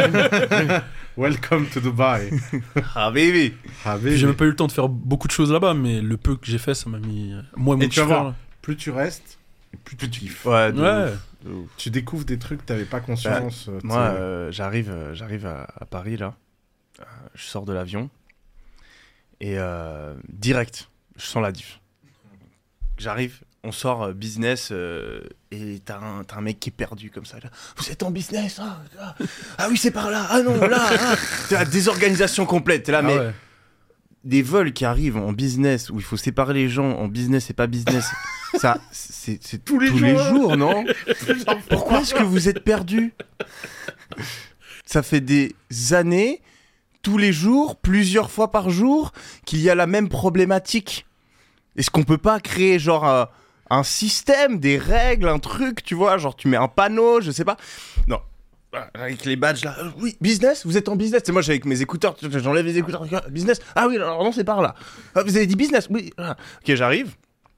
Welcome to Dubai. Ah, baby. Ah, Puis baby. j'ai même pas eu le temps de faire beaucoup de choses là-bas, mais le peu que j'ai fait, ça m'a mis. Moi et mon Et petit tu vas frère. voir, plus tu restes, et plus tu kiffes. Ouais, de Ouais. ouf, de ouf. Tu découvres des trucs que t'avais pas conscience. euh, Moi, tu sais. euh, j'arrive, euh, j'arrive à, à Paris, là. Euh, je sors de l'avion. Et euh, direct, je sens la diff. J'arrive, on sort euh, business. euh, et t'as un, t'as un mec qui est perdu comme ça. Là. Vous êtes en business ah, ah, ah oui, c'est par là. Ah non, là. Ah. T'as la désorganisation complète. T'es là, Ah mais ouais. des vols qui arrivent en business où il faut séparer les gens en business et pas business. Ça, c'est, c'est tous les jours, non? Pourquoi est-ce que vous êtes perdu? Ça fait des années, tous les jours, plusieurs fois par jour, qu'il y a la même problématique. Est-ce qu'on peut pas créer genre un, un système, des règles, un truc, tu vois, genre tu mets un panneau, je sais pas. Non. Avec les badges là, Euh, oui, business, vous êtes en business. C'est moi, j'ai avec mes écouteurs, j'enlève les écouteurs, business. Ah oui, alors non, c'est par là. Ah, vous avez dit business, oui. Ah. Ok, j'arrive.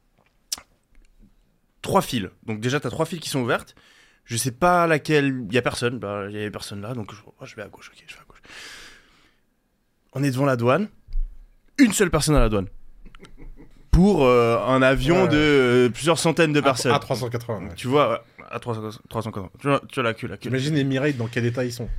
Trois files. Donc déjà, t'as trois files qui sont ouvertes. Je sais pas laquelle. Il y a personne. Bah, il y avait personne là, donc je, oh, je vais à gauche. Ok, je vais à gauche. On est devant la douane. Une seule personne à la douane. Pour euh, un avion Ouais. de euh, plusieurs centaines de personnes. À trois cent quatre-vingts. Ouais. Tu vois, ouais, à trois cents, trois cents, tu vois, tu vois la queue, la queue. T'imagines les Emirates dans quel état ils sont.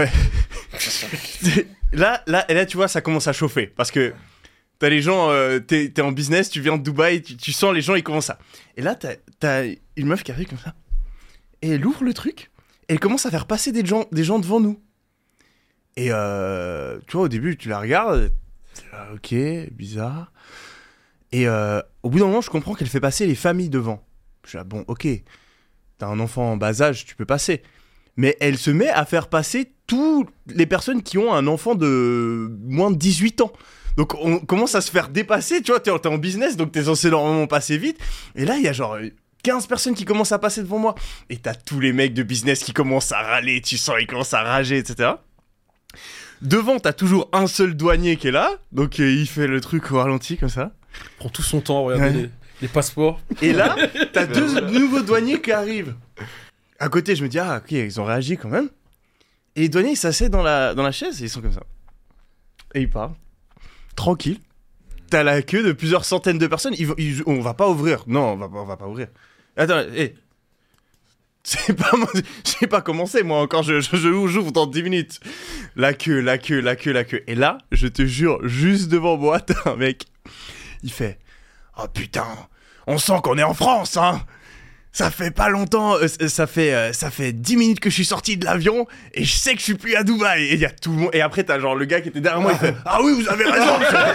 là, là, et là, tu vois, ça commence à chauffer. Parce que t'as les gens, euh, t'es, t'es en business, tu viens de Dubaï, tu, tu sens les gens, ils commencent à. Et là, t'as, t'as une meuf qui arrive comme ça. Et elle ouvre le truc, et elle commence à faire passer des gens, des gens devant nous. Et euh, tu vois, au début, tu la regardes, t'es là, ok, bizarre. Et euh, au bout d'un moment, je comprends qu'elle fait passer les familles devant. Je suis là, bon, ok, t'as un enfant en bas âge, tu peux passer. Mais elle se met à faire passer toutes les personnes qui ont un enfant de moins de dix-huit ans. Donc on commence à se faire dépasser, tu vois, t'es, t'es en business, donc t'es censé normalement passer vite. Et là, il y a genre quinze personnes qui commencent à passer devant moi. Et t'as tous les mecs de business qui commencent à râler, tu sens, ils commencent à rager, et cetera. Devant, t'as toujours un seul douanier qui est là, donc euh, il fait le truc au ralenti comme ça. Prend tout son temps, regardez Ouais. les, les passeports. Et là, t'as deux nouveaux douaniers qui arrivent. À côté, je me dis, ah, ok, ils ont réagi quand même. Et les douaniers, ils s'asseyent dans la, dans la chaise et ils sont comme ça. Et ils parlent. Tranquille. t'as la queue de plusieurs centaines de personnes. Ils, ils- on va pas ouvrir. Non, on va, pas- on va pas ouvrir. Attends, hé. C'est pas, mon- j'ai pas commencé, moi, encore. Je, je, je- j'ouvre dans dix minutes. La queue, la queue, la queue, la queue. Et là, je te jure, juste devant moi, t'as un mec. Il fait oh putain, on sent qu'on est en France, hein. Ça fait pas longtemps, euh, ça fait euh, ça fait dix minutes que je suis sorti de l'avion et je sais que je suis plus à Dubaï. Et il y a tout le monde. Et après t'as genre le gars qui était derrière moi, il fait ah oui vous avez raison.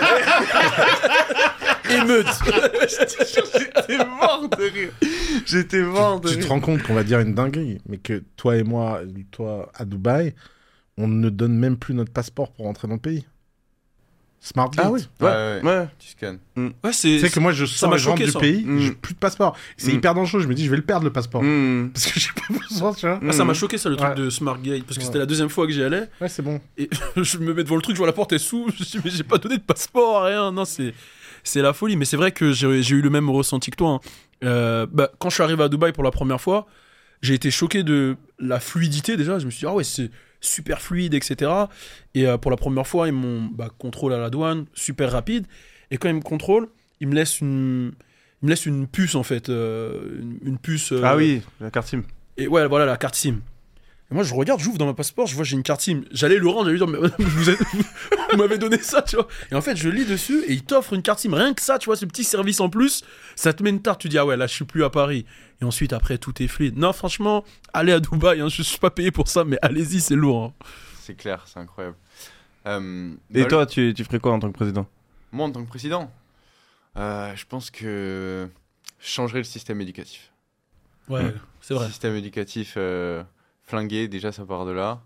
Émeute. J'étais mort de rire. J'étais mort de Tu rire. te rends compte qu'on va dire une dinguerie, mais que toi et moi, toi à Dubaï, on ne donne même plus notre passeport pour rentrer dans le pays. Smart Gate. Ah oui. Ouais, Ouais, ouais. ouais. Tu scannes. Ouais, c'est. Tu sais que moi je sors m'a et je rentre choqué, du ça. pays, Mm. j'ai plus de passeport. C'est Mm. hyper dangereux, je me dis je vais le perdre le passeport. Mmh. Parce que j'ai pas besoin, tu vois. Ah, ça m'a choqué ça le truc Ouais. de Smart Gate parce que Ouais. c'était la deuxième fois que j'y allais Ouais, c'est bon. et je me mets devant le truc, je vois la porte est sous, je me suis dit mais j'ai pas donné de passeport, rien, non c'est c'est la folie. Mais c'est vrai que j'ai j'ai eu le même ressenti que toi. Hein. Euh, bah, quand je suis arrivé à Dubaï pour la première fois, j'ai été choqué de la fluidité déjà. Je me suis dit ah ouais c'est super fluide et cetera. Et euh, pour la première fois ils m'ont bah, contrôle à la douane super rapide et quand ils me contrôlent ils me laissent une ils me laissent une puce en fait, euh, une, une puce. euh, Ah oui, la carte SIM. Et ouais, voilà la carte SIM. Et moi, je regarde, j'ouvre dans ma passeport, je vois j'ai une carte SIM. J'allais le rendre, j'allais lui dire, mais madame, vous, êtes- vous m'avez donné ça, tu vois. Et en fait, je lis dessus et il t'offre une carte SIM. Rien que ça, tu vois, ce petit service en plus, ça te met une tarte. Tu dis, ah ouais, là, je suis plus à Paris. Et ensuite, après, tout est fluide. Non, franchement, allez à Dubaï, hein, je suis pas payé pour ça, mais allez-y, c'est lourd. Hein. C'est clair, c'est incroyable. Euh, Et bah, toi, tu, tu ferais quoi en tant que président? Moi, en tant que président, euh, je pense que je changerais le système éducatif. Ouais, Mm. c'est vrai. Le système éducatif euh, flingué, déjà, ça part de là.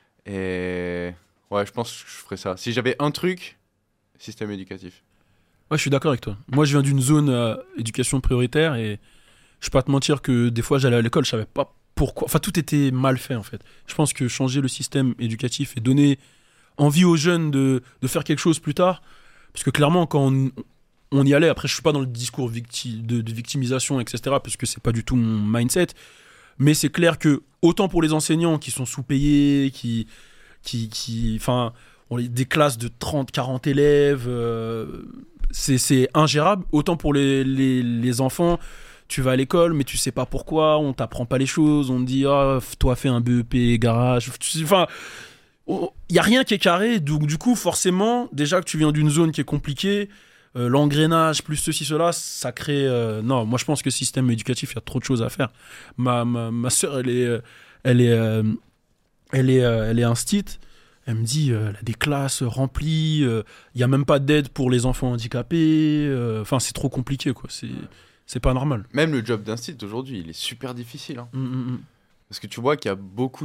Et ouais, je pense que je ferais ça. Si j'avais un truc, système éducatif. Ouais, je suis d'accord avec toi. Moi, je viens d'une zone euh, éducation prioritaire et je vais pas te mentir que des fois, j'allais à l'école, je savais pas pourquoi. Enfin, tout était mal fait en fait. Je pense que changer le système éducatif et donner envie aux jeunes de, de faire quelque chose plus tard, parce que clairement, quand on, on y allait, après, je suis pas dans le discours victi- de, de victimisation, et cetera, parce que c'est pas du tout mon mindset, mais c'est clair que autant pour les enseignants qui sont sous-payés, qui. qui, qui enfin, on les- des classes de trente quarante élèves. euh, c'est, c'est ingérable. Autant pour les, les, les enfants, tu vas à l'école, mais tu sais pas pourquoi, on t'apprend pas les choses, on te dit, ah, f- toi, fais un B E P garage. Tu sais, enfin, il y a rien qui est carré. Donc, du coup, forcément, déjà que tu viens d'une zone qui est compliquée, euh, l'engrenage, plus ceci, cela, ça crée. euh, non, moi, je pense que le système éducatif, il y a trop de choses à faire. Ma, ma, ma soeur, elle est. euh, Elle est, euh, elle est, euh, elle est instite. Elle me dit, euh, elle a des classes remplies, il n'y a même pas d'aide pour les enfants handicapés. euh, Enfin, c'est trop compliqué, quoi. C'est, c'est pas normal. Même le job d'instit aujourd'hui, il est super difficile. hein. Mm, mm, mm. Parce que tu vois qu'il y a beaucoup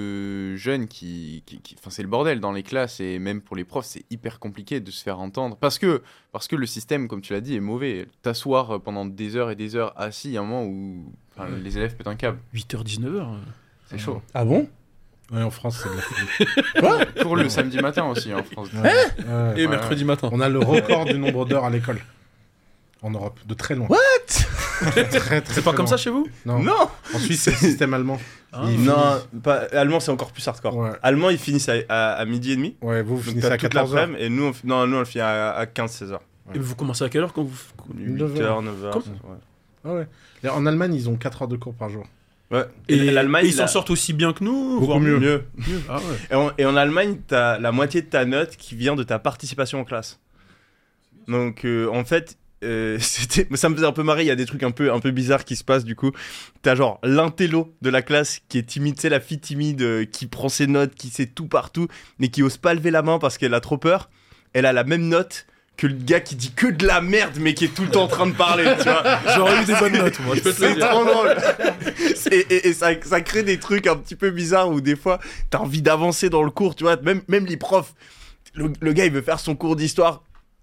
de jeunes qui, qui, qui- Enfin, c'est le bordel dans les classes et même pour les profs, c'est hyper compliqué de se faire entendre. Parce que, parce que le système, comme tu l'as dit, est mauvais. T'asseoir pendant des heures et des heures assis, il y a un moment où enfin, Ouais. les élèves pètent un câble. huit heures dix-neuf heures. C'est chaud. Ah bon? Ouais, en France, c'est de la folie. Pour le samedi matin aussi en France. Ouais. Ouais. Et Ouais, mercredi matin. On a le record du nombre d'heures à l'école. En Europe, de très loin. What? Très, très, très, C'est pas très comme loin. ça chez vous? Non. Non. En Suisse, c'est le système allemand. Ah. Il Non, pas, allemand c'est encore plus hardcore. Ouais. Allemand ils finissent à, à, à midi et demi. Ouais, vous, vous Donc finissez t'as à toute quatorze heures. l'après-midi et nous on, fi- non, nous on le finit à, à quinze seize heures. Et vous commencez à quelle heure quand vous. huit heures, neuf heures. Comme- Ouais. Ah ouais. Et en Allemagne, ils ont quatre heures de cours par jour. Ouais. Et, Et l'Allemagne et ils la- s'en sortent aussi bien que nous? Beaucoup voire mieux. mieux. mieux. Ah ouais. Et en, et en Allemagne, t'as la moitié de ta note qui vient de ta participation en classe. Donc euh, en fait, euh, c'était, ça me faisait un peu marrer. Il y a des trucs un peu, un peu bizarres qui se passent du coup. T'as genre l'intello de la classe qui est timide, c'est la fille timide euh, qui prend ses notes, qui sait tout partout, mais qui ose pas lever la main parce qu'elle a trop peur. Elle a la même note que le gars qui dit que de la merde, mais qui est tout le temps en train de parler. Tu vois. J'aurais eu des bonnes notes, moi, je peux te le C'est dire. trop drôle. Et, et- et ça, ça crée des trucs un petit peu bizarres où des fois, t'as envie d'avancer dans le cours, tu vois. Même, même les profs, le, le gars, il veut faire son cours d'histoire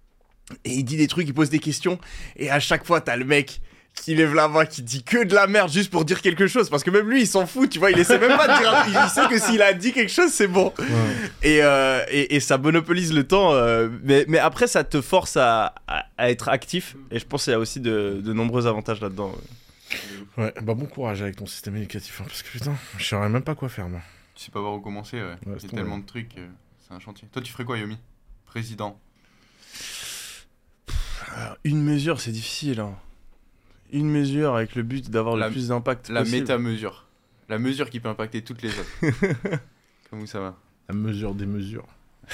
et il dit des trucs, il pose des questions. Et à chaque fois, t'as le mec qui lève la main, qui dit que de la merde juste pour dire quelque chose. Parce que même lui, il s'en fout, tu vois. Il essaie même pas de dire. Il, il sait que s'il a dit quelque chose, c'est bon. Ouais. Et, euh, et, et ça monopolise le temps. euh, mais, mais après, ça te force à, à, à être actif. Et je pense qu'il y a aussi de, de nombreux avantages là-dedans. Ouais, bah bon courage avec ton système éducatif, hein, parce que putain, je saurais même pas quoi faire, moi. Tu sais pas voir où commencer, ouais. Ouais, Il y c'est a ton- tellement de trucs, euh, c'est un chantier. Toi, tu ferais quoi, Yomi? Président. Une mesure, c'est difficile. Hein. Une mesure avec le but d'avoir La- le plus d'impact La possible. méta-mesure. La mesure qui peut impacter toutes les autres. Comment ça va? La mesure des mesures.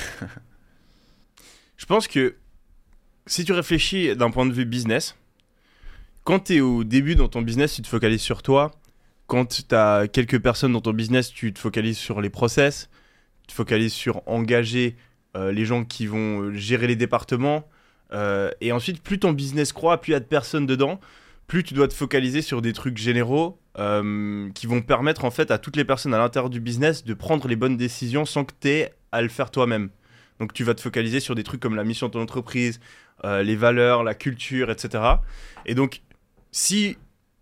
Je pense que si tu réfléchis d'un point de vue business, quand tu es au début dans ton business, tu te focalises sur toi. Quand tu as quelques personnes dans ton business, tu te focalises sur les process. Tu te focalises sur engager euh, les gens qui vont euh, gérer les départements. Euh, et ensuite, plus ton business croît, plus il y a de personnes dedans, plus tu dois te focaliser sur des trucs généraux euh, qui vont permettre en fait à toutes les personnes à l'intérieur du business de prendre les bonnes décisions sans que tu aies à le faire toi-même. Donc tu vas te focaliser sur des trucs comme la mission de ton entreprise, euh, les valeurs, la culture, et cetera. Et donc, si,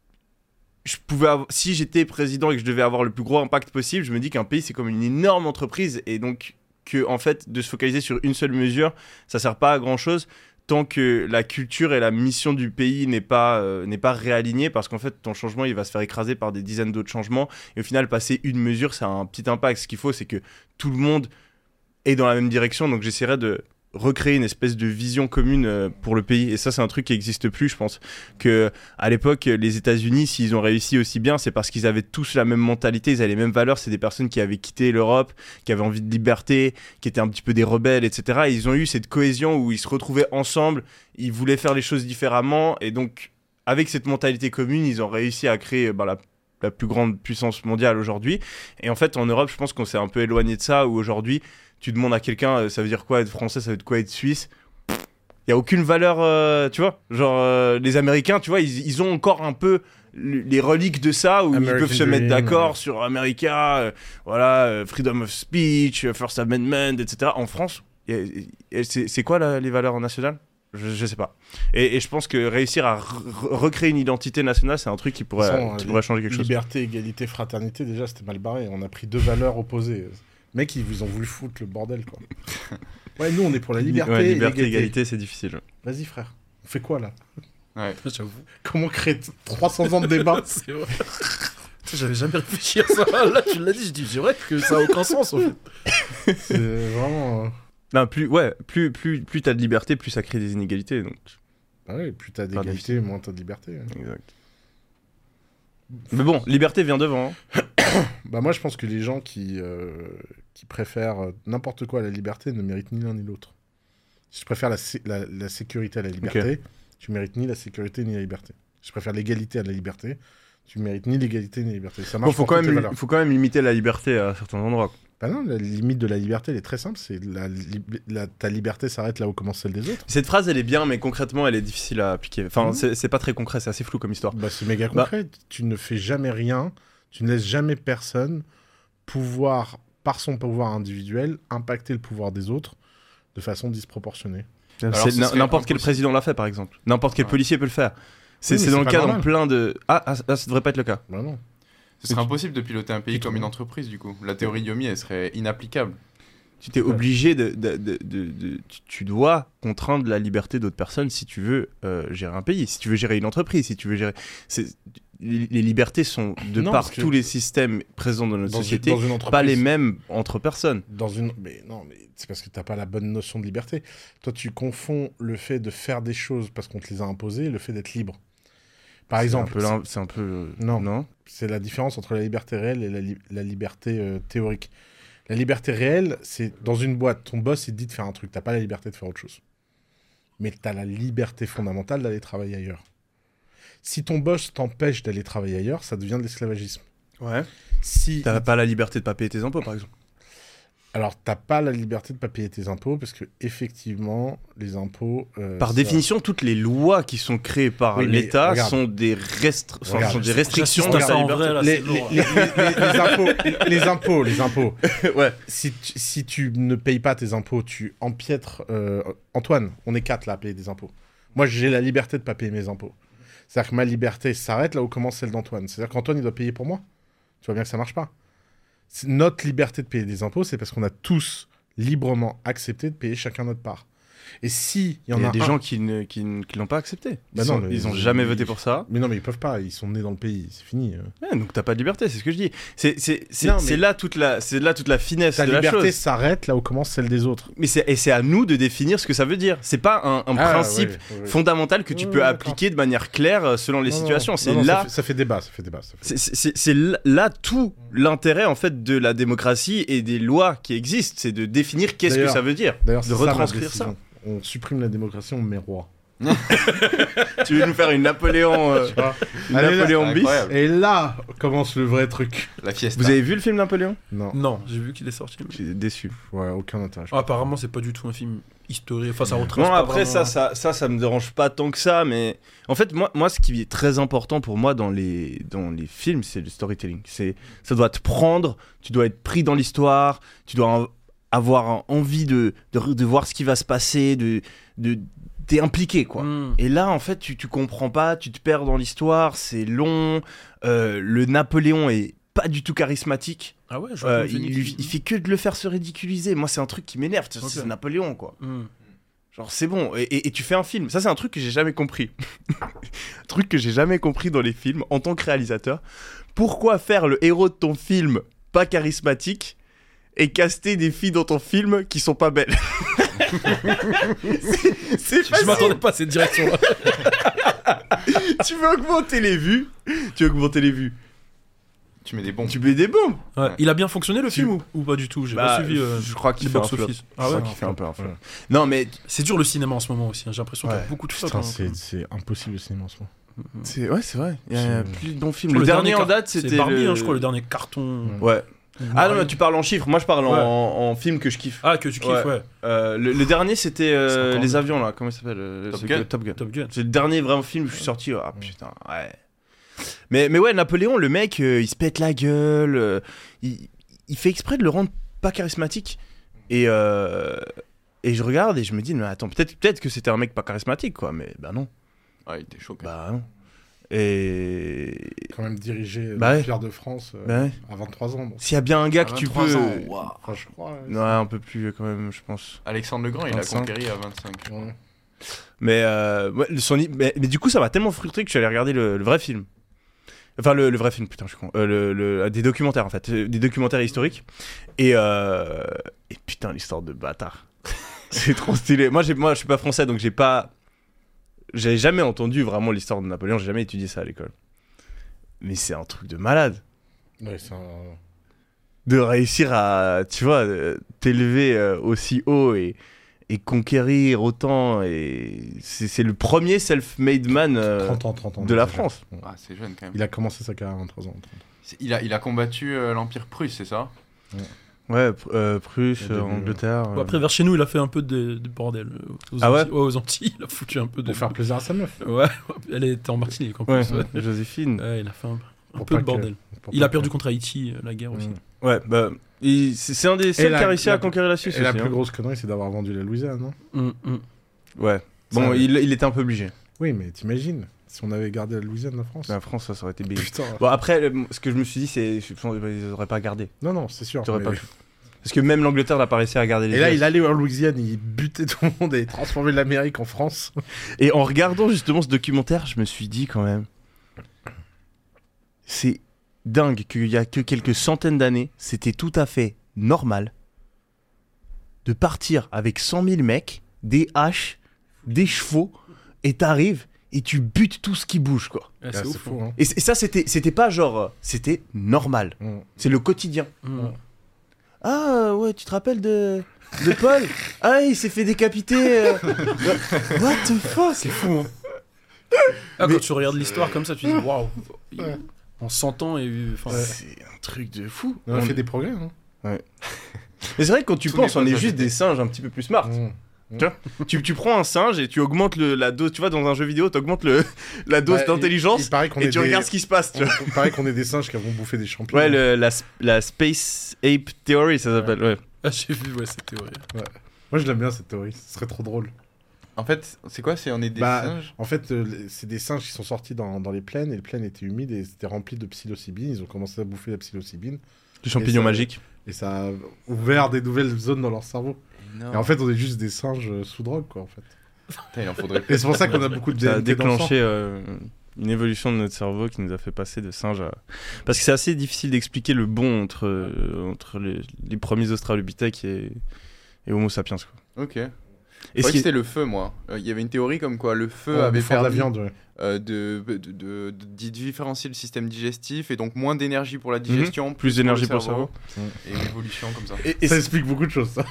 je pouvais avoir- si j'étais président et que je devais avoir le plus gros impact possible, je me dis qu'un pays, c'est comme une énorme entreprise. Et donc, que, en fait, de se focaliser sur une seule mesure, ça sert pas à grand-chose tant que la culture et la mission du pays n'est pas, euh, n'est pas réalignée, parce qu'en fait, ton changement, il va se faire écraser par des dizaines d'autres changements. Et au final, passer une mesure, ça a un petit impact. Ce qu'il faut, c'est que tout le monde est dans la même direction. Donc, j'essaierai de recréer une espèce de vision commune euh, pour le pays. Et ça, c'est un truc qui n'existe plus, je pense. Que à l'époque, les États-Unis, s'ils ont réussi aussi bien, c'est parce qu'ils avaient tous la même mentalité, ils avaient les mêmes valeurs. C'est des personnes qui avaient quitté l'Europe, qui avaient envie de liberté, qui étaient un petit peu des rebelles, et cetera. Et ils ont eu cette cohésion où ils se retrouvaient ensemble, ils voulaient faire les choses différemment. Et donc, avec cette mentalité commune, ils ont réussi à créer ben, la la plus grande puissance mondiale aujourd'hui. Et en fait, en Europe, je pense qu'on s'est un peu éloigné de ça, où aujourd'hui, tu demandes à quelqu'un, euh, ça veut dire quoi être français, ça veut dire quoi être suisse. Il n'y a aucune valeur, euh, tu vois. Genre, euh, les Américains, tu vois, ils, ils ont encore un peu l- les reliques de ça, où American ils peuvent se mettre Dream, d'accord ouais. sur America, euh, voilà, euh, freedom of speech, euh, First Amendment, et cetera. En France, y a- y a- c'est c'est quoi la- les valeurs nationales ? Je, je sais pas. Et, et je pense que réussir à re- re- recréer une identité nationale, c'est un truc qui pourrait, De toute façon, qui euh, pourrait changer quelque chose. Liberté, égalité, fraternité, déjà, c'était mal barré. On a pris deux valeurs opposées. Mec, ils vous ont voulu foutre le bordel, quoi. Ouais, nous, on est pour la liberté, Ouais, et liberté, l'égalité. égalité, c'est difficile. Vas-y, frère. On fait quoi, là? Ouais. J'avoue. Comment créer t- trois cents ans de débat? C'est vrai. Putain, j'avais jamais réfléchi à ça. Là, tu l'as dit, je dis, c'est vrai que ça a aucun sens, en fait. C'est vraiment... euh, Non, plus, ouais, plus, plus, plus t'as de liberté, plus ça crée des inégalités. Donc, Bah ouais, plus t'as Pas d'égalité, moins t'as de liberté. hein. exact. Mais bon, liberté vient devant. hein. Bah moi, je pense que les gens qui, euh, qui préfèrent euh, n'importe quoi à la liberté ne méritent ni l'un ni l'autre. Si je préfère la, sé- la, la sécurité à la liberté, tu mérites ni la sécurité ni la liberté. Si je préfère l'égalité à la liberté, tu mérites ni l'égalité ni la liberté. Ça marche Bon, faut pour quand, toutes les même, valeurs. faut quand même limiter la liberté à certains endroits. quoi. Bah non, la limite de la liberté, elle est très simple. C'est la, lib- la- ta liberté s'arrête là où commence celle des autres. Cette phrase, elle est bien, mais concrètement, elle est difficile à appliquer. Enfin, Mhm. c'est c'est pas très concret, c'est assez flou comme histoire. Bah, c'est méga Bah- concret. Tu ne fais jamais rien, tu ne laisses jamais personne pouvoir, par son pouvoir individuel, impacter le pouvoir des autres de façon disproportionnée. Alors, C'est- ce serait N'importe quel impossible. président l'a fait, par exemple. N'importe quel Ouais. policier peut le faire. C'est Oui, mais c'est dans c'est le pas cas dans normal. plein de. Ah, ah, ah, ça devrait pas être le cas. Bah non. Ce serait impossible de piloter un pays Tu te comme une rends- entreprise, du coup. La théorie Yomi, elle serait inapplicable. Tu t'es obligé de, de, de, de- de- tu- tu dois contraindre la liberté d'autres personnes si tu veux euh, gérer un pays, si tu veux gérer une entreprise, si tu veux gérer. c'est- Les, les libertés sont de Non, par parce que- tous les systèmes présents dans notre Dans une- société, dans une entreprise, pas les mêmes entre personnes. Dans une... Mais non, mais c'est parce que t'as pas la bonne notion de liberté. Toi, tu confonds le fait de faire des choses parce qu'on te les a imposées et le fait d'être libre. Par exemple, C'est un peu. l'un- C'est un peu euh, Non. non c'est la différence entre la liberté réelle et la, li- la liberté euh, théorique. La liberté réelle, c'est dans une boîte, ton boss, il te dit de faire un truc. T'as pas la liberté de faire autre chose. Mais t'as la liberté fondamentale d'aller travailler ailleurs. Si ton boss t'empêche d'aller travailler ailleurs, ça devient de l'esclavagisme. Ouais. Si... T'as pas la liberté de pas payer tes impôts, par exemple. Alors, t'as pas la liberté de pas payer tes impôts parce que effectivement, les impôts... euh, Par ça- définition, toutes les lois qui sont créées par Oui, mais l'État regarde. sont des, restr- enfin, Regarde. sont des restrictions J'assiste de à ta ça en liberté. vrai, là, les, c'est les, lourd. les- les- les impôts, les impôts, les impôts. Ouais. Si tu, si tu ne payes pas tes impôts, tu empiètres... euh, Antoine, on est quatre là à payer des impôts. Moi, j'ai la liberté de pas payer mes impôts. C'est-à-dire que ma liberté s'arrête là où commence celle d'Antoine. C'est-à-dire qu'Antoine, il doit payer pour moi. Tu vois bien que ça marche pas. C'est- Notre liberté de payer des impôts, c'est parce qu'on a tous librement accepté de payer chacun notre part. Et si il y Il en y a, a des un- gens qui ne qui, ne- qui l'ont pas accepté. Ils, Bah sont- non, mais ils ont ils- jamais ils- voté pour ça. Mais non, mais ils peuvent pas. Ils sont nés dans le pays. C'est fini. euh. Ouais, donc t'as pas de liberté, c'est ce que je dis. C'est c'est c'est Non, mais- c'est là toute la c'est là toute la finesse Ta de la liberté chose. s'arrête là où commence celle des autres. Mais c'est et c'est à nous de définir ce que ça veut dire. C'est pas un, un Ah, principe ouais, ouais, ouais. fondamental que tu Ouais, peux ouais, appliquer de manière claire euh, selon les Non, non, situations. non, C'est non, là Ça fait, ça fait débat. Ça fait débat. Ça fait... c'est- c'est c'est là- là tout l'intérêt en fait de la démocratie et des lois qui existent, c'est de définir qu'est-ce que D'ailleurs- ça veut dire. D'ailleurs, de c'est ça, ma retranscrire décision. On supprime la démocratie, on met roi. Tu veux nous faire une Napoléon euh, une Allez, là, Napoléon bis? incroyable. Et là commence le vrai truc. La fiesta. Vous avez vu le film Napoléon? Non, Non, j'ai vu qu'il est sorti. mais- J'ai déçu. ouais, aucun intérêt. Ah, apparemment, c'est pas du tout un film historique. Enfin, ça retrace Non, pas après vraiment- ça, ça, ça, ça me dérange pas tant que ça, mais en fait, moi, moi, ce qui est très important pour moi dans les, dans les films, c'est le storytelling. C'est, ça doit te prendre, tu dois être pris dans l'histoire, tu dois en- avoir envie de, de, de voir ce qui va se passer, de, de, t'es impliqué, quoi. Hmm. Et là, en fait, tu, tu comprends pas, tu te perds dans l'histoire, c'est long. euh, le Napoléon est pas du tout charismatique. Ah ouais, je Euh, vois il, lui- il fait que de le faire se ridiculiser. Moi, c'est un truc qui m'énerve. C'est Ok. c'est Napoléon, quoi. Hmm. Genre, c'est bon. Et, et- et tu fais un film. Ça, c'est un truc que j'ai jamais compris. Un truc que j'ai jamais compris dans les films en tant que réalisateur. Pourquoi faire le héros de ton film pas charismatique et caster des filles dans ton film qui sont pas belles? C'est- C'est Je facile. m'attendais pas à cette direction-là. Tu veux augmenter les vues? Tu veux augmenter les vues? Tu mets des bombes. Tu mets des bombes. Ouais. Il a bien fonctionné le Tu- film ou, ou pas du tout? J'ai Bah, pas suivi euh, je crois qu'il les fait un box-office. flop. Ah Je ouais. crois qu'il fait un peu un flop. Ouais. Non, mais C'est dur le cinéma en ce moment aussi. hein. J'ai l'impression qu'il y a Ouais. beaucoup de flops. Putain, hein. c'est, c'est impossible le cinéma en ce moment. c'est ouais, c'est vrai. Il y a C'est- plus de bons films. Je crois Le, dernier en car- date, c'est c'était Barbie, le... hein, je crois, le dernier carton. Ouais. Ouais. Ah non, mais tu parles en chiffres. Moi, je parle en, Ouais. en film que je kiffe. Ah, que tu kiffes, Ouais. ouais. Euh, le, le dernier, c'était euh, C'est encore les mieux. avions là. Comment il s'appelle euh, Top c'est Gun. que- Top Gun. Top Gun. C'est le dernier vrai film où je suis sorti. Ah putain, ouais. Mais, mais ouais, Napoléon, le mec, euh, il se pète la gueule. euh, il, il fait exprès de le rendre pas charismatique. Et, euh, et je regarde et je me dis, mais attends, peut-être peut-être que c'était un mec pas charismatique, quoi. Mais bah non. Ouais, il était chaud quand même. Bah non. Et. Quand même dirigé Bah ouais. l'Empire de France euh, Bah ouais. à vingt-trois ans. Donc. S'il y a bien un gars À que tu vingt-trois peux. ans, waouh. Enfin, je crois. ouais. Non, un peu plus quand même, je pense. Alexandre le Grand, il a vingt-cinq. conquéri à vingt-cinq. Ouais. Mais, euh, ouais, le- son i- mais, mais du coup, ça m'a tellement frustré que je suis allé regarder le, le vrai film. Enfin, le, le vrai film, putain, je suis con. Euh, le, le- des documentaires, en fait. euh, Des documentaires historiques. Et, euh, et putain, l'histoire de bâtard. C'est trop stylé. Moi, j'ai, moi, je suis pas français, donc j'ai pas. J'avais jamais entendu vraiment l'histoire de Napoléon. J'ai jamais étudié ça à l'école. Mais c'est un truc de malade. Ouais, c'est un... De réussir à, tu vois, euh, t'élever euh, aussi haut et, et conquérir autant. Et c'est, c'est le premier self-made man euh, trente ans, trente ans. de la c'est France. jeune. Ah, c'est jeune quand même. Il a commencé sa carrière à vingt-trois ans. trente ans. C'est- Il a, il a combattu euh, l'Empire prusse, c'est ça? Ouais, pr- euh, Prusse, Au euh, début, Angleterre. Bon, euh. après, vers chez nous, il a fait un peu de, de bordel. euh, Aux Ah ouais Antilles. Aux Antilles, il a foutu un peu de. Pour faire plaisir à sa meuf. Ouais, elle était en Martinique en Ouais, plus. Ouais, Joséphine. Ouais, il a fait un, un Pour peu pas de que- bordel. pour Il pas a perdu que- contre Haïti, euh, la guerre aussi. Mm. Ouais, bah, il- c'est, c'est un des seuls la- qui a réussi la- à conquérir la Suisse Et la aussi, plus hein. grosse connerie, c'est d'avoir vendu la Louisiane, non? Mm, mm. Ouais. Bon, Ça, il, il était un peu obligé. Oui, mais t'imagines, si on avait gardé la Louisiane, la France. La France, ça, ça aurait été big. Putain. Bon, après, le- ce que je me suis dit, c'est ils auraient pas gardé. Non, non, c'est sûr. T'aurais mais- pas pu. Parce que même l'Angleterre n'a pas réussi à garder les Et là, États. il allait en Louisiane, il butait tout le monde et transformait l'Amérique en France. Et en regardant justement ce documentaire, je me suis dit quand même, c'est dingue qu'il y a que quelques centaines d'années, c'était tout à fait normal de partir avec cent mille mecs, des haches, des chevaux, et t'arrives et tu butes tout ce qui bouge, quoi. Ouais, Ah, c'est c'est ouf. fou, hein. Et, c- et ça, c'était, c'était pas genre, euh, c'était normal. Mm. C'est le quotidien. Mm. Ouais. Ah ouais, tu te rappelles de, de Paul? Ah, il s'est fait décapiter. euh. What the fuck? C'est fou, hein. Ah, Mais- quand tu regardes l'histoire comme ça, tu dis waouh. il- Ouais. En cent ans, et enfin, C'est un truc de fou. On a On- fait des progrès, hein. Mais c'est vrai que quand tu Tous penses, les on est potes juste étaient- des singes un petit peu plus smart. Mm. Tu, tu prends un singe et tu augmentes le, la dose, tu vois, dans un jeu vidéo, tu augmentes le, la dose Bah, il- d'intelligence il paraît qu'on et est tu des- regardes ce qui se passe, tu vois. Il paraît qu'on est des singes qui avons bouffé des champignons. Ouais, le- la, sp- la Space Ape Theory, ça s'appelle, ouais. ah, j'ai vu, ouais, cette théorie. Moi, je l'aime bien cette théorie. Ce serait trop drôle. En fait, c'est quoi? C'est on est des Bah, singes? En fait, euh, les- c'est des singes qui sont sortis dans, dans les plaines et les plaines étaient humides et c'était rempli de psilocybine. Ils ont commencé à bouffer la psilocybine. Du champignon ça- magique. Et ça a ouvert des nouvelles zones dans leur cerveau. Non. Et en fait, on est juste des singes euh, sous drogue, quoi, en fait. Putain, il en faudrait Et c'est pour ça qu'on a beaucoup de Ça a D M T dans le sang. déclenché euh, une évolution de notre cerveau qui nous a fait passer de singe à... Parce que c'est assez difficile d'expliquer le bond entre, euh, entre les, les premiers Australopithèques et, et Homo sapiens. Quoi. Ok. Et Et ce qui est- c'était le feu, moi. Euh, Il y avait une théorie comme quoi le feu Ouais, avait bouffant de la permis viande, ouais. euh, de, de, de, de- de différencier le système digestif et donc moins d'énergie pour la digestion, Plus d'énergie pour le cerveau. et une évolution comme ça. Et, et Ça ce- explique beaucoup de choses, ça.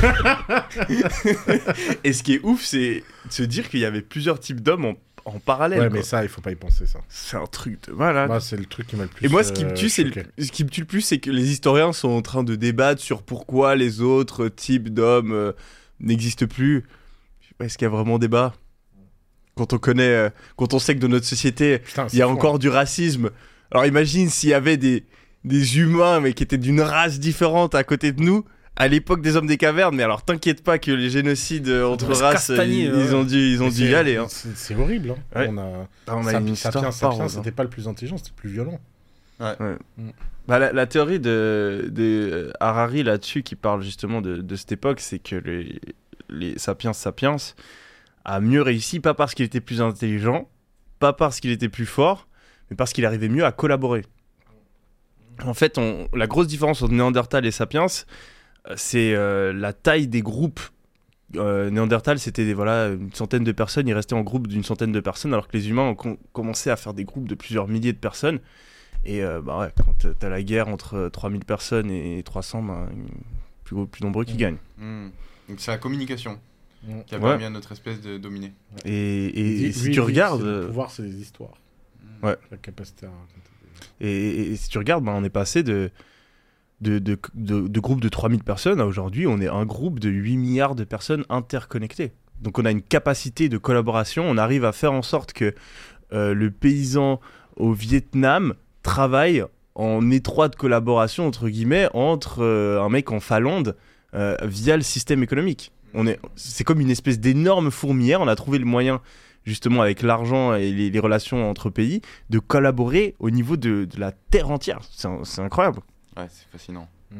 et ce qui est ouf, c'est de se dire qu'il y avait plusieurs types d'hommes en, en parallèle. Ouais, quoi. mais ça, il faut pas y penser, ça. C'est un truc de malade. Moi, c'est le truc qui m'a le plus Et moi, ce qui me euh, tue, c'est le- choqué. ce qui me tue le plus, c'est que les historiens sont en train de débattre sur pourquoi les autres types d'hommes euh, n'existent plus. Est-ce qu'il y a vraiment débat ? Quand on connaît, euh, quand on sait que dans notre société, Putain, il y a c'est fou, encore hein. du racisme. Alors imagine s'il y avait des, des humains, mais qui étaient d'une race différente à côté de nous, à l'époque des hommes des cavernes. Mais alors t'inquiète pas que les génocides euh, entre doit se races, euh, castagner, ils, ouais. ils ont dû, ils ont Mais dû y c'est- aller. Hein. C'est c'est horrible, hein. Ouais. On a... Ah, on a Sapi- une histoire Sapiens, pas Sapiens, rose, hein. c'était pas le plus intelligent, c'était le plus violent. Bah, la, la théorie de, de euh, Harari là-dessus, qui parle justement de, de cette époque, c'est que les, les Sapiens Sapiens a mieux réussi, pas parce qu'il était plus intelligent, pas parce qu'il était plus fort, mais parce qu'il arrivait mieux à collaborer. En fait, on, la grosse différence entre Néandertal et Sapiens, euh, c'est euh, la taille des groupes. Euh, Néandertal, c'était des, voilà, une centaine de personnes, ils restaient en groupe d'une centaine de personnes, alors que les humains ont com- commencé à faire des groupes de plusieurs milliers de personnes. Et euh, bah ouais, quand t'as la guerre entre trois mille personnes et trois cents, bah, plus, gros- plus nombreux qui Mm. gagnent. Hmm. Donc c'est la communication Mm. qui a Ouais. permis à notre espèce de dominer. Et, et- et Oui, si oui, tu oui, regardes, c'est le euh, pouvoir, c'est les histoires. Ouais. La capacité à raconter. et, et- et si tu regardes, bah, on est passé de, de, de, de, de groupes de trois mille personnes à aujourd'hui, on est un groupe de huit milliards de personnes interconnectées. Donc on a une capacité de collaboration, on arrive à faire en sorte que euh, le paysan au Vietnam travaille en étroite collaboration, entre guillemets, entre euh, un mec en Finlande euh, via le système économique. On est, c'est comme une espèce d'énorme fourmilière, on a trouvé le moyen, justement avec l'argent et les, les relations entre pays, de collaborer au niveau de, de la terre entière. C'est, un- c'est incroyable. Ouais, c'est fascinant. Mm.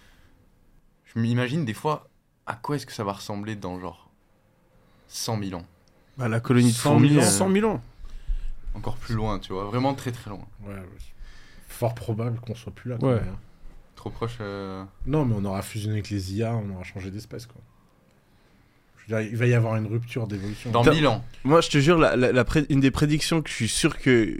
Je m'imagine des fois à quoi est-ce que ça va ressembler dans genre cent mille ans. Bah, la colonie de cent fourmis, mille ans. euh, cent mille ans. Encore plus loin, tu vois, vraiment très très loin. Ouais, ouais. Fort probable qu'on soit plus là. quand Ouais. même, hein. Trop proche. euh, Non, mais on aura fusionné avec les I A, on aura changé d'espèce, quoi. Je veux dire, il va y avoir une rupture d'évolution. Dans Putain. mille ans. Moi, je te jure, la, la- la pré- une des prédictions que je suis sûr que,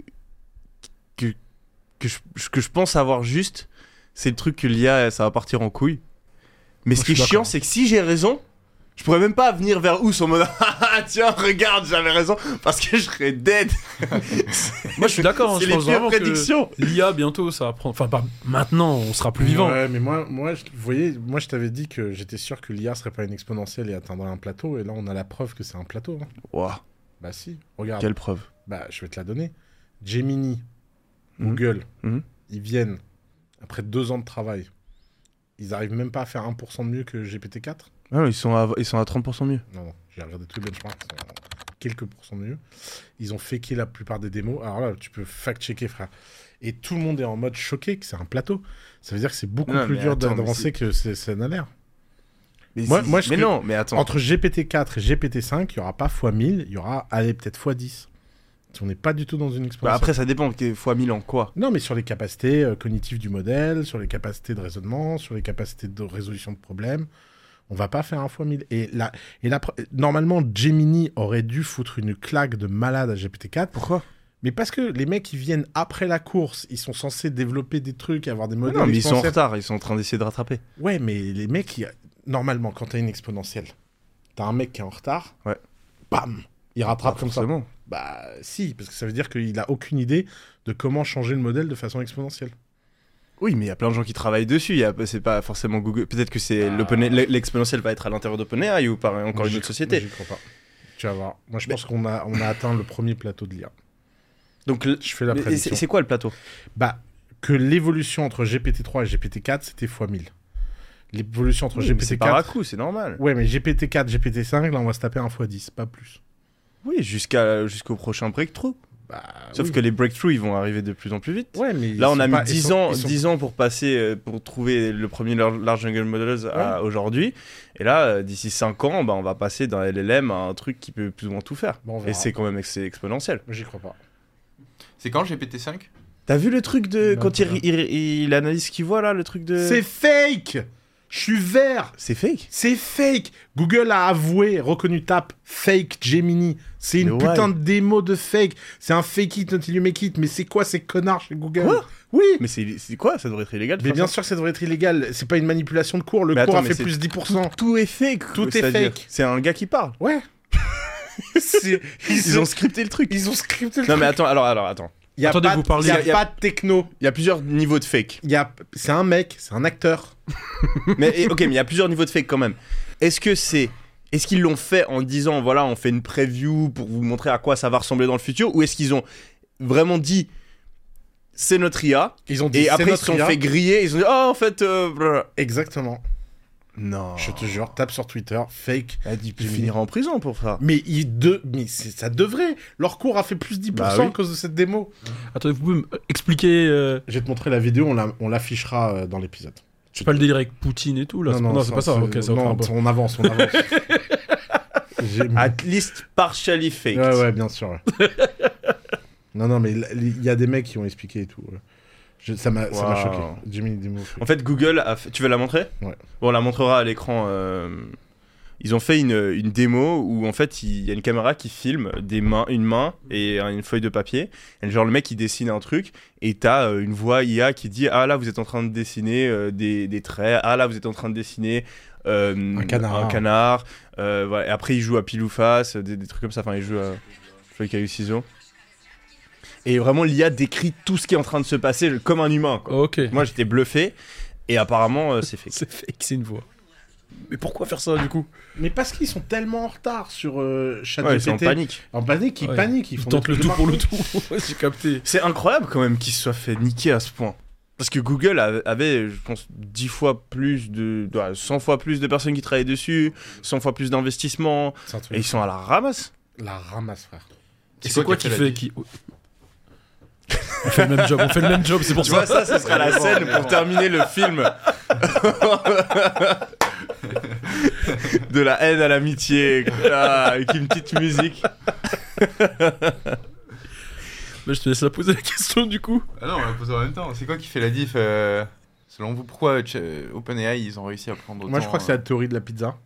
que, que, je, que je pense avoir juste, c'est le truc que l'I A, ça va partir en couille. Mais Moi, ce qui est je suis chiant, d'accord. c'est que si j'ai raison, je pourrais même pas venir vers Ous en mode ah tiens, regarde, j'avais raison, parce que je serais dead. Moi, je suis d'accord. hein, C'est je les pense pires vraiment que prédictions. l'I A, bientôt, ça va prendre. Enfin, pas maintenant, on sera plus vivant. Ouais, mais moi, moi, je- vous voyez, moi, je t'avais dit que j'étais sûr que l'I A serait pas une exponentielle et atteindrait un plateau, et là, on a la preuve que c'est un plateau. hein. Ouah, Bah si, regarde. quelle preuve. Bah, je vais te la donner. Gemini, Mhm. Google, Mhm. ils viennent, après deux ans de travail, ils arrivent même pas à faire un pour cent de mieux que G P T quatre. Ah, ils, sont à, ils sont à trente pour cent mieux. Non, non, j'ai regardé tous les benchmarks, ils sont quelques pourcents mieux. Ils ont faké la plupart des démos. Alors là, tu peux fact-checker, frère. Et tout le monde est en mode choqué que c'est un plateau. Ça veut dire que c'est beaucoup Non, plus mais dur attends, mais d'avancer c'est- que c'est- ça n'a l'air. Mais, Moi- si- moi, je mais que- non, mais attends. Entre G P T quatre et G P T cinq, il n'y aura pas fois mille, il y aura, allez, peut-être fois dix. On n'est pas du tout dans une Bah, exponentielle. après, ça dépend, que- fois mille en quoi. Non, mais sur les capacités euh, cognitives du modèle, sur les capacités de raisonnement, sur les capacités de résolution de problèmes, on va pas faire un fois mille. Et là, et là, normalement, Gemini aurait dû foutre une claque de malade à G P T quatre. Pourquoi? Mais parce que les mecs, ils viennent après la course, ils sont censés développer des trucs, avoir des modèles Non, mais ils sont en exponentiels. retard, ils sont en train d'essayer de rattraper. Ouais, mais les mecs, ils- normalement, quand t'as une exponentielle, t'as un mec qui est en retard, Ouais. bam, il rattrape comme ça. Forcément. Bah si, parce que ça veut dire qu'il a aucune idée de comment changer le modèle de façon exponentielle. Oui, mais il y a plein de gens qui travaillent dessus. Il y a- C'est pas forcément Google. Peut-être que c'est Ah. l'open- l'exponentiel va être à l'intérieur d'OpenAI ou par encore Moi, une j'y- autre société. moi, j'y crois pas. Tu vas voir. Moi, je pense qu'on a, on a atteint le premier plateau de l'I A. Donc, le- Je fais la mais prédiction. c'est c'est quoi le plateau? Bah, que l'évolution entre G P T trois et G P T quatre, c'était fois mille. L'évolution entre Oui, mais c'est par à G P T quatre... coup, c'est normal. Ouais, mais G P T quatre, G P T cinq, là, on va se taper un fois dix, pas plus. Oui, jusqu'à jusqu'au prochain breakthrough. Bah, Sauf oui. que les breakthroughs, ils vont arriver de plus en plus vite. Ouais, mais Là, ils on a sont mis pas- dix ils sont- ans, ils sont- dix ans pour passer, euh, pour trouver le premier lar- Large Language Models à aujourd'hui. Et là, euh, d'ici cinq ans, bah, on va passer d'un L L M à un truc qui peut plus ou moins tout faire. Bon, on Et verra. c'est quand même ex- c'est exponentiel. J'y crois pas. C'est quand G P T cinq? T'as vu le truc de Non, quand pas il, il, il analyse ce qu'il voit là, le truc de. C'est fake. Je suis vert. C'est fake. C'est fake. Google a avoué, reconnu tape, fake Gemini. C'est une Mais putain why? de démo de fake. C'est un fake it until you make it. Mais c'est quoi ces connards chez Google? Quoi? Oui. Mais c'est c'est quoi? Ça devrait être illégal de Mais faire bien ça sûr que ça devrait être illégal. C'est pas une manipulation de cours. Le Mais cours attends, a mais fait c'est- plus dix pour cent. Tout est fake. Tout est c'est-à-dire, fake. C'est un gars qui parle. Ouais. C'est- Ils ont scripté le truc. Ils ont scripté le Non truc. mais attends, alors, alors attends. Il y a Attendez, pas, vous de- parlez- il y a il y a- pas de techno. Il y a plusieurs niveaux de fake. Il y a... C'est un mec, c'est un acteur. mais et- ok, mais il y a plusieurs niveaux de fake quand même. Est-ce que c'est, est-ce qu'ils l'ont fait en disant voilà, on fait une preview pour vous montrer à quoi ça va ressembler dans le futur, ou est-ce qu'ils ont vraiment dit c'est notre I A Ils ont dit et c'est après ils notre se sont I A. fait griller, ils ont dit oh en fait euh, blablabla. Exactement. Non. Je te jure, tape sur Twitter, fake. Elle dit tu Gemini. finiras en prison pour ça. Mais, ils de... mais c'est- ça devrait. Leur cours a fait plus dix pour cent Bah oui. à cause de cette démo. Attendez, vous pouvez m'expliquer. Euh... Je vais te montrer la vidéo, on la- on l'affichera euh, dans l'épisode. C'est pas le délire avec Poutine et tout là. c'est- Non, c'est pas ça. Ok, ça non, va. on avance, on avance. J'ai- At least partially fake. Ouais, ouais, bien sûr. ouais. non, non, mais il y a des mecs qui ont expliqué et tout. ouais. Je- ça m'a ça m'a Wow. choqué. Jimmy Demo. fait- En fait, Google a fait... Tu veux la montrer? Ouais. Bon, on la montrera à l'écran. euh, Ils ont fait une, une démo où en fait il y a une caméra qui filme des mains, une main et une feuille de papier. Et genre le mec il dessine un truc et t'as euh, une voix I A qui dit ah là vous êtes en train de dessiner euh, des, des traits, ah là vous êtes en train de dessiner euh, Un canard. un canard. Euh, voilà. Et après il joue à pile ou face, des, des trucs comme ça. Enfin il joue à feuille caillou ciseaux. Et vraiment l'I A décrit tout ce qui est en train de se passer comme un humain. Quoi. Ok. Moi j'étais bluffé et apparemment euh, c'est fake. C'est fake, c'est une voix. Mais pourquoi faire ça du coup? Mais parce qu'ils sont tellement en retard sur euh, ChatGPT. Ouais, c'est en panique. En panique, ils Ouais. paniquent. Ils, Ils font tentent des le trucs tout de pour le marketing. tout. J'ai capté. C'est incroyable quand même qu'il se soit fait niquer à ce point. Parce que Google avait, avait, je pense, dix fois plus de, de- cent fois plus de personnes qui travaillaient dessus, cent fois plus d'investissement, C'est un truc. et ils sont à la ramasse. La ramasse, frère. Et C'est c'est quoi quoi qui qui a fait la fait qui On fait le même job, on fait le même job, c'est pour Tu ça. vois, ça, ce sera la Bon, scène bon. pour terminer le film. De la haine à l'amitié, ah, avec une petite musique. Mais je te laisse la poser la question du coup. Ah non, on va poser en même temps. C'est quoi qui fait la diff euh, selon vous? Pourquoi Ch- OpenAI ils ont réussi à prendre autant Moi, je crois que c'est euh, la théorie de la pizza.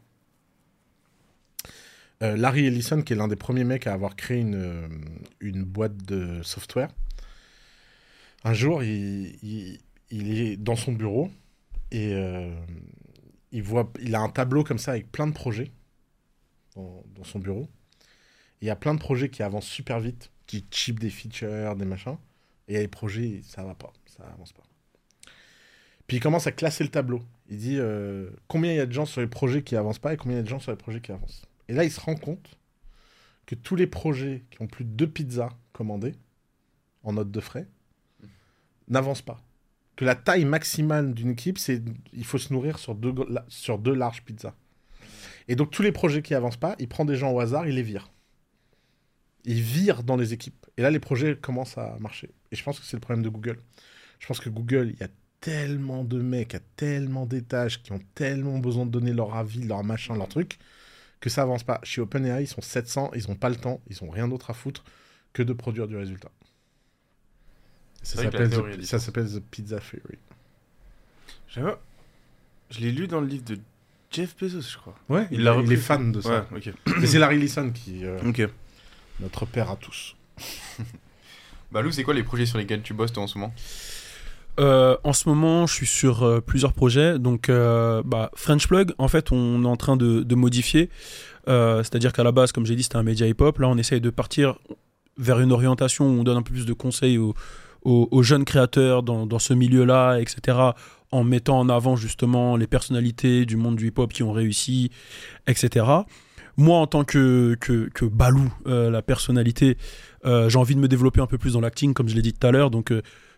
Euh, Larry Ellison, qui est l'un des premiers mecs à avoir créé une, euh, une boîte de software, un jour, il, il, il est dans son bureau et euh, il, voit, il a un tableau comme ça avec plein de projets dans, dans son bureau. Il y a plein de projets qui avancent super vite, qui chipent des features, des machins. Et il y a des projets, ça va pas, ça avance pas. Puis il commence à classer le tableau. Il dit euh, combien il y a de gens sur les projets qui avancent pas et combien il y a de gens sur les projets qui avancent. Et là, il se rend compte que tous les projets qui ont plus de deux pizzas commandées en note de frais n'avancent pas. Que la taille maximale d'une équipe, c'est il faut se nourrir sur deux, gr- la- sur deux larges pizzas. Et donc tous les projets qui avancent pas, il prend des gens au hasard, il les vire. Il vire dans les équipes. Et là, les projets commencent à marcher. Et je pense que c'est le problème de Google. Je pense que Google, il y a tellement de mecs à tellement d'étages qui ont tellement besoin de donner leur avis, leur machin, leur truc, que ça avance pas. Chez OpenAI, ils sont sept cents, ils ont pas le temps, ils ont rien d'autre à foutre que de produire du résultat. Ça C'est vrai que la s'appelle théorie, the, elle est ça s'appelle The Pizza Theory. J'avoue, je l'ai lu dans le livre de Jeff Bezos, je crois. Ouais, Il il, l'a il repris. est fan de ça. Ouais, ok. Mais c'est Larry Ellison qui, euh, Ok. notre père à tous. Balou, c'est quoi les projets sur lesquels tu bosses toi en ce moment? Euh, en ce moment, je suis sur euh, plusieurs projets. Donc, euh, bah, French Plug, en fait, on est en train de, de modifier. Euh, c'est-à-dire qu'à la base, comme j'ai dit, c'était un média hip-hop. Là, on essaye de partir vers une orientation où on donne un peu plus de conseils aux, aux, aux jeunes créateurs dans, dans ce milieu-là, et cetera, en mettant en avant justement les personnalités du monde du hip-hop qui ont réussi, et cetera. Moi, en tant que, que, que Balou, euh, la personnalité, euh, j'ai envie de me développer un peu plus dans l'acting, comme je l'ai dit tout à l'heure. Donc, euh,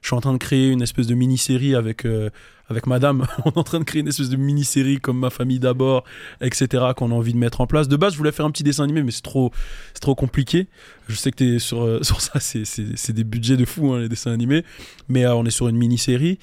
je suis en train de créer une espèce de mini-série avec, euh, avec madame. On est en train de créer une espèce de mini-série comme Ma famille d'abord, et cetera, qu'on a envie de mettre en place. De base, je voulais faire un petit dessin animé, mais c'est trop, c'est trop compliqué. Je sais que t'es sur, euh, sur ça, c'est, c'est, c'est des budgets de fou, hein, les dessins animés. Mais euh, on est sur une mini-série.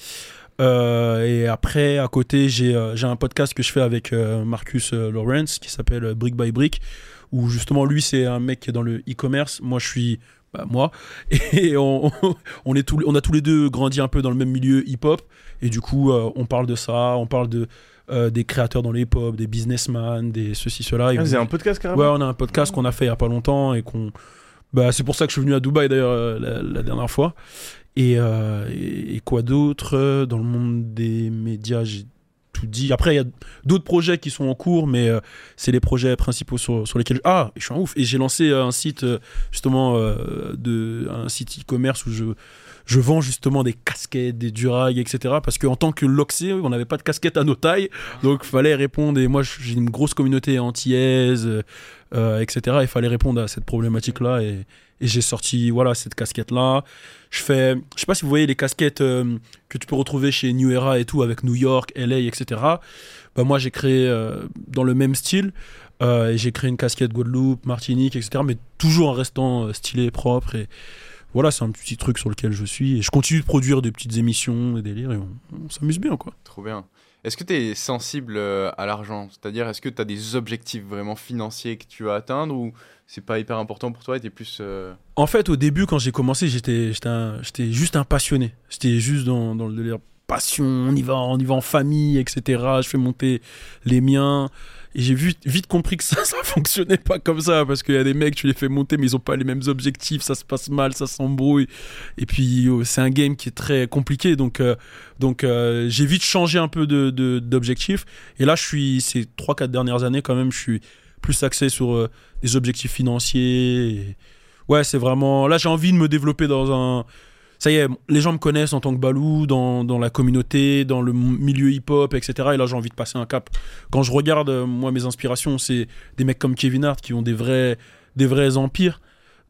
Euh, et après, à côté, j'ai, euh, j'ai un podcast que je fais avec euh, Marcus euh, Lawrence qui s'appelle euh, Brick by Brick, où justement, lui, c'est un mec qui est dans le e-commerce. Moi, je suis... Bah, moi, et on, on, est tous, on a tous les deux grandi un peu dans le même milieu hip-hop, et du coup, euh, on parle de ça, on parle de, euh, des créateurs dans le hip-hop, des businessmen, des ceci, cela. Ah, on... vous avez un podcast carrément? Ouais, on a un podcast qu'on a fait il y a pas longtemps, et qu'on... Bah, c'est pour ça que je suis venu à Dubaï, d'ailleurs, euh, la, la dernière fois. Et, euh, et, et quoi d'autre? Dans le monde des médias, j'ai tout dit. Après, il y a d'autres projets qui sont en cours, mais euh, c'est les projets principaux sur, sur lesquels... Ah, je suis un ouf. Et j'ai lancé euh, un site, euh, justement, euh, de, un site e-commerce où je, je vends justement des casquettes, des durags, et cetera. Parce qu'en tant que Loxé, on n'avait pas de casquettes à nos tailles. Donc, il fallait répondre. Et moi, j'ai une grosse communauté antillaise, euh, et cetera. Il fallait répondre à cette problématique-là. Et, et j'ai sorti, voilà, cette casquette-là. Je fais, je sais pas si vous voyez les casquettes euh, que tu peux retrouver chez New Era et tout, avec New York, L A, et cetera. Bah, moi, j'ai créé euh, dans le même style. Euh, et j'ai créé une casquette Guadeloupe, Martinique, et cetera. Mais toujours en restant euh, stylé, propre. Et voilà, c'est un petit truc sur lequel je suis. Et je continue de produire des petites émissions, des délires, et on, on s'amuse bien, quoi. Trop bien. Est-ce que tu es sensible euh, à l'argent? C'est-à-dire, est-ce que tu as des objectifs vraiment financiers que tu veux atteindre, ou c'est pas hyper important pour toi et tu es plus... euh, En fait, au début, quand j'ai commencé, j'étais, j'étais, un- j'étais juste un passionné. J'étais juste dans, dans le délire passion, on y va, on y va en famille, et cetera. Je fais monter les miens. Et j'ai vite, vite compris que ça, ça fonctionnait pas comme ça, parce qu'il y a des mecs, tu les fais monter, mais ils ont pas les mêmes objectifs, ça se passe mal, ça s'embrouille. Et puis, oh, c'est un game qui est très compliqué, donc, euh, donc euh, j'ai vite changé un peu de, de, d'objectifs. Et là, je suis, ces trois quatre dernières années, quand même, je suis plus axé sur euh, des objectifs financiers. Et... Ouais, c'est vraiment... Là, j'ai envie de me développer dans un... Ça y est, les gens me connaissent en tant que Balou, dans, dans la communauté, dans le milieu hip-hop, et cetera. Et là, j'ai envie de passer un cap. Quand je regarde, euh, moi, mes inspirations, c'est des mecs comme Kevin Hart qui ont des vrais, des vrais empires,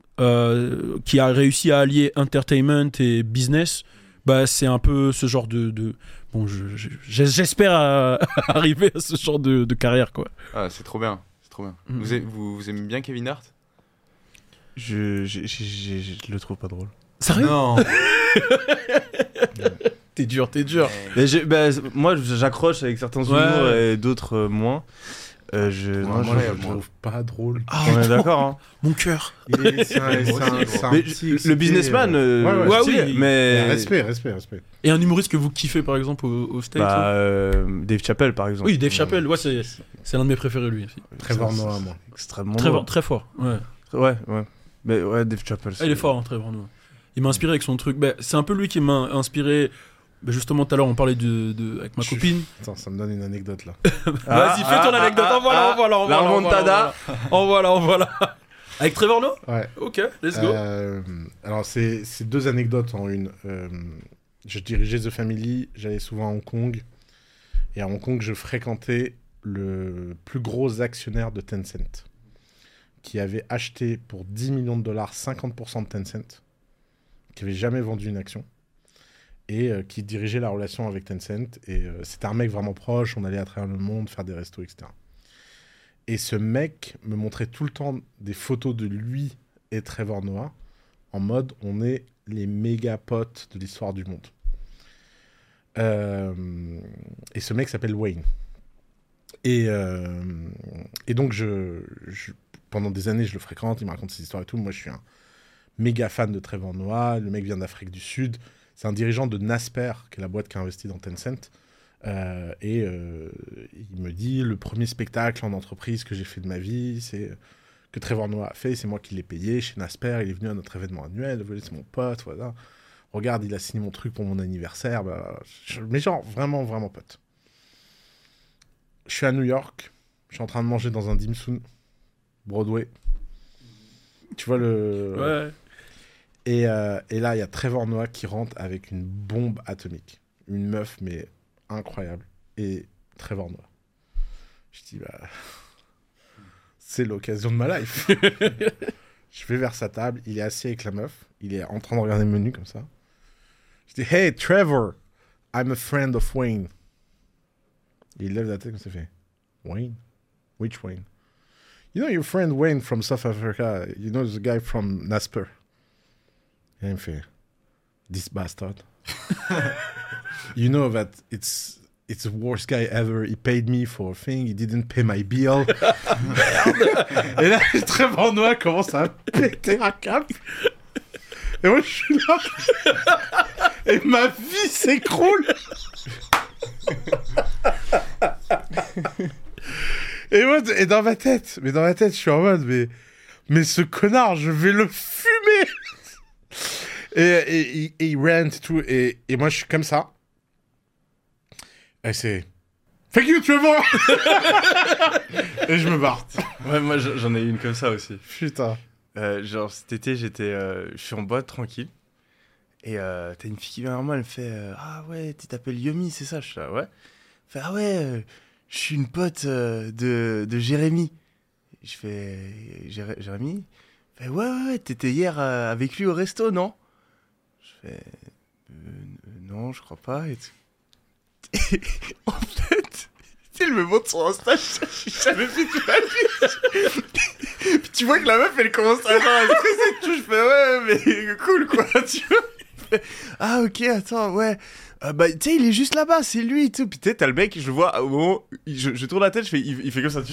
euh, qui a réussi à allier entertainment et business. Bah, c'est un peu ce genre de... de... Bon, je, je- j'espère à- arriver à ce genre de, de carrière, quoi. Ah, c'est trop bien. C'est trop bien. Mhm. Vous, a- vous, vous aimez bien Kevin Hart? Je, je, je, je- je le trouve pas drôle. Sérieux? Non. T'es dur, t'es dur. Mais j'ai- bah, c'est- moi, j'accroche avec certains humours Ouais. et d'autres euh, moins. Euh, je, Moi, non, moi, je- je je- le trouve pas drôle. Ah, on est d'accord, hein. mon cœur. Il est- C'est un, c'est un- c'est un Mais petit le excité, businessman, euh, euh, ouais, ouais. Ouais, stylé, oui. mais Respect, respect, respect. Et un humoriste que vous kiffez, par exemple, au, au States? bah, hein euh, Dave Chappelle, par exemple. Oui, Dave Chappelle, ouais, c'est, c'est l'un de mes préférés, lui aussi. Trevor C'est- Noah, c'est moi. Extrêmement Très, drôle. très fort, ouais. Ouais, ouais. Mais ouais, Dave Chappelle. Ah, il est fort, hein, Trevor Noah. Il m'a inspiré avec son truc. Bah, c'est un peu lui qui m'a inspiré. Bah, justement, tout à l'heure, on parlait de, de, avec ma Je suis- copine. Attends, ça me donne une anecdote là. Vas-y, fais ton anecdote. ah, Envoie-la, ah, envoie-la, la envoie-la. remontada. Envoie-la, envoie-la. Avec Trevor Noah? Ouais. Ok, let's go. Euh, alors, c'est c'est deux anecdotes en une. Euh, je dirigeais The Family, j'allais souvent à Hong Kong. Et à Hong Kong, je fréquentais le plus gros actionnaire de Tencent, qui avait acheté pour dix millions de dollars cinquante pour cent de Tencent, qui avait jamais vendu une action, et euh, qui dirigeait la relation avec Tencent. Et euh, c'était un mec vraiment proche, on allait à travers le monde faire des restos, et cetera. Et ce mec me montrait tout le temps des photos de lui et Trevor Noah, en mode on est les méga potes de l'histoire du monde. Euh, et ce mec s'appelle Wayne. Et, euh, et donc, je, je- pendant des années, je le fréquente, il me raconte ses histoires et tout. Moi, je suis un méga fan de Trevor Noah. Le mec vient d'Afrique du Sud. C'est un dirigeant de Naspers, qui est la boîte qui a investi dans Tencent. Euh, et euh, il me dit, le premier spectacle en entreprise que j'ai fait de ma vie, c'est que Trevor Noah a fait, c'est moi qui l'ai payé chez Naspers. Il est venu à notre événement annuel, c'est mon pote, voilà. Regarde, il a signé mon truc pour mon anniversaire. Bah, je- mais genre, vraiment, vraiment pote. Je suis à New York, je suis en train de manger dans un dim sum, Broadway. Tu vois le... Ouais. Et, euh, et là, il y a Trevor Noah qui rentre avec une bombe atomique. Une meuf, mais incroyable. Et Trevor Noah. Je dis, bah... c'est l'occasion de ma life. Je vais vers sa table, il est assis avec la meuf, il est en train de regarder le menu comme ça. Je dis, hey, Trevor, I'm a friend of Wayne. Et il lève la tête comme ça, il fait, Wayne? Which Wayne? You know your friend Wayne from South Africa, you know the guy from Nasper. Et il me fait, this bastard. You know that it's it's the worst guy ever. He paid me for a thing. He didn't pay my bill. Et là, Trevor Noah commence à péter un câble. Et moi, je suis là. Et ma vie s'écroule. Et moi, et dans ma tête, mais dans ma tête, je suis en mode, mais, mais ce connard, je vais le fumer. Et, et, et, et il rant et tout. Et, et moi, je suis comme ça. Et c'est... Thank you, Trevor. Et je me barre. Ouais, moi j'en j'en ai eu une comme ça aussi. Putain. Euh, genre cet été, j'étais, euh, je suis en boîte tranquille. Et euh, t'as une fille qui vient vers moi, elle me fait euh, ah ouais, tu t'appelles Yomi, c'est ça? Je suis là, ouais. Elle fait ah ouais, euh, je suis une pote euh, de, de Jérémy. Je fais Jéré- Jérémy? Elle fait ouais, ouais, ouais, t'étais hier euh, avec lui au resto, non? Je fais euh, euh, non, je crois pas. Et tout. Et en fait, il me montre son Insta, je suis jamais vu toute ma vie. Puis tu vois que la meuf, elle commence à genre à stresser et tout. Je fais ouais, mais cool quoi, tu vois. Il fait, ah ok, attends, ouais. Euh, bah, tu sais, il est juste là-bas, c'est lui et tout. Puis tu sais, t'as le mec, je le vois au moment où je, je tourne la tête, je fais, il, il fait comme ça, tu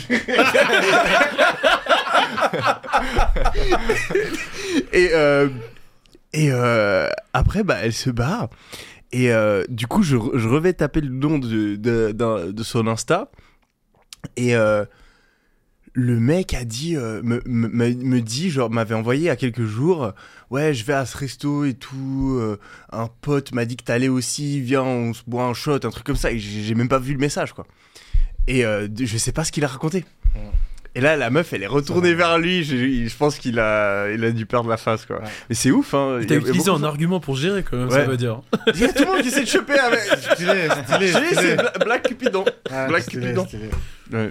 Et, euh, et euh, après, bah, elle se barre. Et euh, du coup, je, je revais taper le nom de, de, de, de son Insta. Et euh, le mec a dit, euh, me, me, me dit, genre, m'avait envoyé il y a quelques jours, ouais, je vais à ce resto et tout. Euh, un pote m'a dit que t'allais aussi, viens, on se boit un shot, un truc comme ça. Et j'ai, j'ai même pas vu le message, quoi. Et euh, je sais pas ce qu'il a raconté. Et là, la meuf, elle est retournée vers lui. Je, je pense qu'il a, il a dû perdre la face, quoi. Ouais. Mais c'est ouf, hein. T'as utilisé un argument pour gérer, quand même, ouais. Ça veut dire. Il y a tout le monde qui essaie de choper avec. Stylé, stylé, stylé. stylé. C'est Bla- Black Cupidon. Ah, Black stylé, Cupidon. stylé. Ouais.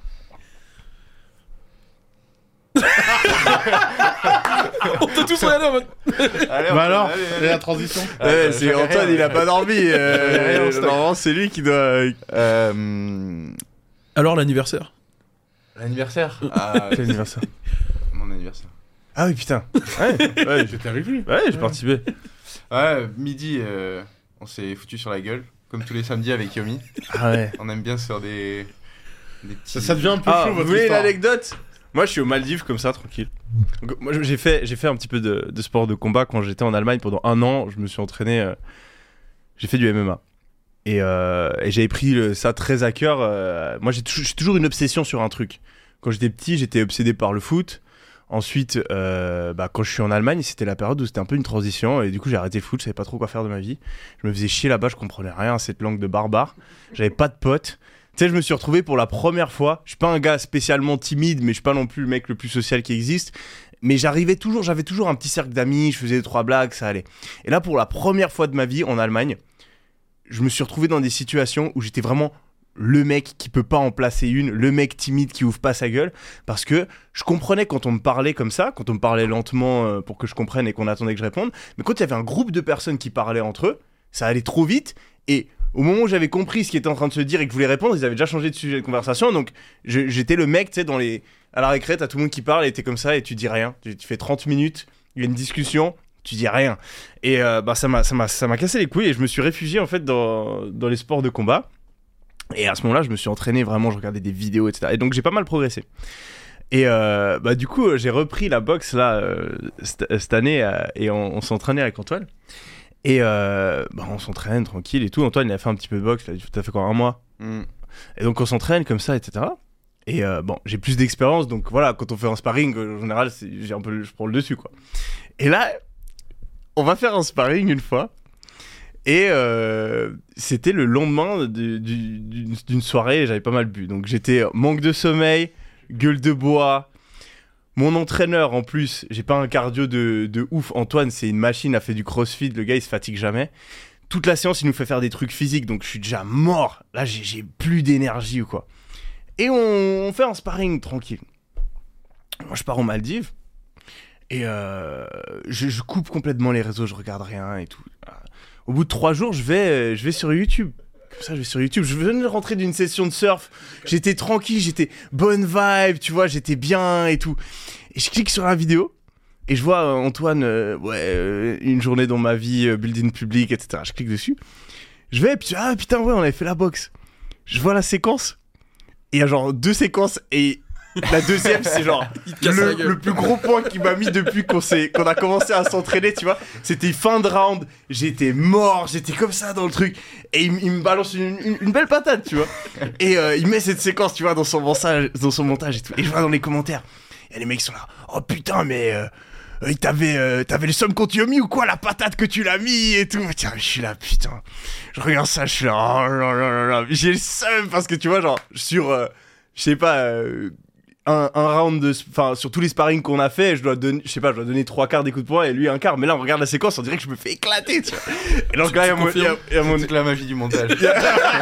On peut tous regarder en mode. Allez, Bah alors, allez, et allez. la transition? Ouais, c'est Antoine, il a pas dormi. Euh, Rien en stock. normalement, c'est lui qui doit. Euh, Alors, l'anniversaire. L'anniversaire. Ah, Quel anniversaire? mon anniversaire. Ah oui, putain. Ouais, ouais, J'étais avec lui. ouais, j'ai participé. Ouais, midi, euh, on s'est foutu sur la gueule, comme tous les samedis avec Yomi. Ah ouais. On aime bien se faire des, des petits... Ça, ça devient un peu Ah, chaud, vous votre voulez histoire. l'anecdote? Moi, je suis aux Maldives comme ça, tranquille. Donc, moi, j'ai fait, j'ai fait un petit peu de, de sport de combat quand j'étais en Allemagne pendant un an. Je me suis entraîné. euh, j'ai fait du M M A. Et, euh, et j'avais pris le- ça très à cœur. euh, moi, j'ai, tou- j'ai toujours une obsession sur un truc. Quand j'étais petit, j'étais obsédé par le foot. Ensuite, euh, bah, quand je suis en Allemagne, c'était la période où c'était un peu une transition. Et du coup, j'ai arrêté le foot. Je savais pas trop quoi faire de ma vie. Je me faisais chier là-bas. Je comprenais rien à cette langue de barbare. J'avais pas de potes. Tu sais, je me suis retrouvé pour la première fois. Je suis pas un gars spécialement timide, mais je suis pas non plus le mec le plus social qui existe. Mais j'arrivais toujours, j'avais toujours un petit cercle d'amis, je faisais deux, trois blagues, ça allait. Et là, pour la première fois de ma vie en Allemagne, je me suis retrouvé dans des situations où j'étais vraiment le mec qui peut pas en placer une, le mec timide qui ouvre pas sa gueule, parce que je comprenais quand on me parlait comme ça, quand on me parlait lentement euh, pour que je comprenne et qu'on attendait que je réponde, mais quand il y avait un groupe de personnes qui parlaient entre eux, ça allait trop vite, et au moment où j'avais compris ce qui était en train de se dire et que je voulais répondre, ils avaient déjà changé de sujet de conversation, donc je- j'étais le mec, tu sais, dans les... à la récré, t'as tout le monde qui parle et t'es comme ça et tu dis rien. Tu, tu fais trente minutes, il y a une discussion, tu dis rien. Et euh, bah, ça m'a ça m'a- ça m'a cassé les couilles et je me suis réfugié en fait dans, dans les sports de combat. Et à ce moment-là, je me suis entraîné vraiment, je regardais des vidéos, et cetera. Et donc j'ai pas mal progressé. Et euh, bah, du coup, j'ai repris la boxe là, euh, cette, cette année euh, et on, on s'entraînait avec Antoine. Et euh, bah, on s'entraîne tranquille et tout. Antoine, il a fait un petit peu de boxe, là, t'as fait quoi, un mois? Mm. Et donc on s'entraîne comme ça, et cetera. Et euh, bon, j'ai plus d'expérience, donc voilà, quand on fait un sparring, en général, c'est- j'ai un peu, je prends le dessus, quoi. Et là, on va faire un sparring une fois. Et euh, c'était le lendemain de- du- d'une d'une soirée, et j'avais pas mal bu. Donc j'étais manque de sommeil, gueule de bois. Mon entraîneur, en plus, j'ai pas un cardio de, de ouf. Antoine, c'est une machine, a fait du crossfit, le gars, il se fatigue jamais. Toute la séance, il nous fait faire des trucs physiques, donc je suis déjà mort. Là, j'ai j'ai plus d'énergie ou quoi. Et on, on fait un sparring tranquille. Moi, je pars aux Maldives. Et euh, je, je coupe complètement les réseaux, je regarde rien et tout. au bout de trois jours, je vais, euh, je vais sur YouTube. Comme ça, je vais sur YouTube. Je venais de rentrer d'une session de surf. J'étais tranquille, j'étais bonne vibe, tu vois, j'étais bien et tout. Et je clique sur la vidéo et je vois euh, Antoine, euh, ouais, euh, une journée dans ma vie, euh, building public, et cetera. Je clique dessus. Je vais, et puis ah putain, ouais, on avait fait la boxe. Je vois la séquence. Et il y a genre deux séquences et la deuxième, c'est genre casse la le, gueule. le plus gros point qui m'a mis depuis qu'on, s'est, qu'on a commencé à s'entraîner, tu vois. C'était fin de round, j'étais mort, j'étais comme ça dans le truc. Et il, m- il me balance une, une, une belle patate, tu vois. Et euh, il met cette séquence, tu vois, dans son, montage, dans son montage et tout. Et je vois dans les commentaires, il y a les mecs qui sont là. Oh putain, mais euh, euh, t'avais, euh, t'avais le somme contre Yomi ou quoi, la patate que tu l'as mis et tout. Tiens, je suis là, putain. Je regarde ça, je suis là. Oh là là là là. J'ai le seum parce que tu vois, genre, sur, euh, je sais pas. Euh, Un, un round de, enfin sur tous les sparring qu'on a fait, je dois donner, je sais pas, je dois donner trois quarts des coups de poing et lui un quart. Mais là on regarde la séquence, on dirait que je me fais éclater, tu vois. Et donc là il y a mon- il y a- il y a mon, Toute la magie du montage. il y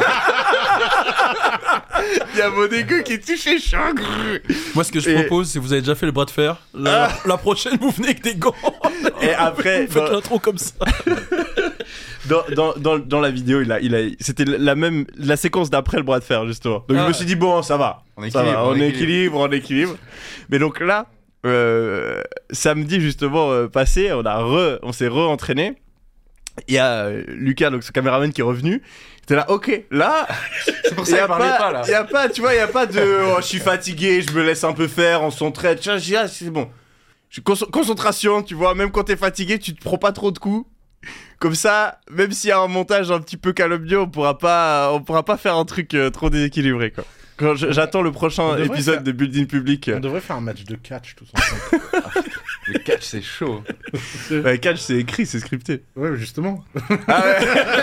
a mon égo qui est touché, je suis un gros. Moi, ce que je Et- propose, c'est vous avez déjà fait le bras de fer. La, la prochaine, vous venez avec des gants. Et après, Vous faites dans, l'intro comme ça. dans, dans, dans, dans la vidéo, il a, il a, c'était la même, la séquence d'après le bras de fer justement. Donc Ah. je me suis dit bon, ça va, On ça équilibre, va, on on équilibre. équilibre, on équilibre. Mais donc là, euh, samedi justement euh, passé, on a re, on s'est re-entraîné. Il y a euh, Lucas, donc ce caméraman qui est revenu. C'était là, ok, là, C'est pour il y ça a qu'il parlait pas, pas là. y a pas, tu vois, il y a pas de, oh, je suis fatigué, je me laisse un peu faire, on s'entraide. Tiens, j'ai- ah, c'est bon. Je- con- concentration, tu vois, même quand t'es fatigué, tu te prends pas trop de coups. Comme ça, même s'il y a un montage un petit peu calomnieux, on pourra pas, on pourra pas faire un truc euh, trop déséquilibré, quoi. Quand je- j'attends le On prochain devrait épisode faire- de Building Public. On devrait faire un match de catch tous ensemble. Le catch, c'est chaud. Ouais, catch, c'est écrit, c'est scripté. Ouais, justement. Ah ouais.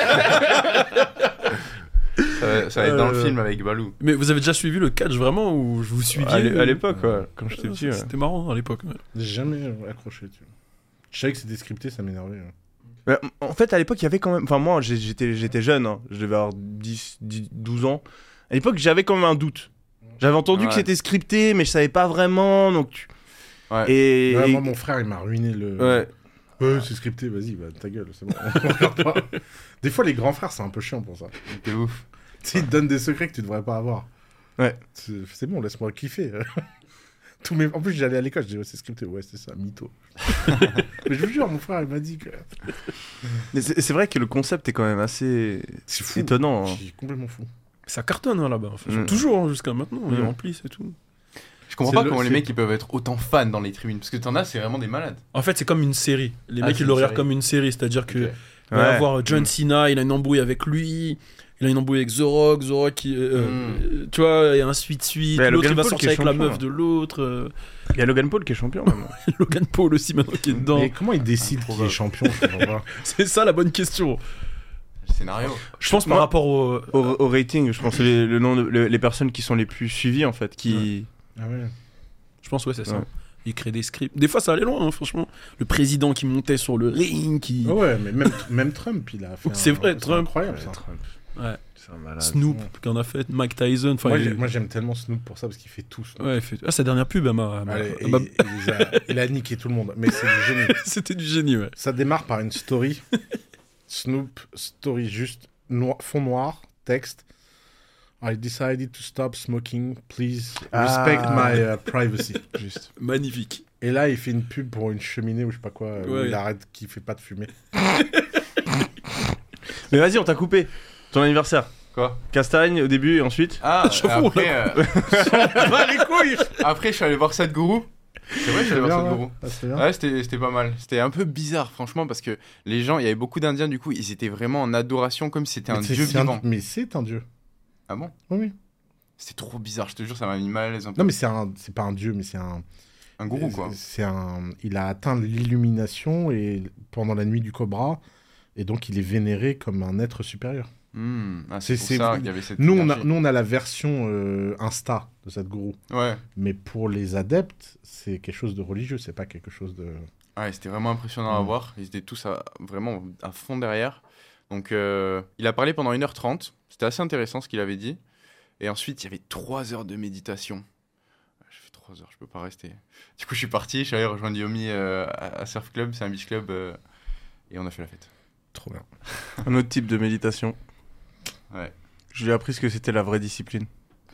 Ça va, ça va être dans le Euh, film avec Balou. Mais vous avez déjà suivi le catch vraiment ou je vous suiviez À l'é- à euh, l'époque, ouais, quand j'étais Ah, petit. Ouais. C'était marrant à l'époque. ouais. J'ai jamais euh, accroché, tu vois. Je savais que c'était scripté, ça m'énervait. hein. Ouais, en fait, à l'époque, il y avait quand même. Enfin, moi, j'ai- j'étais, j'étais jeune, hein. Je devais avoir dix, dix, douze ans. À l'époque, j'avais quand même un doute. J'avais entendu Ouais. que c'était scripté, mais je savais pas vraiment. Donc, tu- Ouais. Et. Ouais, et- moi, mon frère, il m'a ruiné le. Ouais. Ouais, c'est scripté, vas-y, bah, ta gueule, c'est bon. On regarde pas. Des fois, les grands frères, c'est un peu chiant pour ça. T'es ouf. Tu sais, ils te donnent des secrets que tu devrais pas avoir. Ouais. C'est, c'est bon, laisse-moi kiffer. Tous mes... En plus, j'allais à l'école, je disais, ouais, c'est scripté. Ouais, c'est ça, mytho. Mais je vous jure, mon frère, il m'a dit que. Mais c'est, c'est vrai que le concept est quand même assez C'est fou. étonnant. Je hein. suis complètement fou. Ça cartonne hein, là-bas. Enfin, Mm. Toujours hein, jusqu'à maintenant. Ils Mm. remplissent et tout. Je comprends C'est pas le- comment les c'est- mecs ils peuvent être autant fans dans les tribunes. Parce que t'en as, c'est vraiment des malades. En fait, c'est comme une série. Les Ah, mecs, c'est ils le une regardent série. comme une série. C'est-à-dire que Ok. il va y Ouais. avoir John Mm. Cena, il a une embrouille avec lui. Il a une embrouille avec The Rock. The Rock, qui, euh, Mm. euh, tu vois, et ainsi de suite. Mais L'autre, Logan il va Paul sortir qui est avec la champion, meuf hein. de l'autre. euh, Il y a Logan Paul qui est champion. maintenant. Logan Paul aussi maintenant qui est dedans. Mais comment il décide qu'il est champion, je comprends pas. C'est ça la bonne question. Le scénario. Je pense par Moi- rapport au. Au, au rating, je pense que les, le nom de, le- les personnes qui sont les plus suivies, en fait, qui. Ah ouais. Je pense, ouais, c'est ça. Ouais. Il crée des scripts. Des fois, ça allait loin, hein, franchement. Le président qui montait sur le ring, qui. Ah ouais, mais même, même Trump, il a fait. C'est un- vrai, Trump. incroyable ça. Ouais. C'est un malade. Snoop, qui en a fait. Mike Tyson. Enfin, Moi, il- j'ai- moi, j'aime tellement Snoop pour ça parce qu'il fait tout. Snoop. Ouais, il fait- Ah, sa dernière pub, elle m'a. elle m'a- Allez, elle il, m'a- il les a, il a niqué tout le monde, mais c'est du génie. C'était du génie, ouais. Ça démarre par une story. Snoop, story juste, noi- fond noir, texte. I decided to stop smoking. Please respect Ah. my uh, privacy. Juste. Magnifique. Et là, il fait une pub pour une cheminée ou je sais pas quoi, euh, où Ouais. il arrête qu'il fait pas de fumée. Mais vas-y, on t'a coupé. Ton anniversaire. Quoi? Castagne au début et ensuite. Ah, J'avoue, après, euh, Bah, les couilles. après, je suis allé voir Sadhguru. C'est vrai, je suis allé voir Sadhguru. Ah, c'est bien. Ouais, c'était c'était pas mal. C'était un peu bizarre, franchement, parce que les gens, il y avait beaucoup d'Indiens, du coup, ils étaient vraiment en adoration, comme si c'était un Mais c'est- dieu c'est un- vivant. Mais c'est un dieu. Ah bon? Oui, oui. C'était trop bizarre, je te jure, ça m'a mis mal à l'aise un peu. Non, mais c'est un, c'est pas un dieu, mais c'est un. Un gourou, quoi. C'est un. Il a atteint l'illumination et pendant la nuit du Cobra, et donc il est vénéré comme un être supérieur. Hmm, ah, c'est C'est- pour c'est- ça qu'il y avait cette Nous, on a, énergie. nous, on a la version euh, Insta de cette gourou, Ouais. mais pour les adeptes, c'est quelque chose de religieux, c'est pas quelque chose de. Ouais, c'était vraiment impressionnant à Mm. voir. Ils étaient tous à- vraiment à fond derrière. Donc, euh, il a parlé pendant une heure trente. C'était assez intéressant ce qu'il avait dit. Et ensuite, il y avait trois heures de méditation. Je fais trois heures, je peux pas rester. Du coup, je suis parti. Je suis allé rejoindre Yomi euh, à, à Surf Club. C'est un beach club. euh, et on a fait la fête. Trop bien. Un autre type de méditation. Ouais. Je lui ai appris ce que c'était la vraie discipline.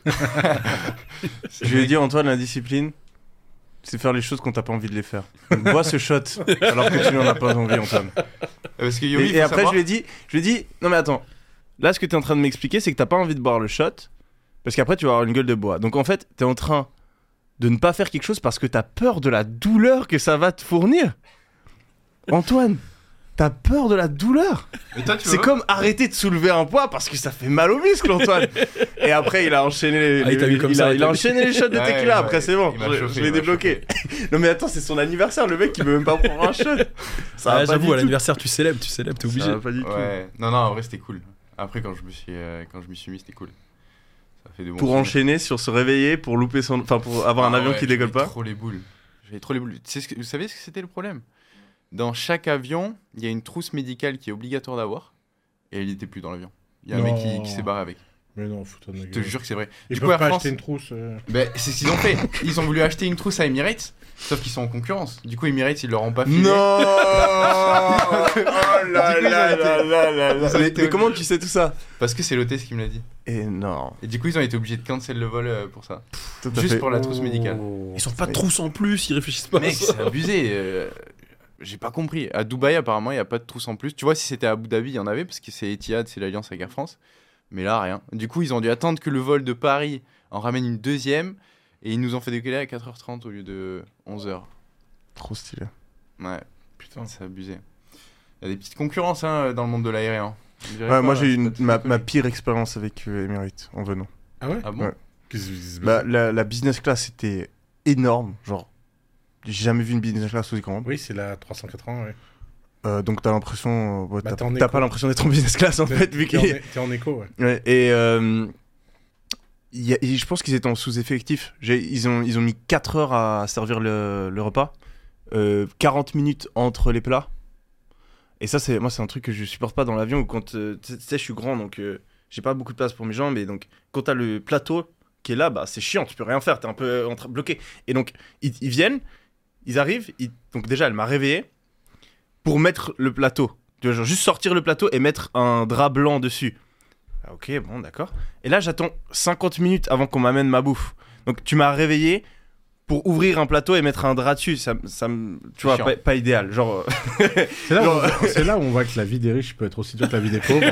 Je lui ai dit, Antoine, la discipline, c'est faire les choses quand t'as pas envie de les faire. Donc, bois ce shot alors que tu n'en as pas envie, Antoine. Parce que Et, Yomi, et faut après, savoir- je lui ai dit, je lui ai dit, non mais attends, là, ce que t'es en train de m'expliquer, c'est que t'as pas envie de boire le shot parce qu'après, tu vas avoir une gueule de bois. Donc en fait, t'es en train de ne pas faire quelque chose parce que t'as peur de la douleur que ça va te fournir. Antoine, t'as peur de la douleur. Mais toi, tu C'est vois- comme arrêter de soulever un poids parce que ça fait mal aux muscles, Antoine. Et après, il a enchaîné les, Ah, il t'a les- vu comme il ça, a, il il a t'a- enchaîné les shots de Ouais, tequila. ouais, Après, c'est bon. il m'a Je, chauffé, je il l'ai m'a débloqué. Non, mais attends, c'est son anniversaire. Le mec, il veut même pas prendre un shot. Ça Ah, va pas j'avoue, du à tout. l'anniversaire, tu célèbres, tu célèbres, t'es obligé. Ça va pas du tout. Ouais. Non, non, en vrai, c'était cool. Après, quand je me suis, euh, quand je m'y suis mis, c'était cool. Ça fait de bons Pour souvenirs. enchaîner sur se réveiller, pour louper son, enfin pour avoir un Ah avion ouais, qui décolle j'avais pas. trop les boules. J'avais trop les boules. Tu sais ce que- Vous savez ce que c'était le problème? Dans chaque avion, il y a une trousse médicale qui est obligatoire d'avoir. Et il était plus dans l'avion. Il y a un Non. mec qui, qui s'est barré avec. Mais non, foutre de Je te jure que c'est vrai. Ils Du peuvent coup, Air pas France, acheter une trousse. euh. ben, c'est ce qu'ils ont fait. Ils ont voulu acheter une trousse à Emirates, sauf qu'ils sont en concurrence. Du coup, Emirates, ils leur ont pas filé. Non. Oh Du là coup, ils là ont là été- là là là. ils ont Mais, été mais comment obligés. tu sais tout ça? Parce que c'est l'hôtesse qui me l'a dit. Énorme. Et du coup, ils ont été obligés de cancel le vol euh, pour ça. Tout à Juste fait. pour la trousse médicale. Oh. Ils sont pas de trousse en plus, ils réfléchissent pas. à Mec, ça. c'est abusé. euh, J'ai pas compris. À Dubaï, apparemment, il n'y a pas de trousse en plus. Tu vois, si c'était à Abu Dhabi, il y en avait, parce que c'est Etihad, c'est l'alliance avec Air France. Mais là, rien. Du coup, ils ont dû attendre que le vol de Paris en ramène une deuxième. Et ils nous ont fait décoller à quatre heures trente au lieu de onze heures. Trop stylé. Ouais, Putain. c'est abusé. Il y a des petites concurrences hein, dans le monde de l'aérien. On dirait Ouais, pas, moi j'ai eu c'est une- pas très ma, connu. ma pire expérience avec euh, Emirates en venant. Ah ouais, Ah bon Ouais. Qu'est-ce qu'ils disent Bah, la, la business class était énorme, genre j'ai jamais vu une business class aussi grande. Oui, c'est la trois cent quatre-vingts, ouais. Euh, donc t'as l'impression, ouais, Bah, t'as t'es en t'as écho. pas l'impression d'être en business class en fait vu T'es qu'il en, t'es en écho, ouais. Ouais, et euh, il y a- et je pense qu'ils étaient en sous-effectif. J'ai- Ils ont, ils ont mis quatre heures à servir le, le repas, euh, quarante minutes entre les plats. Et ça, c'est moi, c'est un truc que je supporte pas dans l'avion. Où quand euh, tu sais, je suis grand, donc euh, j'ai pas beaucoup de place pour mes jambes. Et donc, quand t'as le plateau qui est là, bah c'est chiant, tu peux rien faire, t'es un peu en train bloqué. Et donc, ils, ils viennent, ils arrivent. ils- Donc déjà, elle m'a réveillé pour mettre le plateau. Tu vois, genre juste sortir le plateau et mettre un drap blanc dessus. Ah, ok, bon, d'accord. Et là, j'attends cinquante minutes avant qu'on m'amène ma bouffe. Donc, tu m'as réveillé pour ouvrir un plateau et mettre un drap dessus. Ça, me- ça me- tu vois, chiant. pas, pas idéal. Genre, euh, C'est là, où Genre- on voit- c'est là où on voit que la vie des riches peut être aussi dure que la vie des pauvres.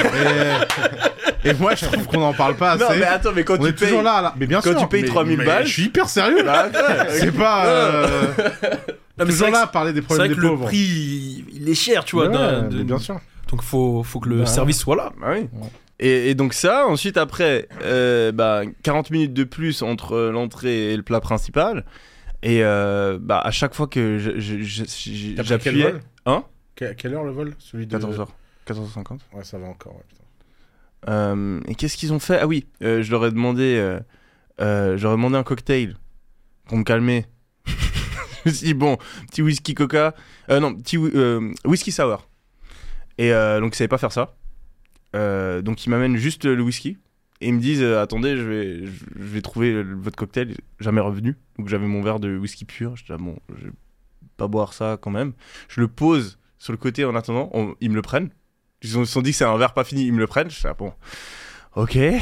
et, et moi, je trouve qu'on n'en parle pas assez. non, mais attends, mais quand on tu est payes. toujours là, là. Mais bien quand sûr. tu payes mais- trois mille mais balles- Je suis hyper sérieux. Bah, ouais, C'est pas. euh, Non, mais c'est toujours vrai là que à parler des c'est problèmes vrai des que le pauvres. prix, il- il est cher, tu vois. Ouais, d'un- mais de- bien sûr. Donc faut, faut que le Bah, service soit là. Bah oui. Ouais. Et, et donc ça, ensuite après, euh, bah, quarante minutes de plus entre l'entrée et le plat principal. Et euh, bah, à chaque fois que je- je- je- je- T'as pris quel j'appuyais... vol Hein Que- À quelle heure le vol? Celui de. quatorze heures. quatorze heures cinquante. Ouais, ça va encore, ouais, putain. Euh, et qu'est-ce qu'ils ont fait? Ah oui, euh, je leur ai demandé, euh, euh, je leur ai demandé un cocktail pour me calmer. Je me suis dit, bon, petit whisky coca, euh, non, petit whi- euh, whisky sour. Et euh, donc ils savaient pas faire ça. Euh, donc ils m'amènent juste le whisky et ils me disent, euh, attendez, je vais, je je vais trouver le- votre cocktail. Jamais revenu. Donc j'avais mon verre de whisky pur. Je dis, ah, bon, je vais pas boire ça quand même. Je le pose sur le côté en attendant. On- ils me le prennent. Ils ont- se sont dit que c'est un verre pas fini, ils me le prennent. Je dis, ah bon, ok. Et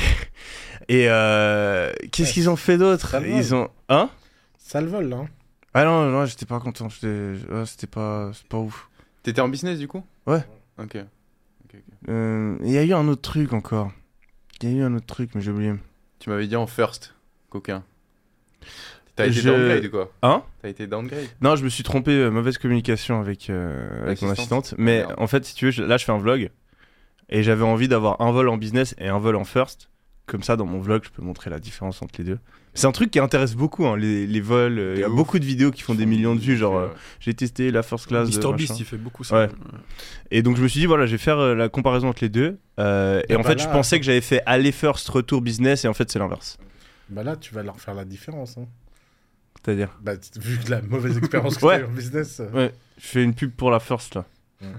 euh, qu'est-ce Ouais, qu'ils ont fait d'autre? ça le Ils vole. ont. Hein? Ça le vole, là. hein. Ah non, non, j'étais pas content. J'étais- ouais, C'était pas, c'était pas ouf. T'étais en business du coup? Ouais. Ok. Euh, Il y a eu un autre truc encore. Il y a eu un autre truc, mais j'ai oublié. Tu m'avais dit en first, coquin. T'as été Je- downgrade ou quoi? Hein? T'as été downgrade? Non, je me suis trompé, euh, mauvaise communication avec, euh, avec mon L'assistante. assistante. Mais Merde. en fait, si tu veux, je- là, je fais un vlog. Et j'avais envie d'avoir un vol en business et un vol en first. Comme ça, dans mon vlog, je peux montrer la différence entre les deux. C'est un truc qui intéresse beaucoup, hein, les, les vols. euh, Il y a De ouf. beaucoup de vidéos qui font des millions de vues. Genre, euh, Ouais. j'ai testé la first class. de Mister Beast, machin. il fait beaucoup ça. Ouais. Et donc, je me suis dit, voilà, je vais faire euh, la comparaison entre les deux. Euh, et Ah en bah fait, là, je pensais attends. que j'avais fait aller first, retour business. Et en fait, c'est l'inverse. Bah là, tu vas leur faire la différence. Hein. C'est-à-dire, Bah, t- vu que la mauvaise expérience que Ouais. t'as eu en business. euh, ouais, je fais une pub pour la first là.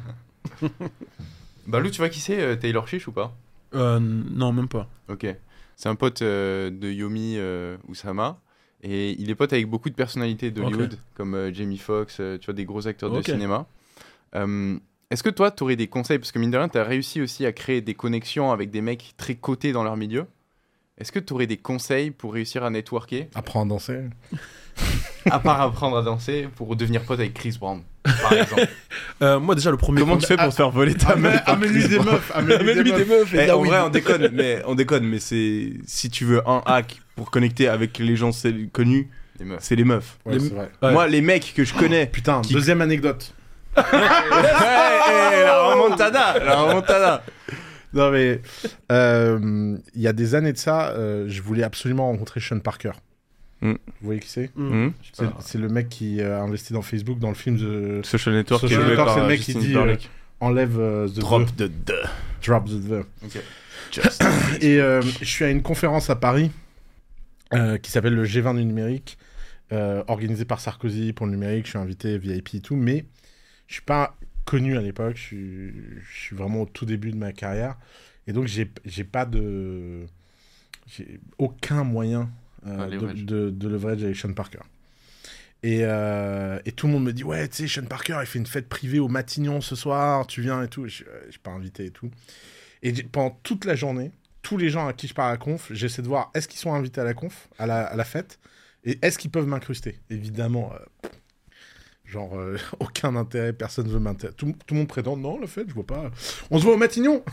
Balou, tu vois qui c'est euh, Taylor Chiche ou pas? Euh, non, même pas. Ok. C'est un pote euh, de Yomi euh, Oussama. Et il est pote avec beaucoup de personnalités d'Hollywood, comme euh, Jamie Foxx, euh, tu vois, des gros acteurs Ok. de cinéma. Euh, Est-ce que toi, tu aurais des conseils? Parce que mine de rien, tu as réussi aussi à créer des connexions avec des mecs très cotés dans leur milieu. Est-ce que tu aurais des conseils pour réussir à networker? Apprends à danser. À part apprendre à danser pour devenir pote avec Chris Brown, par exemple. Euh, moi, déjà, le premier Comment tu fais pour te faire voler ta meuf par Amène-lui Chris des Brown meufs. Amène-lui Amène-lui des des meufs. meufs. et Eh, ah en oui. vrai, on déconne, mais on déconne, mais c'est si tu veux un hack pour connecter avec les gens c'est- connus, Les meufs. c'est les meufs. Ouais, Les- c'est vrai. Ouais. Moi, les mecs que je connais. Putain, Qui- deuxième anecdote. Ouais, eh, la remontada, la remontada. Non mais euh, il y a des années de ça, euh, je voulais absolument rencontrer Sean Parker. Mm. Vous voyez qui c'est? Mm. Hmm. C'est c'est le mec qui euh, a investi dans Facebook dans le film de Social Network, Social qui est joué Network, par c'est le mec Justin qui dit, Timberlake. Enlève euh, the Drop the- the the. Drop the the. Ok. Just. Et euh, je suis à une conférence à Paris euh, qui s'appelle le G vingt du numérique, euh, organisée par Sarkozy pour le numérique. Je suis invité V I P et tout, mais je suis pas connu à l'époque. Je suis, je suis vraiment au tout début de ma carrière, et donc j'ai j'ai pas de, j'ai aucun moyen euh, Un de, leverage. de, de leverage avec Sean Parker. Et, euh, et tout le monde me dit ouais, tu sais, Sean Parker, il fait une fête privée au Matignon ce soir, tu viens et tout. Et je, je suis pas invité et tout. Et j'ai- pendant toute la journée, tous les gens à qui je parle à la conf, j'essaie de voir est-ce qu'ils sont invités à la conf, à la, à la fête, et est-ce qu'ils peuvent m'incruster. Évidemment, euh, genre, euh, aucun intérêt, personne veut m'intéresser. Tout, tout le monde prétend non, la fête, je vois pas. On se voit au Matignon.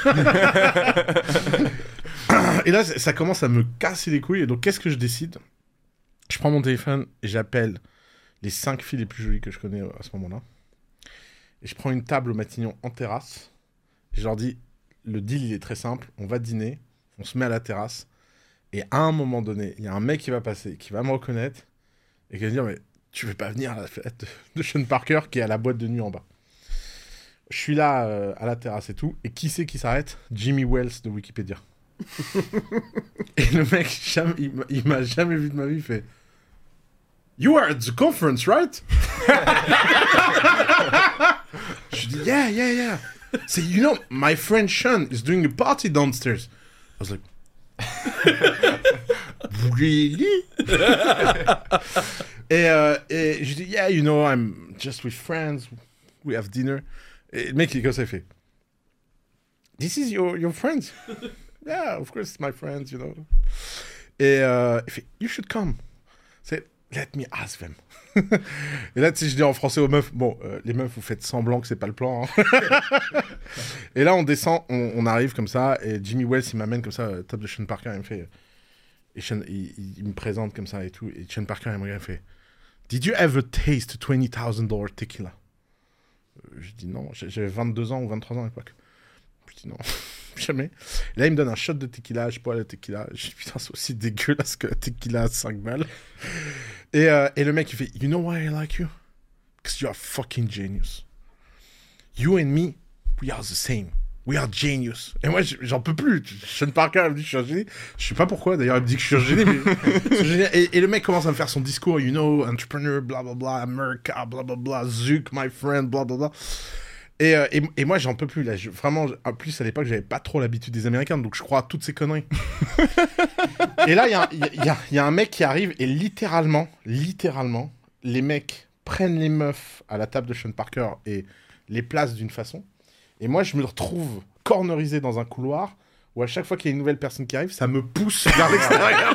Et là, ça ça commence à me casser les couilles. Et donc, qu'est-ce que je décide? Je prends mon téléphone et j'appelle les cinq filles les plus jolies que je connais euh, à ce moment-là. Et je prends une table au Matignon en terrasse. Et je leur dis, le deal, il est très simple. On va dîner, on se met à la terrasse. Et à un moment donné, il y a un mec qui va passer, qui va me reconnaître. Et qui va me dire, mais tu veux pas venir à la fête de Sean Parker qui est à la boîte de nuit en bas. Je suis là euh, à la terrasse et tout. Et qui c'est qui s'arrête? Jimmy Wells de Wikipédia. Et le mec, jamais, il m'a- il m'a jamais vu de ma vie. Il fait You are at the conference, right? Je dis Yeah, yeah, yeah. C'est, you know, my friend Sean is doing a party downstairs. I was like, Really? et, euh, et je dis Yeah, you know, I'm just with friends. We have dinner. Et le mec, il est comme ça, il fait This is your, your friends? Yeah, of course, it's my friends, you know. Et euh, il fait You should come. C'est Let me ask them. Et là, tu sais, je dis en français aux meufs, bon, euh, les meufs, vous faites semblant que c'est pas le plan. Hein. Et là, on descend, on, on arrive comme ça, et Jimmy Wells, il m'amène comme ça, euh, top de Sean Parker, il me fait, euh, et Sean, il, il- il me présente comme ça et tout, et Sean Parker, il me regarde, il fait, Did you ever taste twenty thousand dollars tequila? Euh, Je dis non, j'ai- j'avais vingt-deux ans ou vingt-trois ans à l'époque. Je dis non, jamais. Et là, il me donne un shot de tequila, je bois le tequila. Je dis putain, c'est aussi dégueulasse que le tequila à cinq balles. Et, euh, et le mec, il fait You know why I like you? Because you are fucking genius. You and me, we are the same. We are genius. Et moi, j- j'en peux plus. Sean Parker, il me dit que je suis un génie. Je sais pas pourquoi, d'ailleurs, il me dit que je suis un génie. Mais c'est génial. et, et le mec commence à me faire son discours, you know, entrepreneur, blablabla, America, blablabla, Zuck, my friend, blablabla. Et, euh, et, et moi, j'en peux plus. Là. Je- vraiment, en plus, à l'époque, j'avais pas trop l'habitude des Américains, donc je crois à toutes ces conneries. Et là, il y, a un- il y a- il y a- il y a un mec qui arrive, et littéralement, littéralement, les mecs prennent les meufs à la table de Sean Parker et les placent d'une façon. Et moi, je me retrouve cornerisé dans un couloir où à chaque fois qu'il y a une nouvelle personne qui arrive, ça me pousse vers l'extérieur.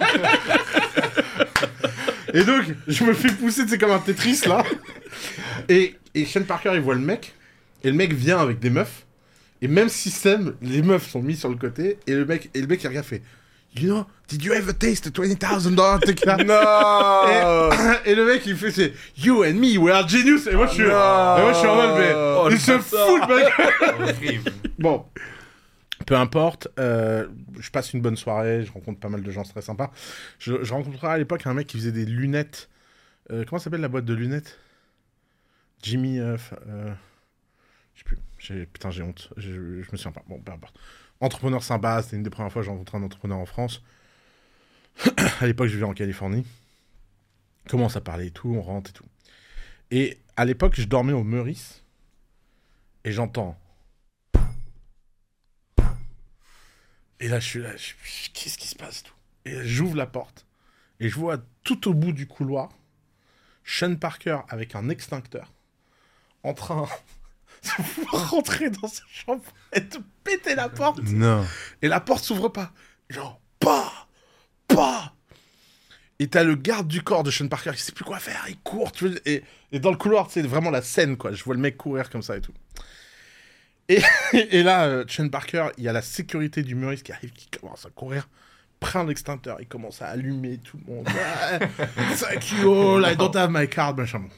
Et donc, je me fais pousser, c'est comme un Tetris, là. Et, et Sean Parker, il voit le mec, et le mec vient avec des meufs, et même système, les meufs sont mis sur le côté, et le mec, et le mec il regarde, fait You know, did you ever taste twenty thousand dollars tequila? Non. Et, et le mec, il fait, c'est You and me, we are genius. Et moi, je suis, et moi, je suis en mode, mais Oh, il le se bâtard. fout, le mec. Bon, peu importe. euh, je passe une bonne soirée, je rencontre pas mal de gens très sympas. Je, je rencontrais à l'époque un mec qui faisait des lunettes. Euh, comment s'appelle la boîte de lunettes? Jimmy. Euh, f- euh, je sais plus. J'ai- Putain, j'ai honte. Je, je me souviens pas. Bon, peu importe. Entrepreneur sympa, c'était une des premières fois que j'ai rencontré un entrepreneur en France. À l'époque, je vivais en Californie. Commence à parler et tout, on rentre et tout. Et à l'époque, je dormais au Meurice. Et j'entends. Et là, je suis là, je suis- qu'est-ce qui se passe tout? Et là, j'ouvre la porte. Et je vois tout au bout du couloir Sean Parker avec un extincteur en train de pouvoir rentrer dans sa chambre et te péter la porte. Non. Et la porte s'ouvre pas. Genre, pas, pas. Et t'as le garde du corps de Sean Parker qui sait plus quoi faire, il court, tu vois, et, et dans le couloir, c'est vraiment la scène, quoi. Je vois le mec courir comme ça et tout. Et, et là, euh, Sean Parker, il y a la sécurité du humoriste qui arrive, qui commence à courir, prend l'extincteur, il commence à allumer tout le monde. Ouais, cinq kilos, I don't have my card, machin. Bon.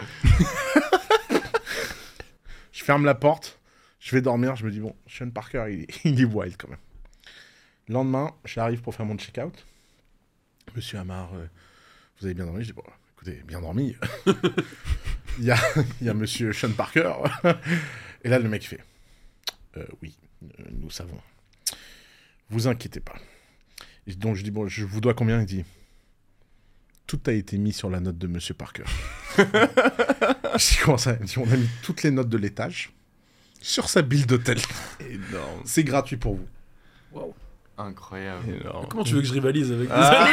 Je ferme la porte, je vais dormir, je me dis, bon, Sean Parker, il est, il est wild quand même. Le lendemain, j'arrive pour faire mon check-out. Monsieur Amar, euh, vous avez bien dormi? Je dis, bon, écoutez, bien dormi. Il y a, il y a monsieur Sean Parker. Et là, le mec fait, euh, oui, euh, nous savons. Vous inquiétez pas. Et donc, je dis, bon, je vous dois combien? Il dit, tout a été mis sur la note de monsieur Parker. Je dis, comment ça? Il dit, on a mis toutes les notes de l'étage sur sa bille d'hôtel. Énorme. C'est gratuit pour vous. Incroyable. Énorme. Comment tu veux que je rivalise avec des Ah,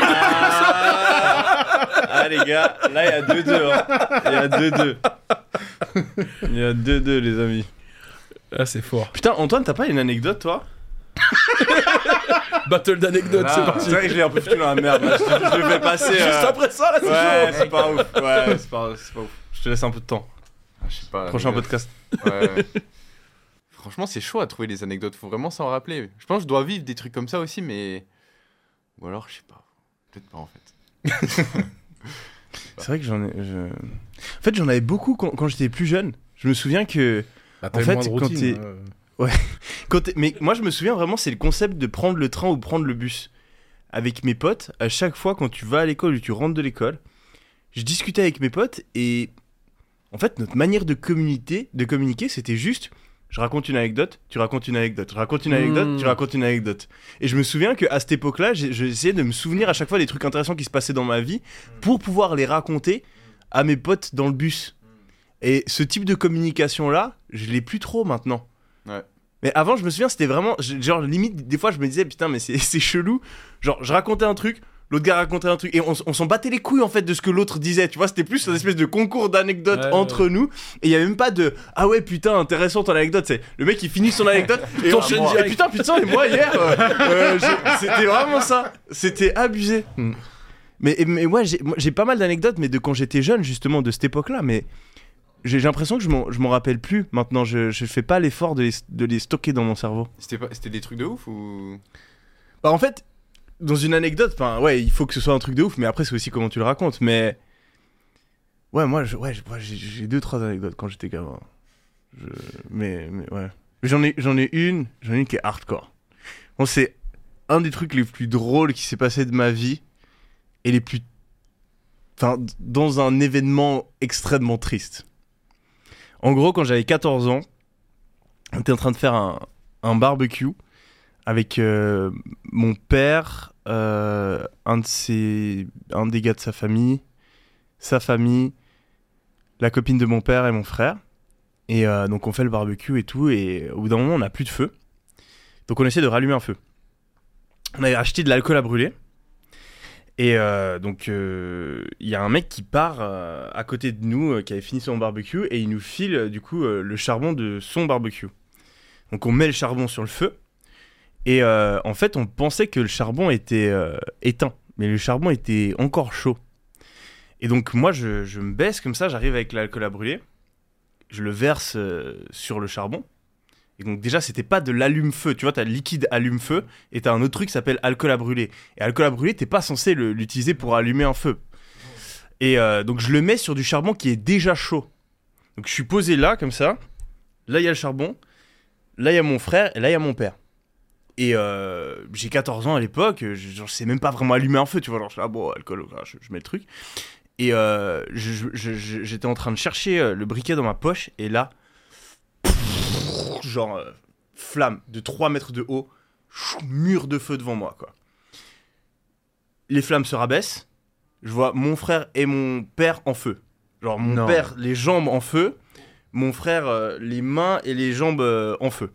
ah, les gars, là, il y a deux deux. Hein. Il y a deux deux. Il y a deux deux, les amis. Ah, c'est fort. Putain, Antoine, t'as pas une anecdote, toi? Battle d'anecdotes, Ah, c'est parti. C'est vrai que je l'ai un peu foutu dans la merde. Là. Je, je le fais passer. Juste euh, après ça, là, c'est Ouais, chaud. c'est pas ouf. Ouais, c'est pas, c'est pas ouf. Je te laisse un peu de temps. Ah, je sais pas. Prochain anecdote. podcast. Ouais. Franchement, c'est chaud à trouver des anecdotes. Faut vraiment s'en rappeler. Je pense que je dois vivre des trucs comme ça aussi, mais. Ou alors, je sais pas. Peut-être pas en fait. C'est vrai que j'en ai. Je... En fait, j'en avais beaucoup quand, quand j'étais plus jeune. Je me souviens que. Bah, En fait, quand t'es- euh, Quand t'es- mais moi, je me souviens vraiment, c'est le concept de prendre le train ou prendre le bus. Avec mes potes, à chaque fois quand tu vas à l'école ou tu rentres de l'école, je discutais avec mes potes et. En fait, notre manière de communiquer, de communiquer, c'était juste. Je raconte une anecdote, tu racontes une anecdote, je raconte une anecdote, Mmh. tu racontes une anecdote. Et je me souviens qu'à cette époque-là, j'ai- j'essayais de me souvenir à chaque fois des trucs intéressants qui se passaient dans ma vie pour pouvoir les raconter à mes potes dans le bus. Et ce type de communication-là, je l'ai plus trop maintenant. Ouais. Mais avant, je me souviens, c'était vraiment. je- Genre, limite, des fois, je me disais, putain, mais c'est c'est chelou. Genre, je racontais un truc. L'autre gars racontait un truc et on, s- on s'en battait les couilles en fait de ce que l'autre disait, tu vois, c'était plus une espèce de concours d'anecdotes Ouais, entre nous et il y avait même pas de ah ouais putain intéressant ton anecdote, c'est le mec il finit son anecdote et T'enchaînes on direct. et putain putain et moi hier euh, euh, j'ai- c'était vraiment ça, c'était abusé. Mm. Mais, mais ouais, j'ai moi, j'ai pas mal d'anecdotes mais de quand j'étais jeune justement de cette époque-là, mais j'ai j'ai l'impression que je m'en je m'en rappelle plus maintenant, je je fais pas l'effort de les, de les stocker dans mon cerveau. C'était pas... C'était des trucs de ouf ou. Bah en fait, dans une anecdote, enfin ouais, il faut que ce soit un truc de ouf, mais après c'est aussi comment tu le racontes. Mais ouais, moi, je, ouais, je- ouais, j'ai, j'ai deux trois anecdotes quand j'étais gamin. Je... Mais, mais ouais, j'en ai, j'en ai une, j'en ai une qui est hardcore. Bon, c'est un des trucs les plus drôles qui s'est passé de ma vie et les plus, enfin, d- dans un événement extrêmement triste. En gros, quand j'avais quatorze ans, on était en train de faire un, un barbecue avec euh, mon père, euh, un, de ses, un des gars de sa famille, sa famille, la copine de mon père et mon frère. Et euh, donc on fait le barbecue et tout, et au bout d'un moment on n'a plus de feu. Donc on essaie de rallumer un feu. On avait acheté de l'alcool à brûler. Et euh, donc il euh, y a un mec qui part euh, à côté de nous, euh, qui avait fini son barbecue, et il nous file euh, du coup euh, le charbon de son barbecue. Donc on met le charbon sur le feu. Et euh, en fait, on pensait que le charbon était euh, éteint, mais le charbon était encore chaud. Et donc moi, je, je me baisse comme ça, j'arrive avec l'alcool à brûler, je le verse euh, sur le charbon. Et donc déjà, c'était pas de l'allume-feu, tu vois, t'as le liquide allume-feu, et t'as un autre truc qui s'appelle alcool à brûler. Et alcool à brûler, t'es pas censé le- l'utiliser pour allumer un feu. Et euh, donc je le mets sur du charbon qui est déjà chaud. Donc je suis posé là, comme ça, là il y a le charbon, là il y a mon frère, et là il y a mon père. Et euh, j'ai quatorze ans à l'époque, je, je sais même pas vraiment allumer un feu, tu vois. Alors je suis là, bon, alcool, je, je mets le truc. Et euh, je, je- je- j'étais en train de chercher euh, le briquet dans ma poche, et là, genre, euh, flamme de trois mètres de haut, chou, mur de feu devant moi, quoi. Les flammes se rabaissent, je vois mon frère et mon père en feu. Genre, mon Non. père, les jambes en feu, mon frère, euh, les mains et les jambes euh, en feu.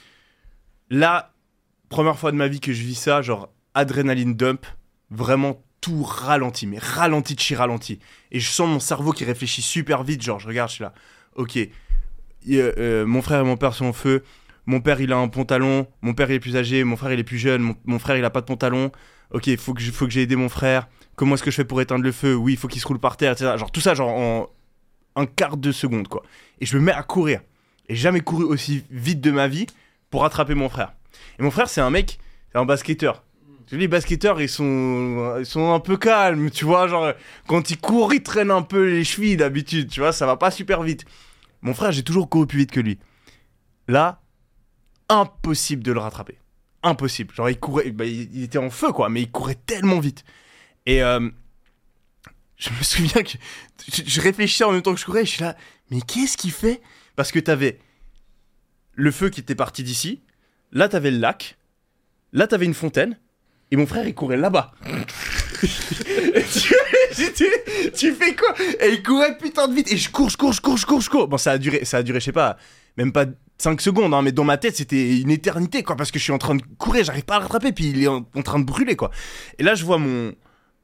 Là, première fois de ma vie que je vis ça, genre adrénaline dump, vraiment tout ralenti, mais ralenti de chez ralenti. Et je sens mon cerveau qui réfléchit super vite, genre je regarde, je suis là, ok, il- euh, mon frère et mon père sont en feu. Mon père, il a un pantalon. Mon père, il est plus âgé. Mon frère, il est plus jeune. Mon, mon frère, il a pas de pantalon. Ok, il faut que, je- faut que j'ai aidé mon frère. Comment est-ce que je fais pour éteindre le feu? Oui, il faut qu'il se roule par terre, et cetera. Genre tout ça, genre en un quart de seconde, quoi. Et je me mets à courir. Et j'ai jamais couru aussi vite de ma vie pour rattraper mon frère. Et mon frère, c'est un mec, c'est un basketteur. Les basketteurs, ils sont, ils sont un peu calmes, tu vois. Genre, quand ils courent, ils traînent un peu les chevilles d'habitude, tu vois. Ça va pas super vite. Mon frère, j'ai toujours couru plus vite que lui. Là, impossible de le rattraper. Impossible. Genre, il courait, bah, il, il était en feu, quoi, mais il courait tellement vite. Et euh, je me souviens que je, je réfléchissais en même temps que je courais, et je suis là, mais qu'est-ce qu'il fait? Parce que t'avais le feu qui était parti d'ici, là t'avais le lac, là t'avais une fontaine, et mon frère il courait là-bas. Et tu, j'étais- tu fais quoi? Et il courait putain de vite, et je cours, je cours, je cours, je cours, je cours. Bon, ça a duré, ça a duré, je sais pas, même pas cinq secondes, hein, mais dans ma tête c'était une éternité, quoi, parce que je suis en train de courir, j'arrive pas à le rattraper, puis il est en, en train de brûler, quoi. Et là je vois mon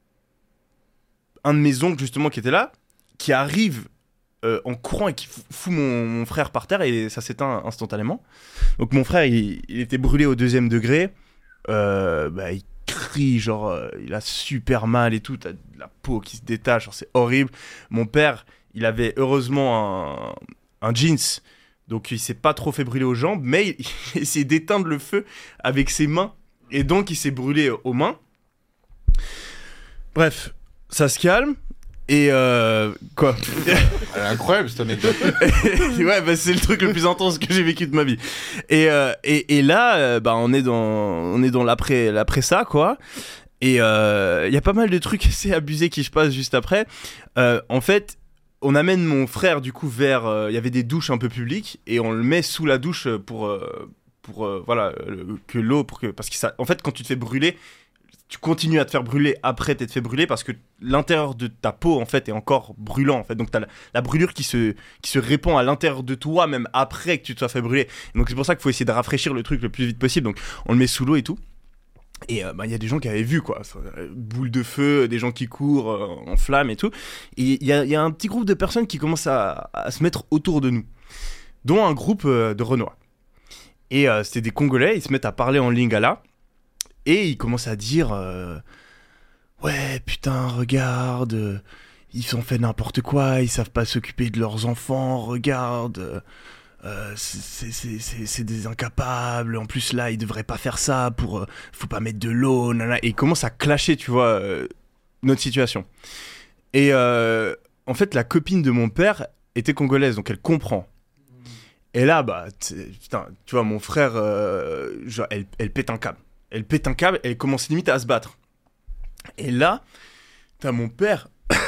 un de mes oncles justement qui était là, qui arrive euh, en courant et qui fou- fout mon, mon frère par terre, et ça s'éteint instantanément. Donc mon frère il, il était brûlé au deuxième degré, euh, bah, il crie, genre euh, il a super mal et tout, t'as de la peau qui se détache, genre, c'est horrible. Mon père il avait heureusement un, un jeans, donc il s'est pas trop fait brûler aux jambes, mais il, il essayait d'éteindre le feu avec ses mains, et donc il s'est brûlé aux mains. Bref, ça se calme. Et euh, quoi? Elle est incroyable cette anecdote. Ouais, bah, c'est le truc le plus intense que j'ai vécu de ma vie. Et, euh, et, et là, euh, bah, on est dans, on est dans l'après, l'après ça, quoi. Et il euh, y a pas mal de trucs assez abusés qui se passent juste après. Euh, en fait, on amène mon frère du coup vers, il euh, y avait des douches un peu publiques, et on le met sous la douche pour, euh, pour euh, voilà, euh, que l'eau, pour que, parce que ça, en fait, quand tu te fais brûler, tu continues à te faire brûler après t'être fait brûler, parce que l'intérieur de ta peau en fait est encore brûlant en fait, donc t'as la, la brûlure qui se, qui se répand à l'intérieur de toi même après que tu te sois fait brûler. Donc c'est pour ça qu'il faut essayer de rafraîchir le truc le plus vite possible, donc on le met sous l'eau et tout. Et euh, bah, y a des gens qui avaient vu quoi, ça, euh, boule de feu, des gens qui courent euh, en flammes et tout, et il y a, y a un petit groupe de personnes qui commencent à, à se mettre autour de nous, dont un groupe euh, de Renois. Et euh, c'était des Congolais, ils se mettent à parler en lingala. Et ils commencent à dire euh, ouais putain regarde, euh, ils ont fait n'importe quoi, ils savent pas s'occuper de leurs enfants, regarde, euh, c'est, c'est, c'est, c'est des incapables, en plus là ils devraient pas faire ça, pour, euh, faut pas mettre de l'eau, nanana. Et ils commencent à clasher tu vois euh, notre situation. Et euh, en fait la copine de mon père était congolaise, donc elle comprend. Et là bah putain, tu vois mon frère, euh, genre, elle, elle pète un câble. Elle pète un câble, elle commence limite à se battre. Et là, t'as mon père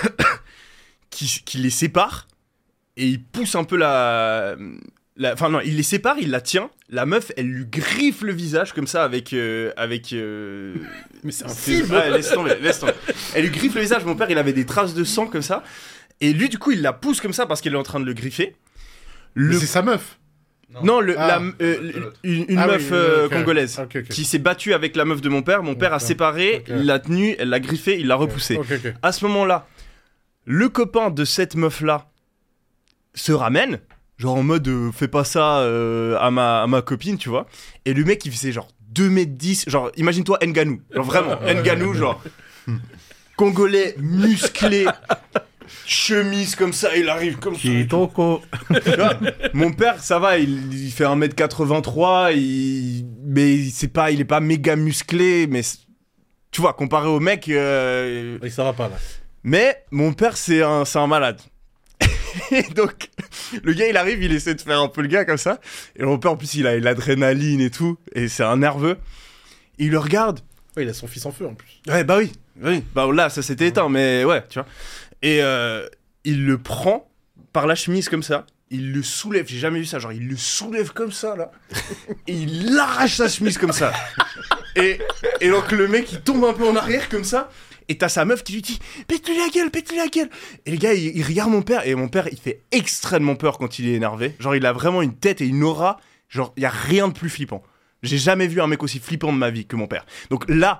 qui, qui les sépare, et il pousse un peu la... la- Enfin non, il les sépare, il la tient. La meuf, elle lui griffe le visage comme ça avec... euh, avec euh, Mais c'est un c'est- film. ouais, laisse tomber, laisse tomber. Elle lui griffe le visage, mon père, il avait des traces de sang comme ça. Et lui, du coup, il la pousse comme ça parce qu'elle est en train de le griffer. Mais Le... c'est sa meuf. Non, le, Ah. la, euh, une, une Ah oui, meuf oui, euh, ok. congolaise Ok, ok. qui s'est battue avec la meuf de mon père. Mon père a D'accord. séparé, Ok. il l'a tenue, elle l'a griffé, il l'a repoussé. Ok, ok. À ce moment-là, le copain de cette meuf-là se ramène, genre en mode euh, fais pas ça euh, à, ma, à ma copine, tu vois. Et le mec, il faisait genre deux mètres dix, genre imagine-toi Nganou, genre vraiment, Nganou, genre congolais musclé. Chemise comme ça, il arrive comme ça. Kitoko. Tu vois, mon père, ça va, il, il fait un mètre quatre-vingt-trois, il, mais c'est pas, il est pas méga musclé, mais c'est- tu vois, comparé au mec. euh, Oui, ça va pas là. Mais mon père, c'est un, c'est un malade. Et donc, le gars, il arrive, il essaie de faire un peu le gars comme ça. Et mon père, en plus, il a l'adrénaline et tout, et c'est un nerveux. Il le regarde. Oui, il a son fils en feu en plus. Ouais, bah oui, oui. Bah là, ça s'était éteint, mais ouais, tu vois. Et euh, il le prend par la chemise comme ça, il le soulève, j'ai jamais vu ça, genre il le soulève comme ça là, et il arrache sa chemise comme ça. Et, et donc le mec il tombe un peu en arrière comme ça, et t'as sa meuf qui lui dit pète-lui la gueule, pète-lui la gueule. Et le gars il, il regarde mon père, et mon père il fait extrêmement peur quand il est énervé, genre il a vraiment une tête et une aura, genre il y a rien de plus flippant. J'ai jamais vu un mec aussi flippant de ma vie que mon père. Donc là,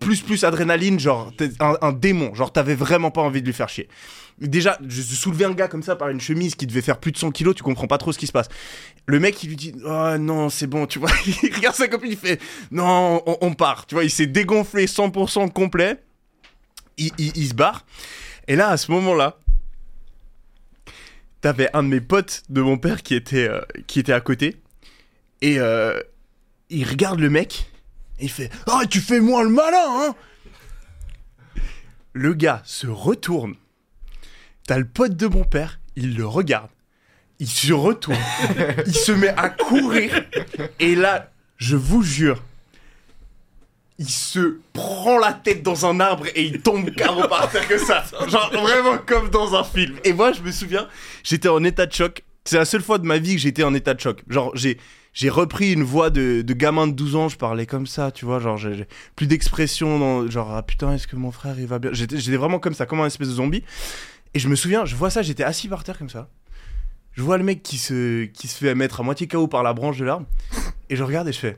plus plus adrénaline, genre t'es un, un démon, genre t'avais vraiment pas envie de lui faire chier. Déjà, je soulevais un gars comme ça par une chemise qui devait faire plus de cent kilos, tu comprends pas trop ce qui se passe. Le mec, il lui dit « Oh non, c'est bon, tu vois. » Il regarde sa copine, il fait « Non, on, on part. » Tu vois, il s'est dégonflé cent pour cent complet. Il, il, il se barre. Et là, à ce moment-là, t'avais un de mes potes de mon père qui était, euh, qui était à côté. Et euh, il regarde le mec. Et il fait « Ah, tu fais moins le malin, hein !» Le gars se retourne. T'as le pote de mon père, il le regarde, il se retourne, il se met à courir, et là, je vous jure, il se prend la tête dans un arbre et il tombe carreau par terre que ça. Genre vraiment comme dans un film. Et moi, je me souviens, j'étais en état de choc. C'est la seule fois de ma vie que j'étais en état de choc. Genre, j'ai, j'ai repris une voix de, de gamin de douze ans, je parlais comme ça, tu vois, genre, j'ai, j'ai plus d'expression, dans, genre, ah putain, est-ce que mon frère, il va bien. J'étais, j'étais vraiment comme ça, comme un espèce de zombie. Et je me souviens, je vois ça, j'étais assis par terre comme ça. Je vois le mec qui se, qui se fait mettre à moitié K O par la branche de l'arbre. Et je regarde et je fais...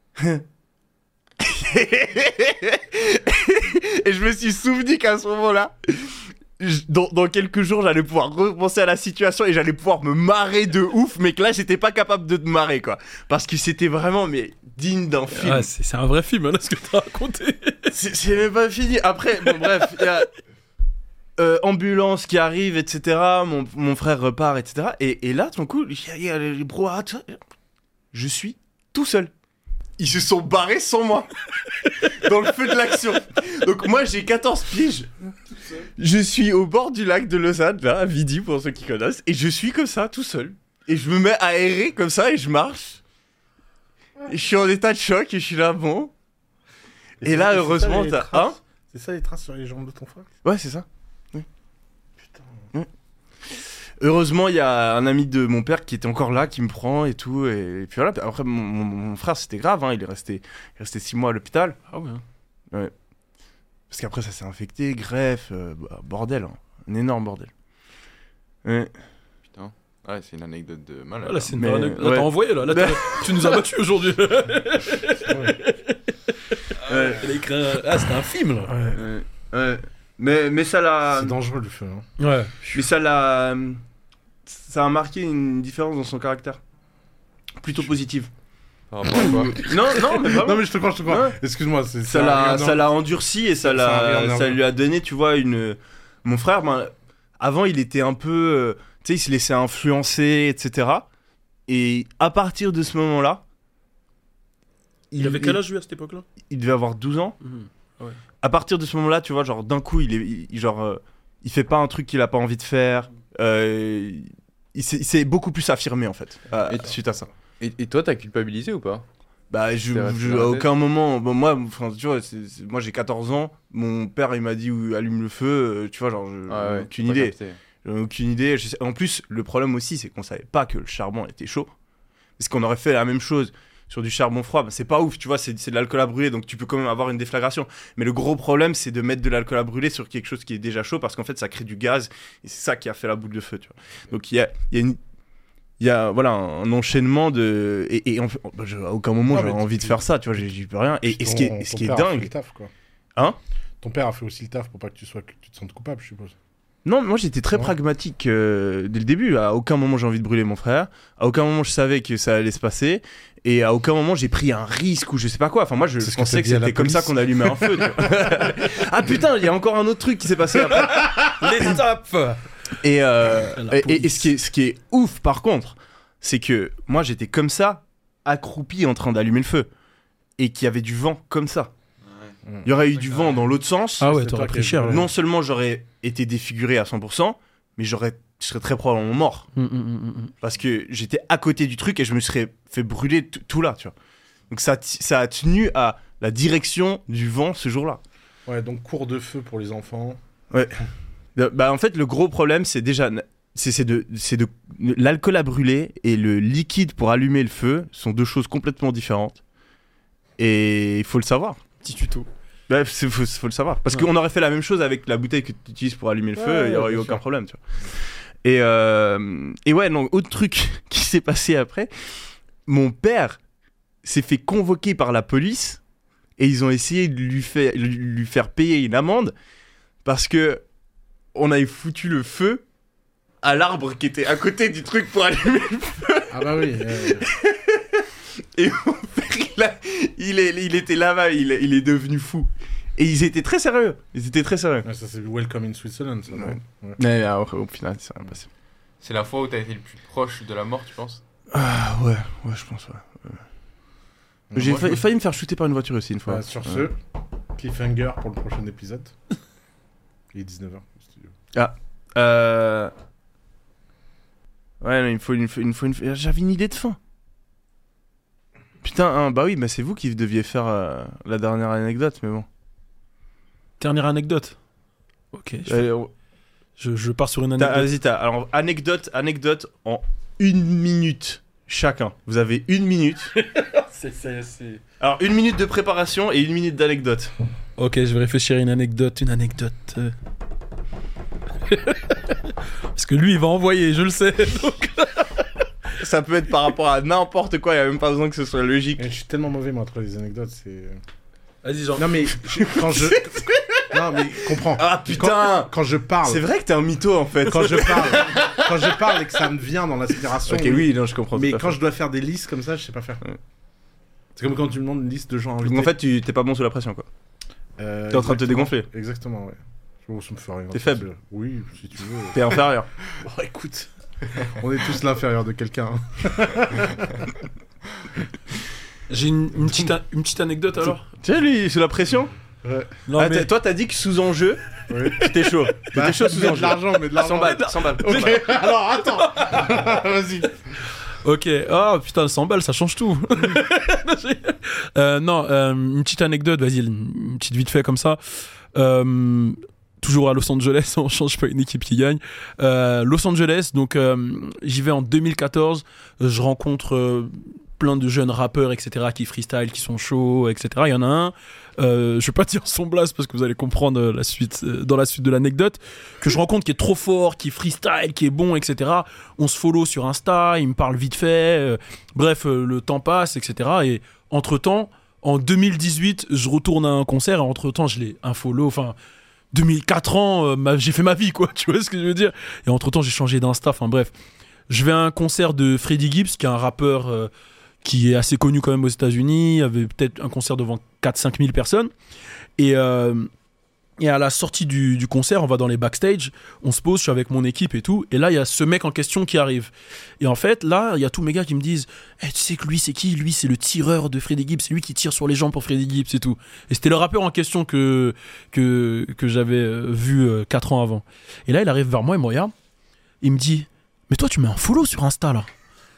Et je me suis souvenu qu'à ce moment-là, je- dans, dans quelques jours, j'allais pouvoir repenser à la situation et j'allais pouvoir me marrer de ouf, mais que là, j'étais pas capable de me marrer, quoi. Parce que c'était vraiment, mais digne d'un film. Ah, c'est, c'est un vrai film, hein, là, ce que t'as raconté. C'est, c'est même pas fini. Après, bon, bref, il y a euh, ambulance qui arrive, et cetera. Mon, mon frère repart, et cetera. Et, et là, tout d'un coup, il y a- il y a les brouhahas, tout ça. Je suis tout seul. Ils se sont barrés sans moi. Dans le feu de l'action. Donc moi, j'ai quatorze piges. Je suis au bord du lac de Lausanne, là, à Vidi, pour ceux qui connaissent. Et je suis comme ça, tout seul. Et je me mets à errer comme ça, et je marche. Et je suis en état de choc, et je suis là, bon. Et, là, c'est- heureusement, c'est ça, les t'as... traces Hein C'est ça les traces sur les jambes de ton frère? Ouais, c'est ça. Putain. Heureusement, il y a un ami de mon père qui était encore là, qui me prend et tout. Et, et puis voilà. Après, mon, mon- mon frère, c'était grave. Hein, il est resté, il est resté six mois à l'hôpital. Ah ouais. Parce qu'après, ça s'est infecté, greffe, euh, bah, bordel. Hein, un énorme bordel. Ouais. Putain. Ouais, c'est une anecdote de malade. Ah, là, c'est une Mais, vraie anecdote. Là, ouais. t'as envoyé, là. Là, t'as- tu nous as battus aujourd'hui. Ouais. Elle a écrit un- Ah, c'était un film, là. Ouais. Ouais. Ouais. Mais, mais ça l'a. C'est dangereux le feu. Hein. Ouais. Mais ça l'a. Ça a marqué une différence dans son caractère. Plutôt positive. Par rapport à quoi? Non, non, mais vraiment. Non mais je te crois, je te crois. Ouais. Excuse-moi, c'est ça a l'a rien ça à- l'a endurci et ça Ça a l'a rien à ça voir. lui a donné, tu vois, une mon frère, ben, avant il était un peu euh, tu sais, il se laissait influencer, etc. Et à partir de ce moment-là, Il avait quel âge, lui, à cette époque-là? il devait avoir douze ans. À partir de ce moment-là, tu vois, genre d'un coup, il est il- genre euh, il fait pas un truc qu'il a pas envie de faire. Euh, il s'est il s'est beaucoup plus affirmé en fait, euh, Et t- suite à ça. Et, et toi, t'as culpabilisé ou pas? Bah, je, T'es resté je- dans la à tête aucun moment. Bon, moi, enfin, tu vois, c'est- c'est- moi j'ai quatorze ans. Mon père, il m'a dit où allume le feu. euh, tu vois, genre, je, Ah ouais, aucune pas idée. capté. J'en ai aucune idée. Je sais- En plus, le problème aussi, c'est qu'on savait pas que le charbon était chaud. Parce qu'on aurait fait la même chose sur du charbon froid. Bah, c'est pas ouf, tu vois, c'est c'est de l'alcool à brûler, donc tu peux quand même avoir une déflagration. Mais le gros problème, c'est de mettre de l'alcool à brûler sur quelque chose qui est déjà chaud, parce qu'en fait, ça crée du gaz. Et c'est ça qui a fait la boule de feu, tu vois. Donc il y a, il y a une. Il y a voilà, un enchaînement de. Et, et en fait, bah, je- à aucun moment Ah, j'aurais mais envie tu- de faire ça, tu vois, j'y j'y peux rien. Et, et ce qui est, Ton- ce ton qui est père a fait dingue. le taf, quoi. Hein? Ton père a fait aussi le taf pour pas que tu, sois, que tu te sentes coupable, je suppose. Non, moi j'étais très Ouais. pragmatique euh, dès le début. À aucun moment j'ai envie de brûler mon frère. À aucun moment je savais que ça allait se passer. Et à aucun moment j'ai pris un risque ou je sais pas quoi. Enfin, moi je C'est ce que pensais t'as que dit à la c'était comme ça police. qu'on allumait un feu. Tu vois. Ah putain, il y a encore un autre truc qui s'est passé après. L'étape. Et, euh, La et, et- et police. ce, qui est, ce qui est ouf par contre, c'est que moi j'étais comme ça, accroupi en train d'allumer le feu. Et qu'il y avait du vent comme ça. Il y aurait eu du vent dans l'autre sens. Ah ouais, C'est t'aurais toi pris qui- cher, là. Non seulement j'aurais été défiguré à cent pour cent, mais j'aurais, je serais très probablement mort. Hum, hum, hum, hum. Parce que j'étais à côté du truc et je me serais fait brûler t- tout là, tu vois. Donc ça, t- ça a tenu à la direction du vent ce jour-là. Ouais, donc cours de feu pour les enfants. Euh, Bah, en fait, le gros problème, c'est déjà... C'est, c'est de, c'est de, l'alcool à brûler et le liquide pour allumer le feu sont deux choses complètement différentes. Et il faut le savoir. Petit tuto. Bah, il faut, faut le savoir. Parce Ouais. qu'on aurait fait la même chose avec la bouteille que tu utilises pour allumer le Ouais, feu, il n'y aurait ouais, eu bien aucun sûr. problème, tu vois. Et, euh, et ouais, non, autre truc qui s'est passé après, mon père s'est fait convoquer par la police et ils ont essayé de lui faire, lui faire payer une amende parce que on avait foutu le feu à l'arbre qui était à côté du truc pour allumer le feu. Ah bah oui. euh, Et mon père, il, a- il, est, il était là-bas, il, est- il est devenu fou. Et ils étaient très sérieux. Ils étaient très sérieux. ouais, ça c'est Welcome in Switzerland, ça. non Ouais. Ouais. Mais euh, au, au final, c'est rien passé. C'est la fois où t'as été le plus proche de la mort, tu penses? Ah ouais, ouais, je pense, ouais. J'ai Moi, failli, je- failli me faire shooter par une voiture aussi une fois. Bah, sur Ouais. ce, cliffhanger pour le prochain épisode. Il est dix-neuf heures au studio. Euh... Ouais, non, il me faut une, une, faut une... J'avais une idée de fin. Putain, hein, bah oui, bah c'est vous qui deviez faire euh, la dernière anecdote, mais bon. Dernière anecdote. Ok, je, Euh, je, je pars sur une t'as- anecdote. Vas-y, t'as... Alors, anecdote, anecdote en une minute chacun. Vous avez une minute. C'est- c'est- c'est- Alors, une minute de préparation et une minute d'anecdote. Ok, je vais réfléchir à une anecdote, une anecdote. euh. Parce que lui, il va envoyer, je le sais. Donc... Ça peut être par rapport à n'importe quoi, il n'y a même pas besoin que ce soit logique. Et je suis tellement mauvais moi entre les anecdotes, c'est. Vas-y, Jean. Non mais je- quand je. Non mais comprends. Ah putain, Quand je parle. c'est vrai que t'es un mytho en fait. Quand je parle. Quand je parle et que ça me vient dans l'inspiration. Ok, oui, non, je comprends. Mais tout à quand fait. je dois faire des listes comme ça, je sais pas faire. Ouais. C'est comme quand tu me demandes une liste de gens invités. Donc en fait, tu t'es pas bon sous la pression quoi. Euh, t'es en train de te exactement. dégonfler. Exactement, ouais. Oh, ça me fait rien. T'es faible. Oui, si tu veux. T'es inférieur. Bon, écoute, on est tous l'inférieur de quelqu'un. J'ai une, une petite, a- une petite anecdote alors. Tiens, lui, sous la pression. Ouais. Non, Ah, mais... t'as- Toi, t'as dit que sous enjeu, Ouais. t'étais chaud. T'étais Bah, chaud sous mets de enjeu. l'argent, mais de l'argent. cent balles, cent balles. Ok, alors attends. Vas-y. Ok, oh putain, cent balles, ça change tout. euh, non, euh, une petite anecdote, vas-y, une petite vite fait comme ça. Euh, toujours à Los Angeles, on change pas une équipe qui gagne. Euh, Los Angeles, donc euh, j'y vais en deux mille quatorze, je rencontre euh, plein de jeunes rappeurs, et cetera, qui freestyle, qui sont chauds, et cetera. Il y en a un, euh, je vais pas dire son blast parce que vous allez comprendre la suite, euh, dans la suite de l'anecdote, que je rencontre qui est trop fort, qui freestyle, qui est bon, et cetera. On se follow sur Insta, il me parle vite fait, euh, bref, euh, le temps passe, et cetera. Et entre-temps, en deux mille dix-huit, je retourne à un concert, et entre-temps, je l'ai unfollow, enfin... deux mille quatre ans, euh, ma- j'ai fait ma vie, quoi, tu vois ce que je veux dire. Et entre-temps, j'ai changé d'Insta, enfin bref. Je vais à un concert de Freddie Gibbs, qui est un rappeur euh, qui est assez connu quand même aux États-Unis, il avait peut-être un concert devant quatre à cinq mille personnes. Et, euh, et à la sortie du, du concert, on va dans les backstage, on se pose, je suis avec mon équipe et tout, et là, il y a ce mec en question qui arrive. Et en fait, là, il y a tous mes gars qui me disent hey, tu sais que lui, c'est qui? Lui, c'est le tireur de Freddie Gibbs, c'est lui qui tire sur les gens pour Freddie Gibbs et tout. Et c'était le rappeur en question que, que, que j'avais euh, vu euh, quatre ans avant. Et là, il arrive vers moi, il me regarde, il me dit mais toi, tu mets un follow sur Insta, là.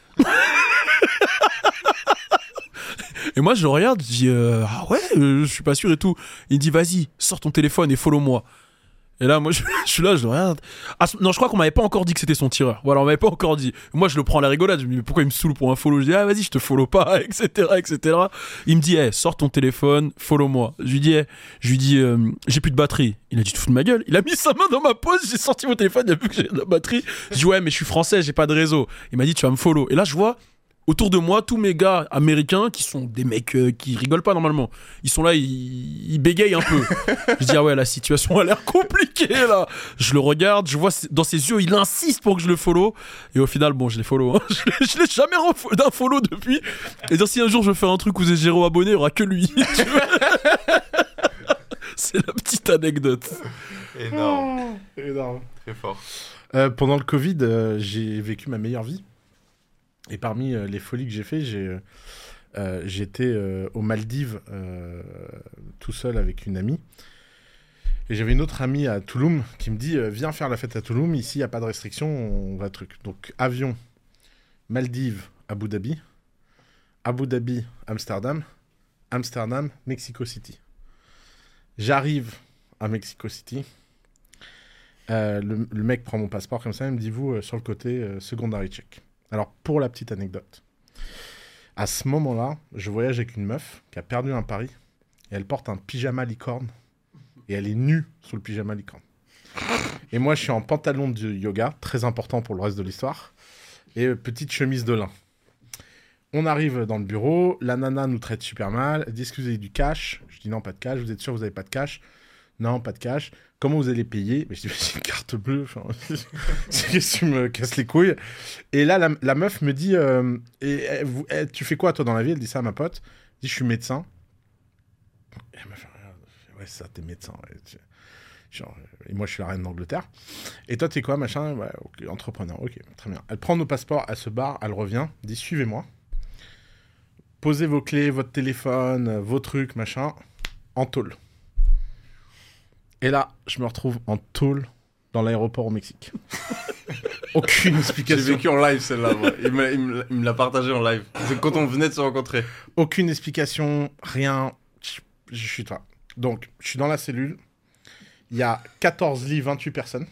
Et moi je le regarde, je dis euh, ah ouais, euh, je suis pas sûr et tout. Il dit vas-y, sors ton téléphone et follow-moi. Et là moi je, je suis là, je le regarde. Ah, non, je crois qu'on m'avait pas encore dit que c'était son tireur. Voilà, on m'avait pas encore dit. Moi je le prends à la rigolade, je me dis mais pourquoi il me saoule pour un follow? Je dis ah vas-y, je te follow pas, et cetera, et cetera. Il me dit hey, sors ton téléphone, follow-moi. Je lui dis hey, je lui dis euh, j'ai plus de batterie. Il a dit tu te fous de ma gueule. Il a mis sa main dans ma poche, j'ai sorti mon téléphone, il a vu que j'ai de la batterie. Je dis ouais mais je suis français, j'ai pas de réseau. Il m'a dit tu vas me follow. Et là je vois autour de moi, tous mes gars américains qui sont des mecs euh, qui rigolent pas normalement, ils sont là, ils, ils bégayent un peu. Je dis ah ouais, la situation a l'air compliquée là. Je le regarde, je vois dans ses yeux, il insiste pour que je le follow. Et au final, bon, je l'ai follow. Hein. Je, l'ai- je l'ai jamais refo- d'un follow depuis. Et dire si un jour je veux faire un truc où j'ai zéro abonné, il y aura que lui. Tu vois. C'est la petite anecdote. Énorme. Énorme. Très fort. Euh, pendant le Covid, euh, j'ai vécu ma meilleure vie. Et parmi euh, les folies que j'ai fait, j'ai, euh, euh, j'étais euh, aux Maldives euh, tout seul avec une amie. Et j'avais une autre amie à Tulum qui me dit euh, viens faire la fête à Tulum, ici il n'y a pas de restriction, on va truc. Donc avion, Maldives, Abu Dhabi, Abu Dhabi, Amsterdam, Amsterdam, Mexico City. J'arrive à Mexico City. Euh, le, le mec prend mon passeport comme ça, il me dit vous euh, sur le côté euh, secondary check. Alors pour la petite anecdote, à ce moment-là, je voyage avec une meuf qui a perdu un pari et elle porte un pyjama licorne et elle est nue sous le pyjama licorne. Et moi je suis en pantalon de yoga, très important pour le reste de l'histoire, et euh, petite chemise de lin. On arrive dans le bureau, la nana nous traite super mal, elle dit est-ce que vous avez du cash? Je dis non, pas de cash, vous êtes sûr que vous avez pas de cash? Non, pas de cash. Comment vous allez payer? Mais je dis j'ai une carte bleue, enfin, qu'est-ce que tu me casses les couilles? Et là, la, la meuf me dit euh, et, eh, vous, eh, tu fais quoi toi dans la vie? Elle dit ça à ma pote. Elle dit je suis médecin. Et elle m'a fait ouais, ça, t'es médecin. Ouais. Genre, et moi, je suis la reine d'Angleterre. Et toi, t'es quoi, machin? Ouais, okay, entrepreneur, ok, très bien. Elle prend nos passeports, elle se barre, elle revient, dit suivez-moi. Posez vos clés, votre téléphone, vos trucs, machin, en tôle. Et là, je me retrouve en tôle dans l'aéroport au Mexique. Aucune explication. J'ai vécu en live celle-là, moi. Il me, il me- il me l'a partagé en live. C'est quand on venait de se rencontrer. Aucune explication, rien. Je, je suis toi. Donc, je suis dans la cellule. Il y a quatorze lits, vingt-huit personnes.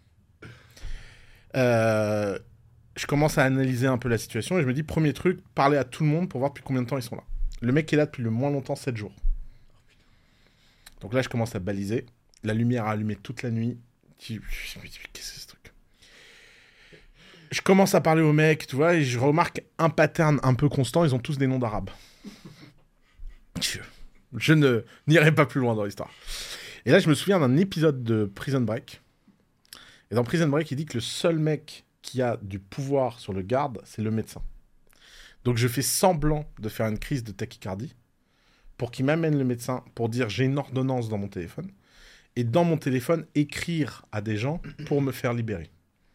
Euh, je commence à analyser un peu la situation et je me dis, premier truc, parler à tout le monde pour voir depuis combien de temps ils sont là. Le mec est là depuis le moins longtemps, sept jours. Donc là, je commence à baliser. La lumière a allumé toute la nuit. Je me dis, qu'est-ce que c'est ce truc? Je commence à parler aux mecs, tu vois, et je remarque un pattern un peu constant. Ils ont tous des noms d'arabes. Je, je ne n'irai pas plus loin dans l'histoire. Et là, je me souviens d'un épisode de Prison Break. Et dans Prison Break, il dit que le seul mec qui a du pouvoir sur le garde, c'est le médecin. Donc je fais semblant de faire une crise de tachycardie pour qu'il m'amène le médecin pour dire j'ai une ordonnance dans mon téléphone. Et dans mon téléphone, écrire à des gens pour me faire libérer.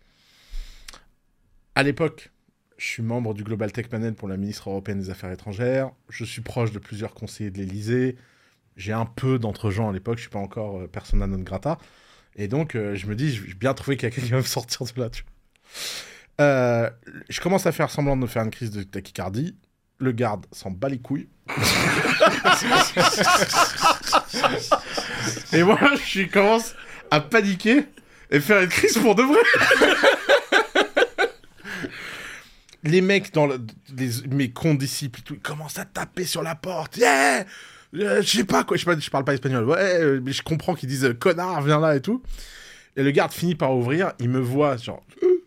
À l'époque, je suis membre du Global Tech Panel pour la ministre européenne des Affaires étrangères. Je suis proche de plusieurs conseillers de l'Élysée. J'ai un peu d'entre-gens à l'époque. Je suis pas encore euh, persona non grata. Et donc, euh, je me dis, je vais bien trouver quelqu'un qui va me sortir de là. Tu vois. Euh, je commence à faire semblant de me faire une crise de tachycardie. Le garde s'en bat les couilles. Et moi, je commence à paniquer et faire une crise pour de vrai. Les mecs, dans le, les, mes condisciples, tout, ils commencent à taper sur la porte. Yeah euh, je sais pas quoi, je, sais pas, je parle pas espagnol. Ouais, euh, mais je comprends qu'ils disent euh, connard, viens là et tout. Et le garde finit par ouvrir, il me voit, genre.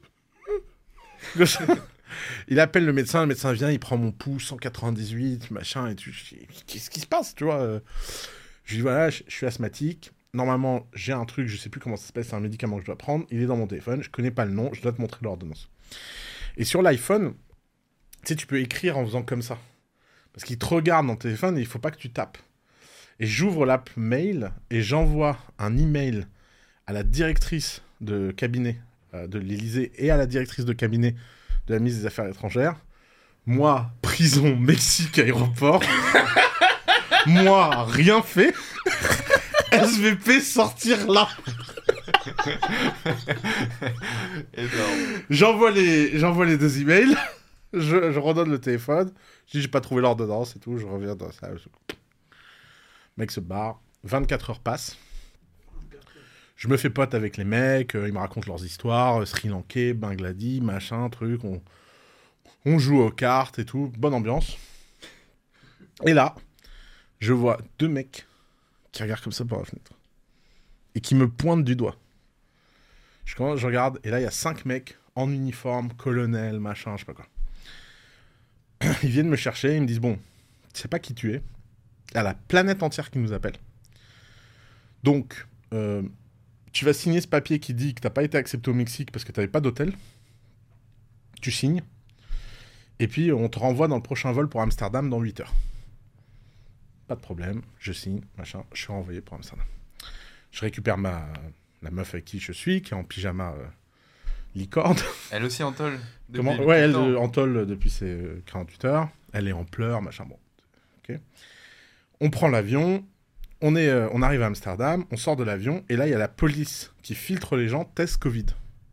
Il appelle le médecin, le médecin vient, il prend mon pouls, cent quatre-vingt-dix-huit, machin, et tout. Je dis, qu'est-ce qui se passe, tu vois? Je lui dis, voilà, je, je suis asthmatique. Normalement, j'ai un truc, je sais plus comment ça s'appelle, c'est un médicament que je dois prendre. Il est dans mon téléphone, je connais pas le nom, je dois te montrer l'ordonnance. Et sur l'iPhone, tu sais, tu peux écrire en faisant comme ça. Parce qu'il te regarde dans le téléphone et il faut pas que tu tapes. Et j'ouvre l'app Mail et j'envoie un email à la directrice de cabinet euh, de l'Élysée et à la directrice de cabinet de la ministre des Affaires étrangères. Moi, prison, Mexique, aéroport. Moi, rien fait. S V P sortir là. J'envoie les, j'envoie les deux emails. Je, je redonne le téléphone. Je dis j'ai pas trouvé l'ordonnance et tout. Je reviens dans ça. Le mec se barre. vingt-quatre heures passent. Je me fais pote avec les mecs. Euh, ils me racontent leurs histoires. Euh, Sri Lankais, Bangladesh, machin, truc. On, on joue aux cartes et tout. Bonne ambiance. Et là, je vois deux mecs qui regardent comme ça par la fenêtre. Et qui me pointent du doigt. Je, commence, je regarde. Et là, il y a cinq mecs en uniforme, colonel, machin, je sais pas quoi. Ils viennent me chercher, ils me disent, bon, tu sais pas qui tu es. Il y a la planète entière qui nous appelle. Donc, euh, tu vas signer ce papier qui dit que t'as pas été accepté au Mexique parce que t'avais pas d'hôtel. Tu signes. Et puis, on te renvoie dans le prochain vol pour Amsterdam dans huit heures. Pas de problème, je signe, machin, je suis renvoyé pour Amsterdam. Je récupère ma, la meuf avec qui je suis, qui est en pyjama euh, licorne. Elle aussi en tôle. depuis Comment le Ouais, elle temps. euh, en tôle depuis ses euh, quarante-huit heures. Elle est en pleurs, machin, bon. Ok. On prend l'avion, on, est, euh, on arrive à Amsterdam, on sort de l'avion, et là, il y a la police qui filtre les gens, test Covid.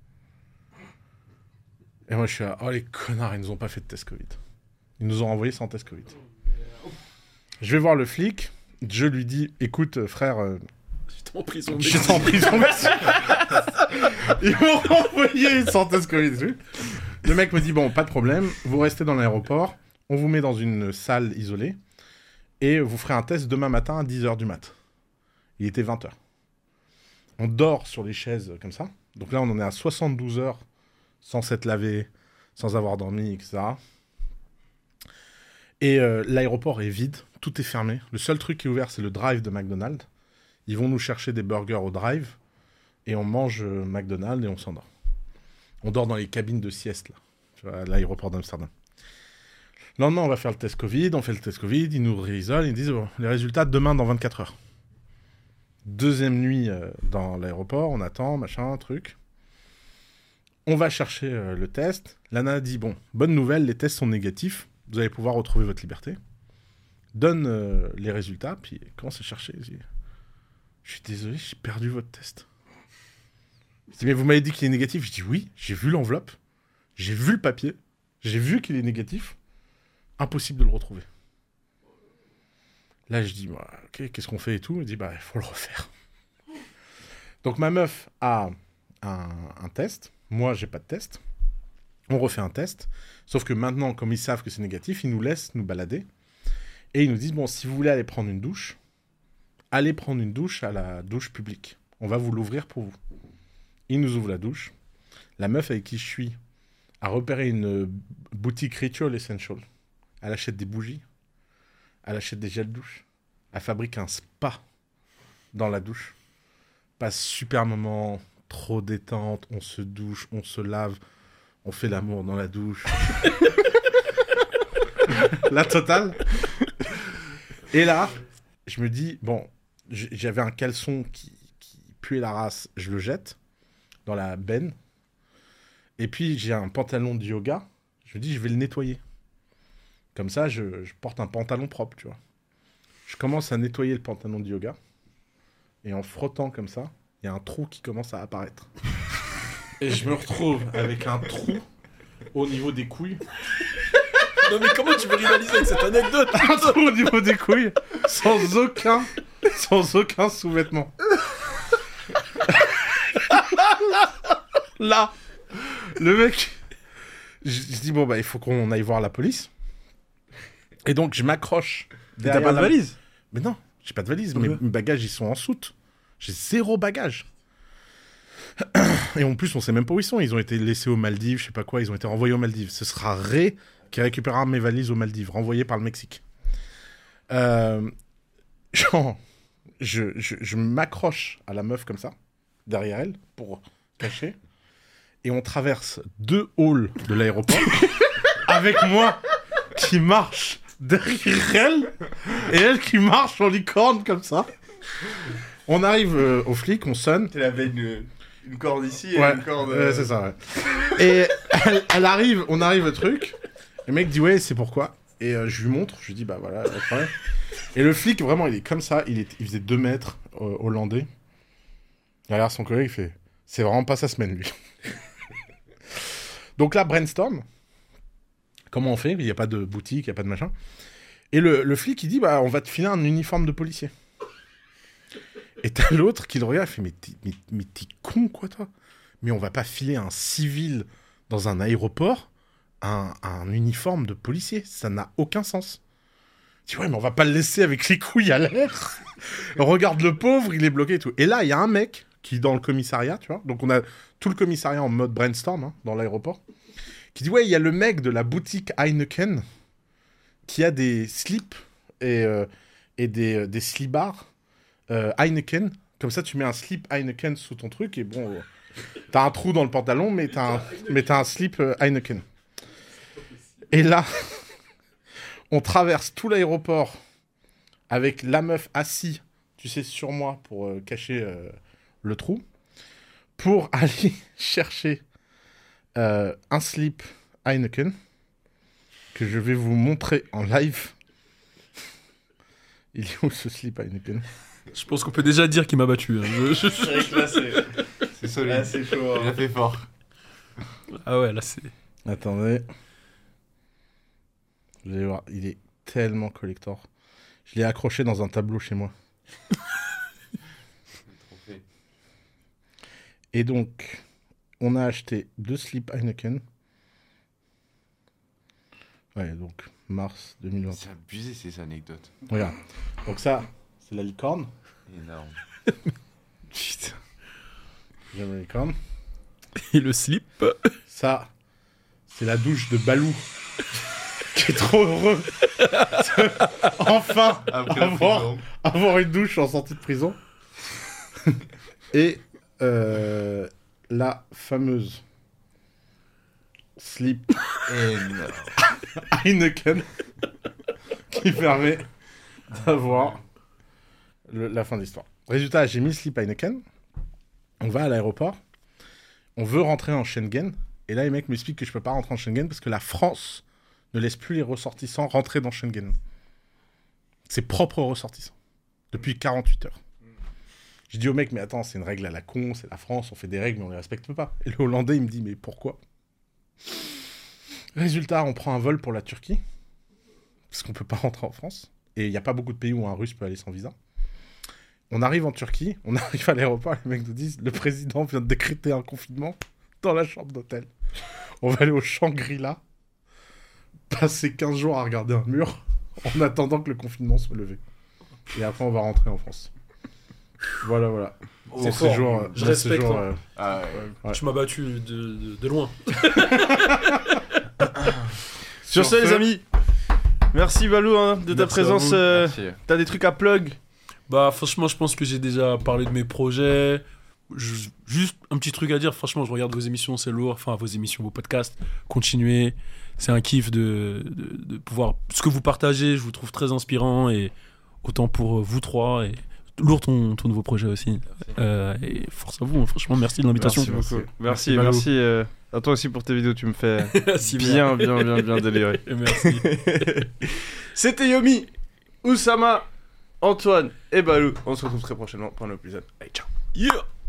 Et moi, je suis là, oh les connards, ils nous ont pas fait de test Covid. Ils nous ont renvoyés sans test Covid. Je vais voir le flic, je lui dis, écoute, euh, frère... euh, J'étais en prison. J'étais en prison, merci. Ils m'ont renvoyé sans test Covid. Le mec me dit, bon, pas de problème, vous restez dans l'aéroport, on vous met dans une salle isolée, et vous ferez un test demain matin à dix heures du mat. Il était vingt heures. On dort sur les chaises comme ça. Donc là, on en est à soixante-douze heures sans s'être lavé, sans avoir dormi, et cetera. Et euh, l'aéroport est vide, tout est fermé. Le seul truc qui est ouvert, c'est le drive de McDonald's. Ils vont nous chercher des burgers au drive et on mange euh, McDonald's et on s'endort. On dort dans les cabines de sieste, là, tu vois, à l'aéroport d'Amsterdam. Le lendemain, on va faire le test Covid, on fait le test Covid, ils nous réisolent, ils disent oh, les résultats demain dans vingt-quatre heures. Deuxième nuit euh, dans l'aéroport, on attend, machin, truc. On va chercher euh, le test. L'A N A dit bon, bonne nouvelle, les tests sont négatifs, vous allez pouvoir retrouver votre liberté. Donne euh, les résultats, puis commence à chercher. Je dis, je suis désolé, j'ai perdu votre test. Je dis mais vous m'avez dit qu'il est négatif. Je dis oui, j'ai vu l'enveloppe, j'ai vu le papier, j'ai vu qu'il est négatif. Impossible de le retrouver. Là, je dis, bah, ok, qu'est-ce qu'on fait et tout. Il dit, bah, il faut le refaire. Donc, ma meuf a un, un test. Moi, j'ai pas de test. On refait un test. Sauf que maintenant, comme ils savent que c'est négatif, ils nous laissent nous balader. Et ils nous disent, bon, si vous voulez aller prendre une douche, allez prendre une douche à la douche publique. On va vous l'ouvrir pour vous. Ils nous ouvrent la douche. La meuf avec qui je suis a repéré une boutique Ritual Essential. Elle achète des bougies, elle achète des gels douche, elle fabrique un spa dans la douche. Passe super moment, trop détente, on se douche, on se lave, on fait l'amour dans la douche. La totale. Et là, je me dis, bon, j- j'avais un caleçon qui, qui puait la race, je le jette dans la benne. Et puis j'ai un pantalon de yoga, je me dis, je vais le nettoyer. Comme ça, je, je porte un pantalon propre, tu vois. Je commence à nettoyer le pantalon de yoga. Et en frottant comme ça, il y a un trou qui commence à apparaître. Et je me retrouve avec un trou au niveau des couilles. Non mais comment tu veux rivaliser avec cette anecdote? Un trou au niveau des couilles, sans aucun, sans aucun sous-vêtement. Là, le mec, je, je dis, bon, bah, il faut qu'on aille voir la police. Et donc, je m'accroche. T'as pas de la- valise? Mais non, j'ai pas de valise. Ok. Mes, mes bagages, ils sont en soute. J'ai zéro bagage. Et en plus, on sait même pas où ils sont. Ils ont été laissés aux Maldives, je sais pas quoi. Ils ont été renvoyés aux Maldives. Ce sera Ray qui récupérera mes valises aux Maldives, renvoyées par le Mexique. Euh, genre, je, je, je m'accroche à la meuf comme ça, derrière elle, pour cacher. Et on traverse deux halls de l'aéroport avec moi qui marche derrière elle et elle qui marche en licorne comme ça. On arrive euh, au flic, on sonne. Tu avais une, une corde ici et Ouais, une corde. ouais, c'est ça, ouais. Et elle, elle arrive, on arrive au truc. Le mec dit ouais, c'est pourquoi. Et euh, je lui montre, je lui dis bah voilà, pas de problème. Et le flic, vraiment, il est comme ça, il, est, il faisait deux mètres, euh, hollandais. Derrière son collègue, il fait c'est vraiment pas sa semaine, lui. Donc là, brainstorm. Comment on fait? Il n'y a pas de boutique, il n'y a pas de machin. Et le, le flic, il dit bah on va te filer un uniforme de policier. Et t'as l'autre qui le regarde, il fait mais t'es, mais, mais t'es con quoi toi? Mais on va pas filer un civil dans un aéroport un, un uniforme de policier, ça n'a aucun sens. Je dis ouais mais on va pas le laisser avec les couilles à l'air. Regarde le pauvre, il est bloqué et tout. Et là il y a un mec qui est dans le commissariat, tu vois. Donc on a tout le commissariat en mode brainstorm hein, dans l'aéroport. Qui dit ouais il y a le mec de la boutique Heineken qui a des slips et, euh, et des, euh, des slibards euh, Heineken. Comme ça, tu mets un slip Heineken sous ton truc et bon, euh, t'as un trou dans le pantalon, mais t'as un, mais t'as un slip euh, Heineken. Et là, on traverse tout l'aéroport avec la meuf assise, tu sais, sur moi pour euh, cacher euh, le trou, pour aller chercher euh, un slip Heineken que je vais vous montrer en live. Il est où ce slip Heineken? Je pense qu'on peut déjà dire qu'il m'a battu. hein. Je- je- C'est vrai que là, c'est... C'est solide. là, c'est chaud. Il hein. a fait fort. Ah ouais, là c'est... Attendez. Vous allez voir, il est tellement collector. Je l'ai accroché dans un tableau chez moi. Et donc, on a acheté deux slips Heineken. Ouais, donc mars deux mille vingt. C'est abusé ces anecdotes. Regarde. Donc ça, c'est la licorne. Énorme. Putain. J'aime la licorne. Et le slip. Ça, c'est la douche de Balou. qui est trop heureux. Enfin, Après la avoir, prison. avoir une douche en sortie de prison. Et euh, la fameuse slip Énorme. Heineken qui permet d'avoir le- la fin de l'histoire. Résultat, j'ai mis le slip Heineken. On va à l'aéroport. On veut rentrer en Schengen. Et là, les mecs m'expliquent que je peux pas rentrer en Schengen parce que la France ne laisse plus les ressortissants rentrer dans Schengen. Ses propres ressortissants. Depuis quarante-huit heures. Je dis au mec, mais attends, c'est une règle à la con, c'est la France, on fait des règles, mais on les respecte pas. Et le Hollandais, il me dit, mais pourquoi ? Résultat, on prend un vol pour la Turquie. Parce qu'on peut pas rentrer en France. Et il n'y a pas beaucoup de pays où un Russe peut aller sans visa. On arrive en Turquie, on arrive à l'aéroport, les mecs nous disent, le président vient de décréter un confinement dans la chambre d'hôtel. On va aller au Shangri-La, passer quinze jours à regarder un mur, en attendant que le confinement soit levé. Et après, on va rentrer en France. Voilà, voilà. C'est Mon fort. séjour, euh, Je mon respecte, séjour, hein. euh, Ah ouais. Ouais. Tu m'as battu de, de, de loin. Sur Sur ce, les ce- amis, merci Balou hein, de ta Merci à présence. vous. euh, Merci. T'as des trucs à plug? Bah, franchement, je pense que j'ai déjà parlé de mes projets. Je- juste un petit truc à dire. Franchement, je regarde vos émissions, c'est lourd. Enfin, vos émissions, vos podcasts. Continuez. C'est un kiff de, de, de pouvoir. Ce que vous partagez, je vous trouve très inspirant. Et autant pour vous trois. Et lourd ton, ton nouveau projet aussi. Euh, et force à vous. hein. Franchement, merci de l'invitation. Merci beaucoup. Merci, Merci, Balou. merci euh, à toi aussi pour tes vidéos. Tu me fais Merci bien, bien, bien, bien délirer. Et merci. C'était Yomi, Oussama, Antoine et Balou. On se retrouve très prochainement pour un nouvel épisode. Allez, ciao. Yeah!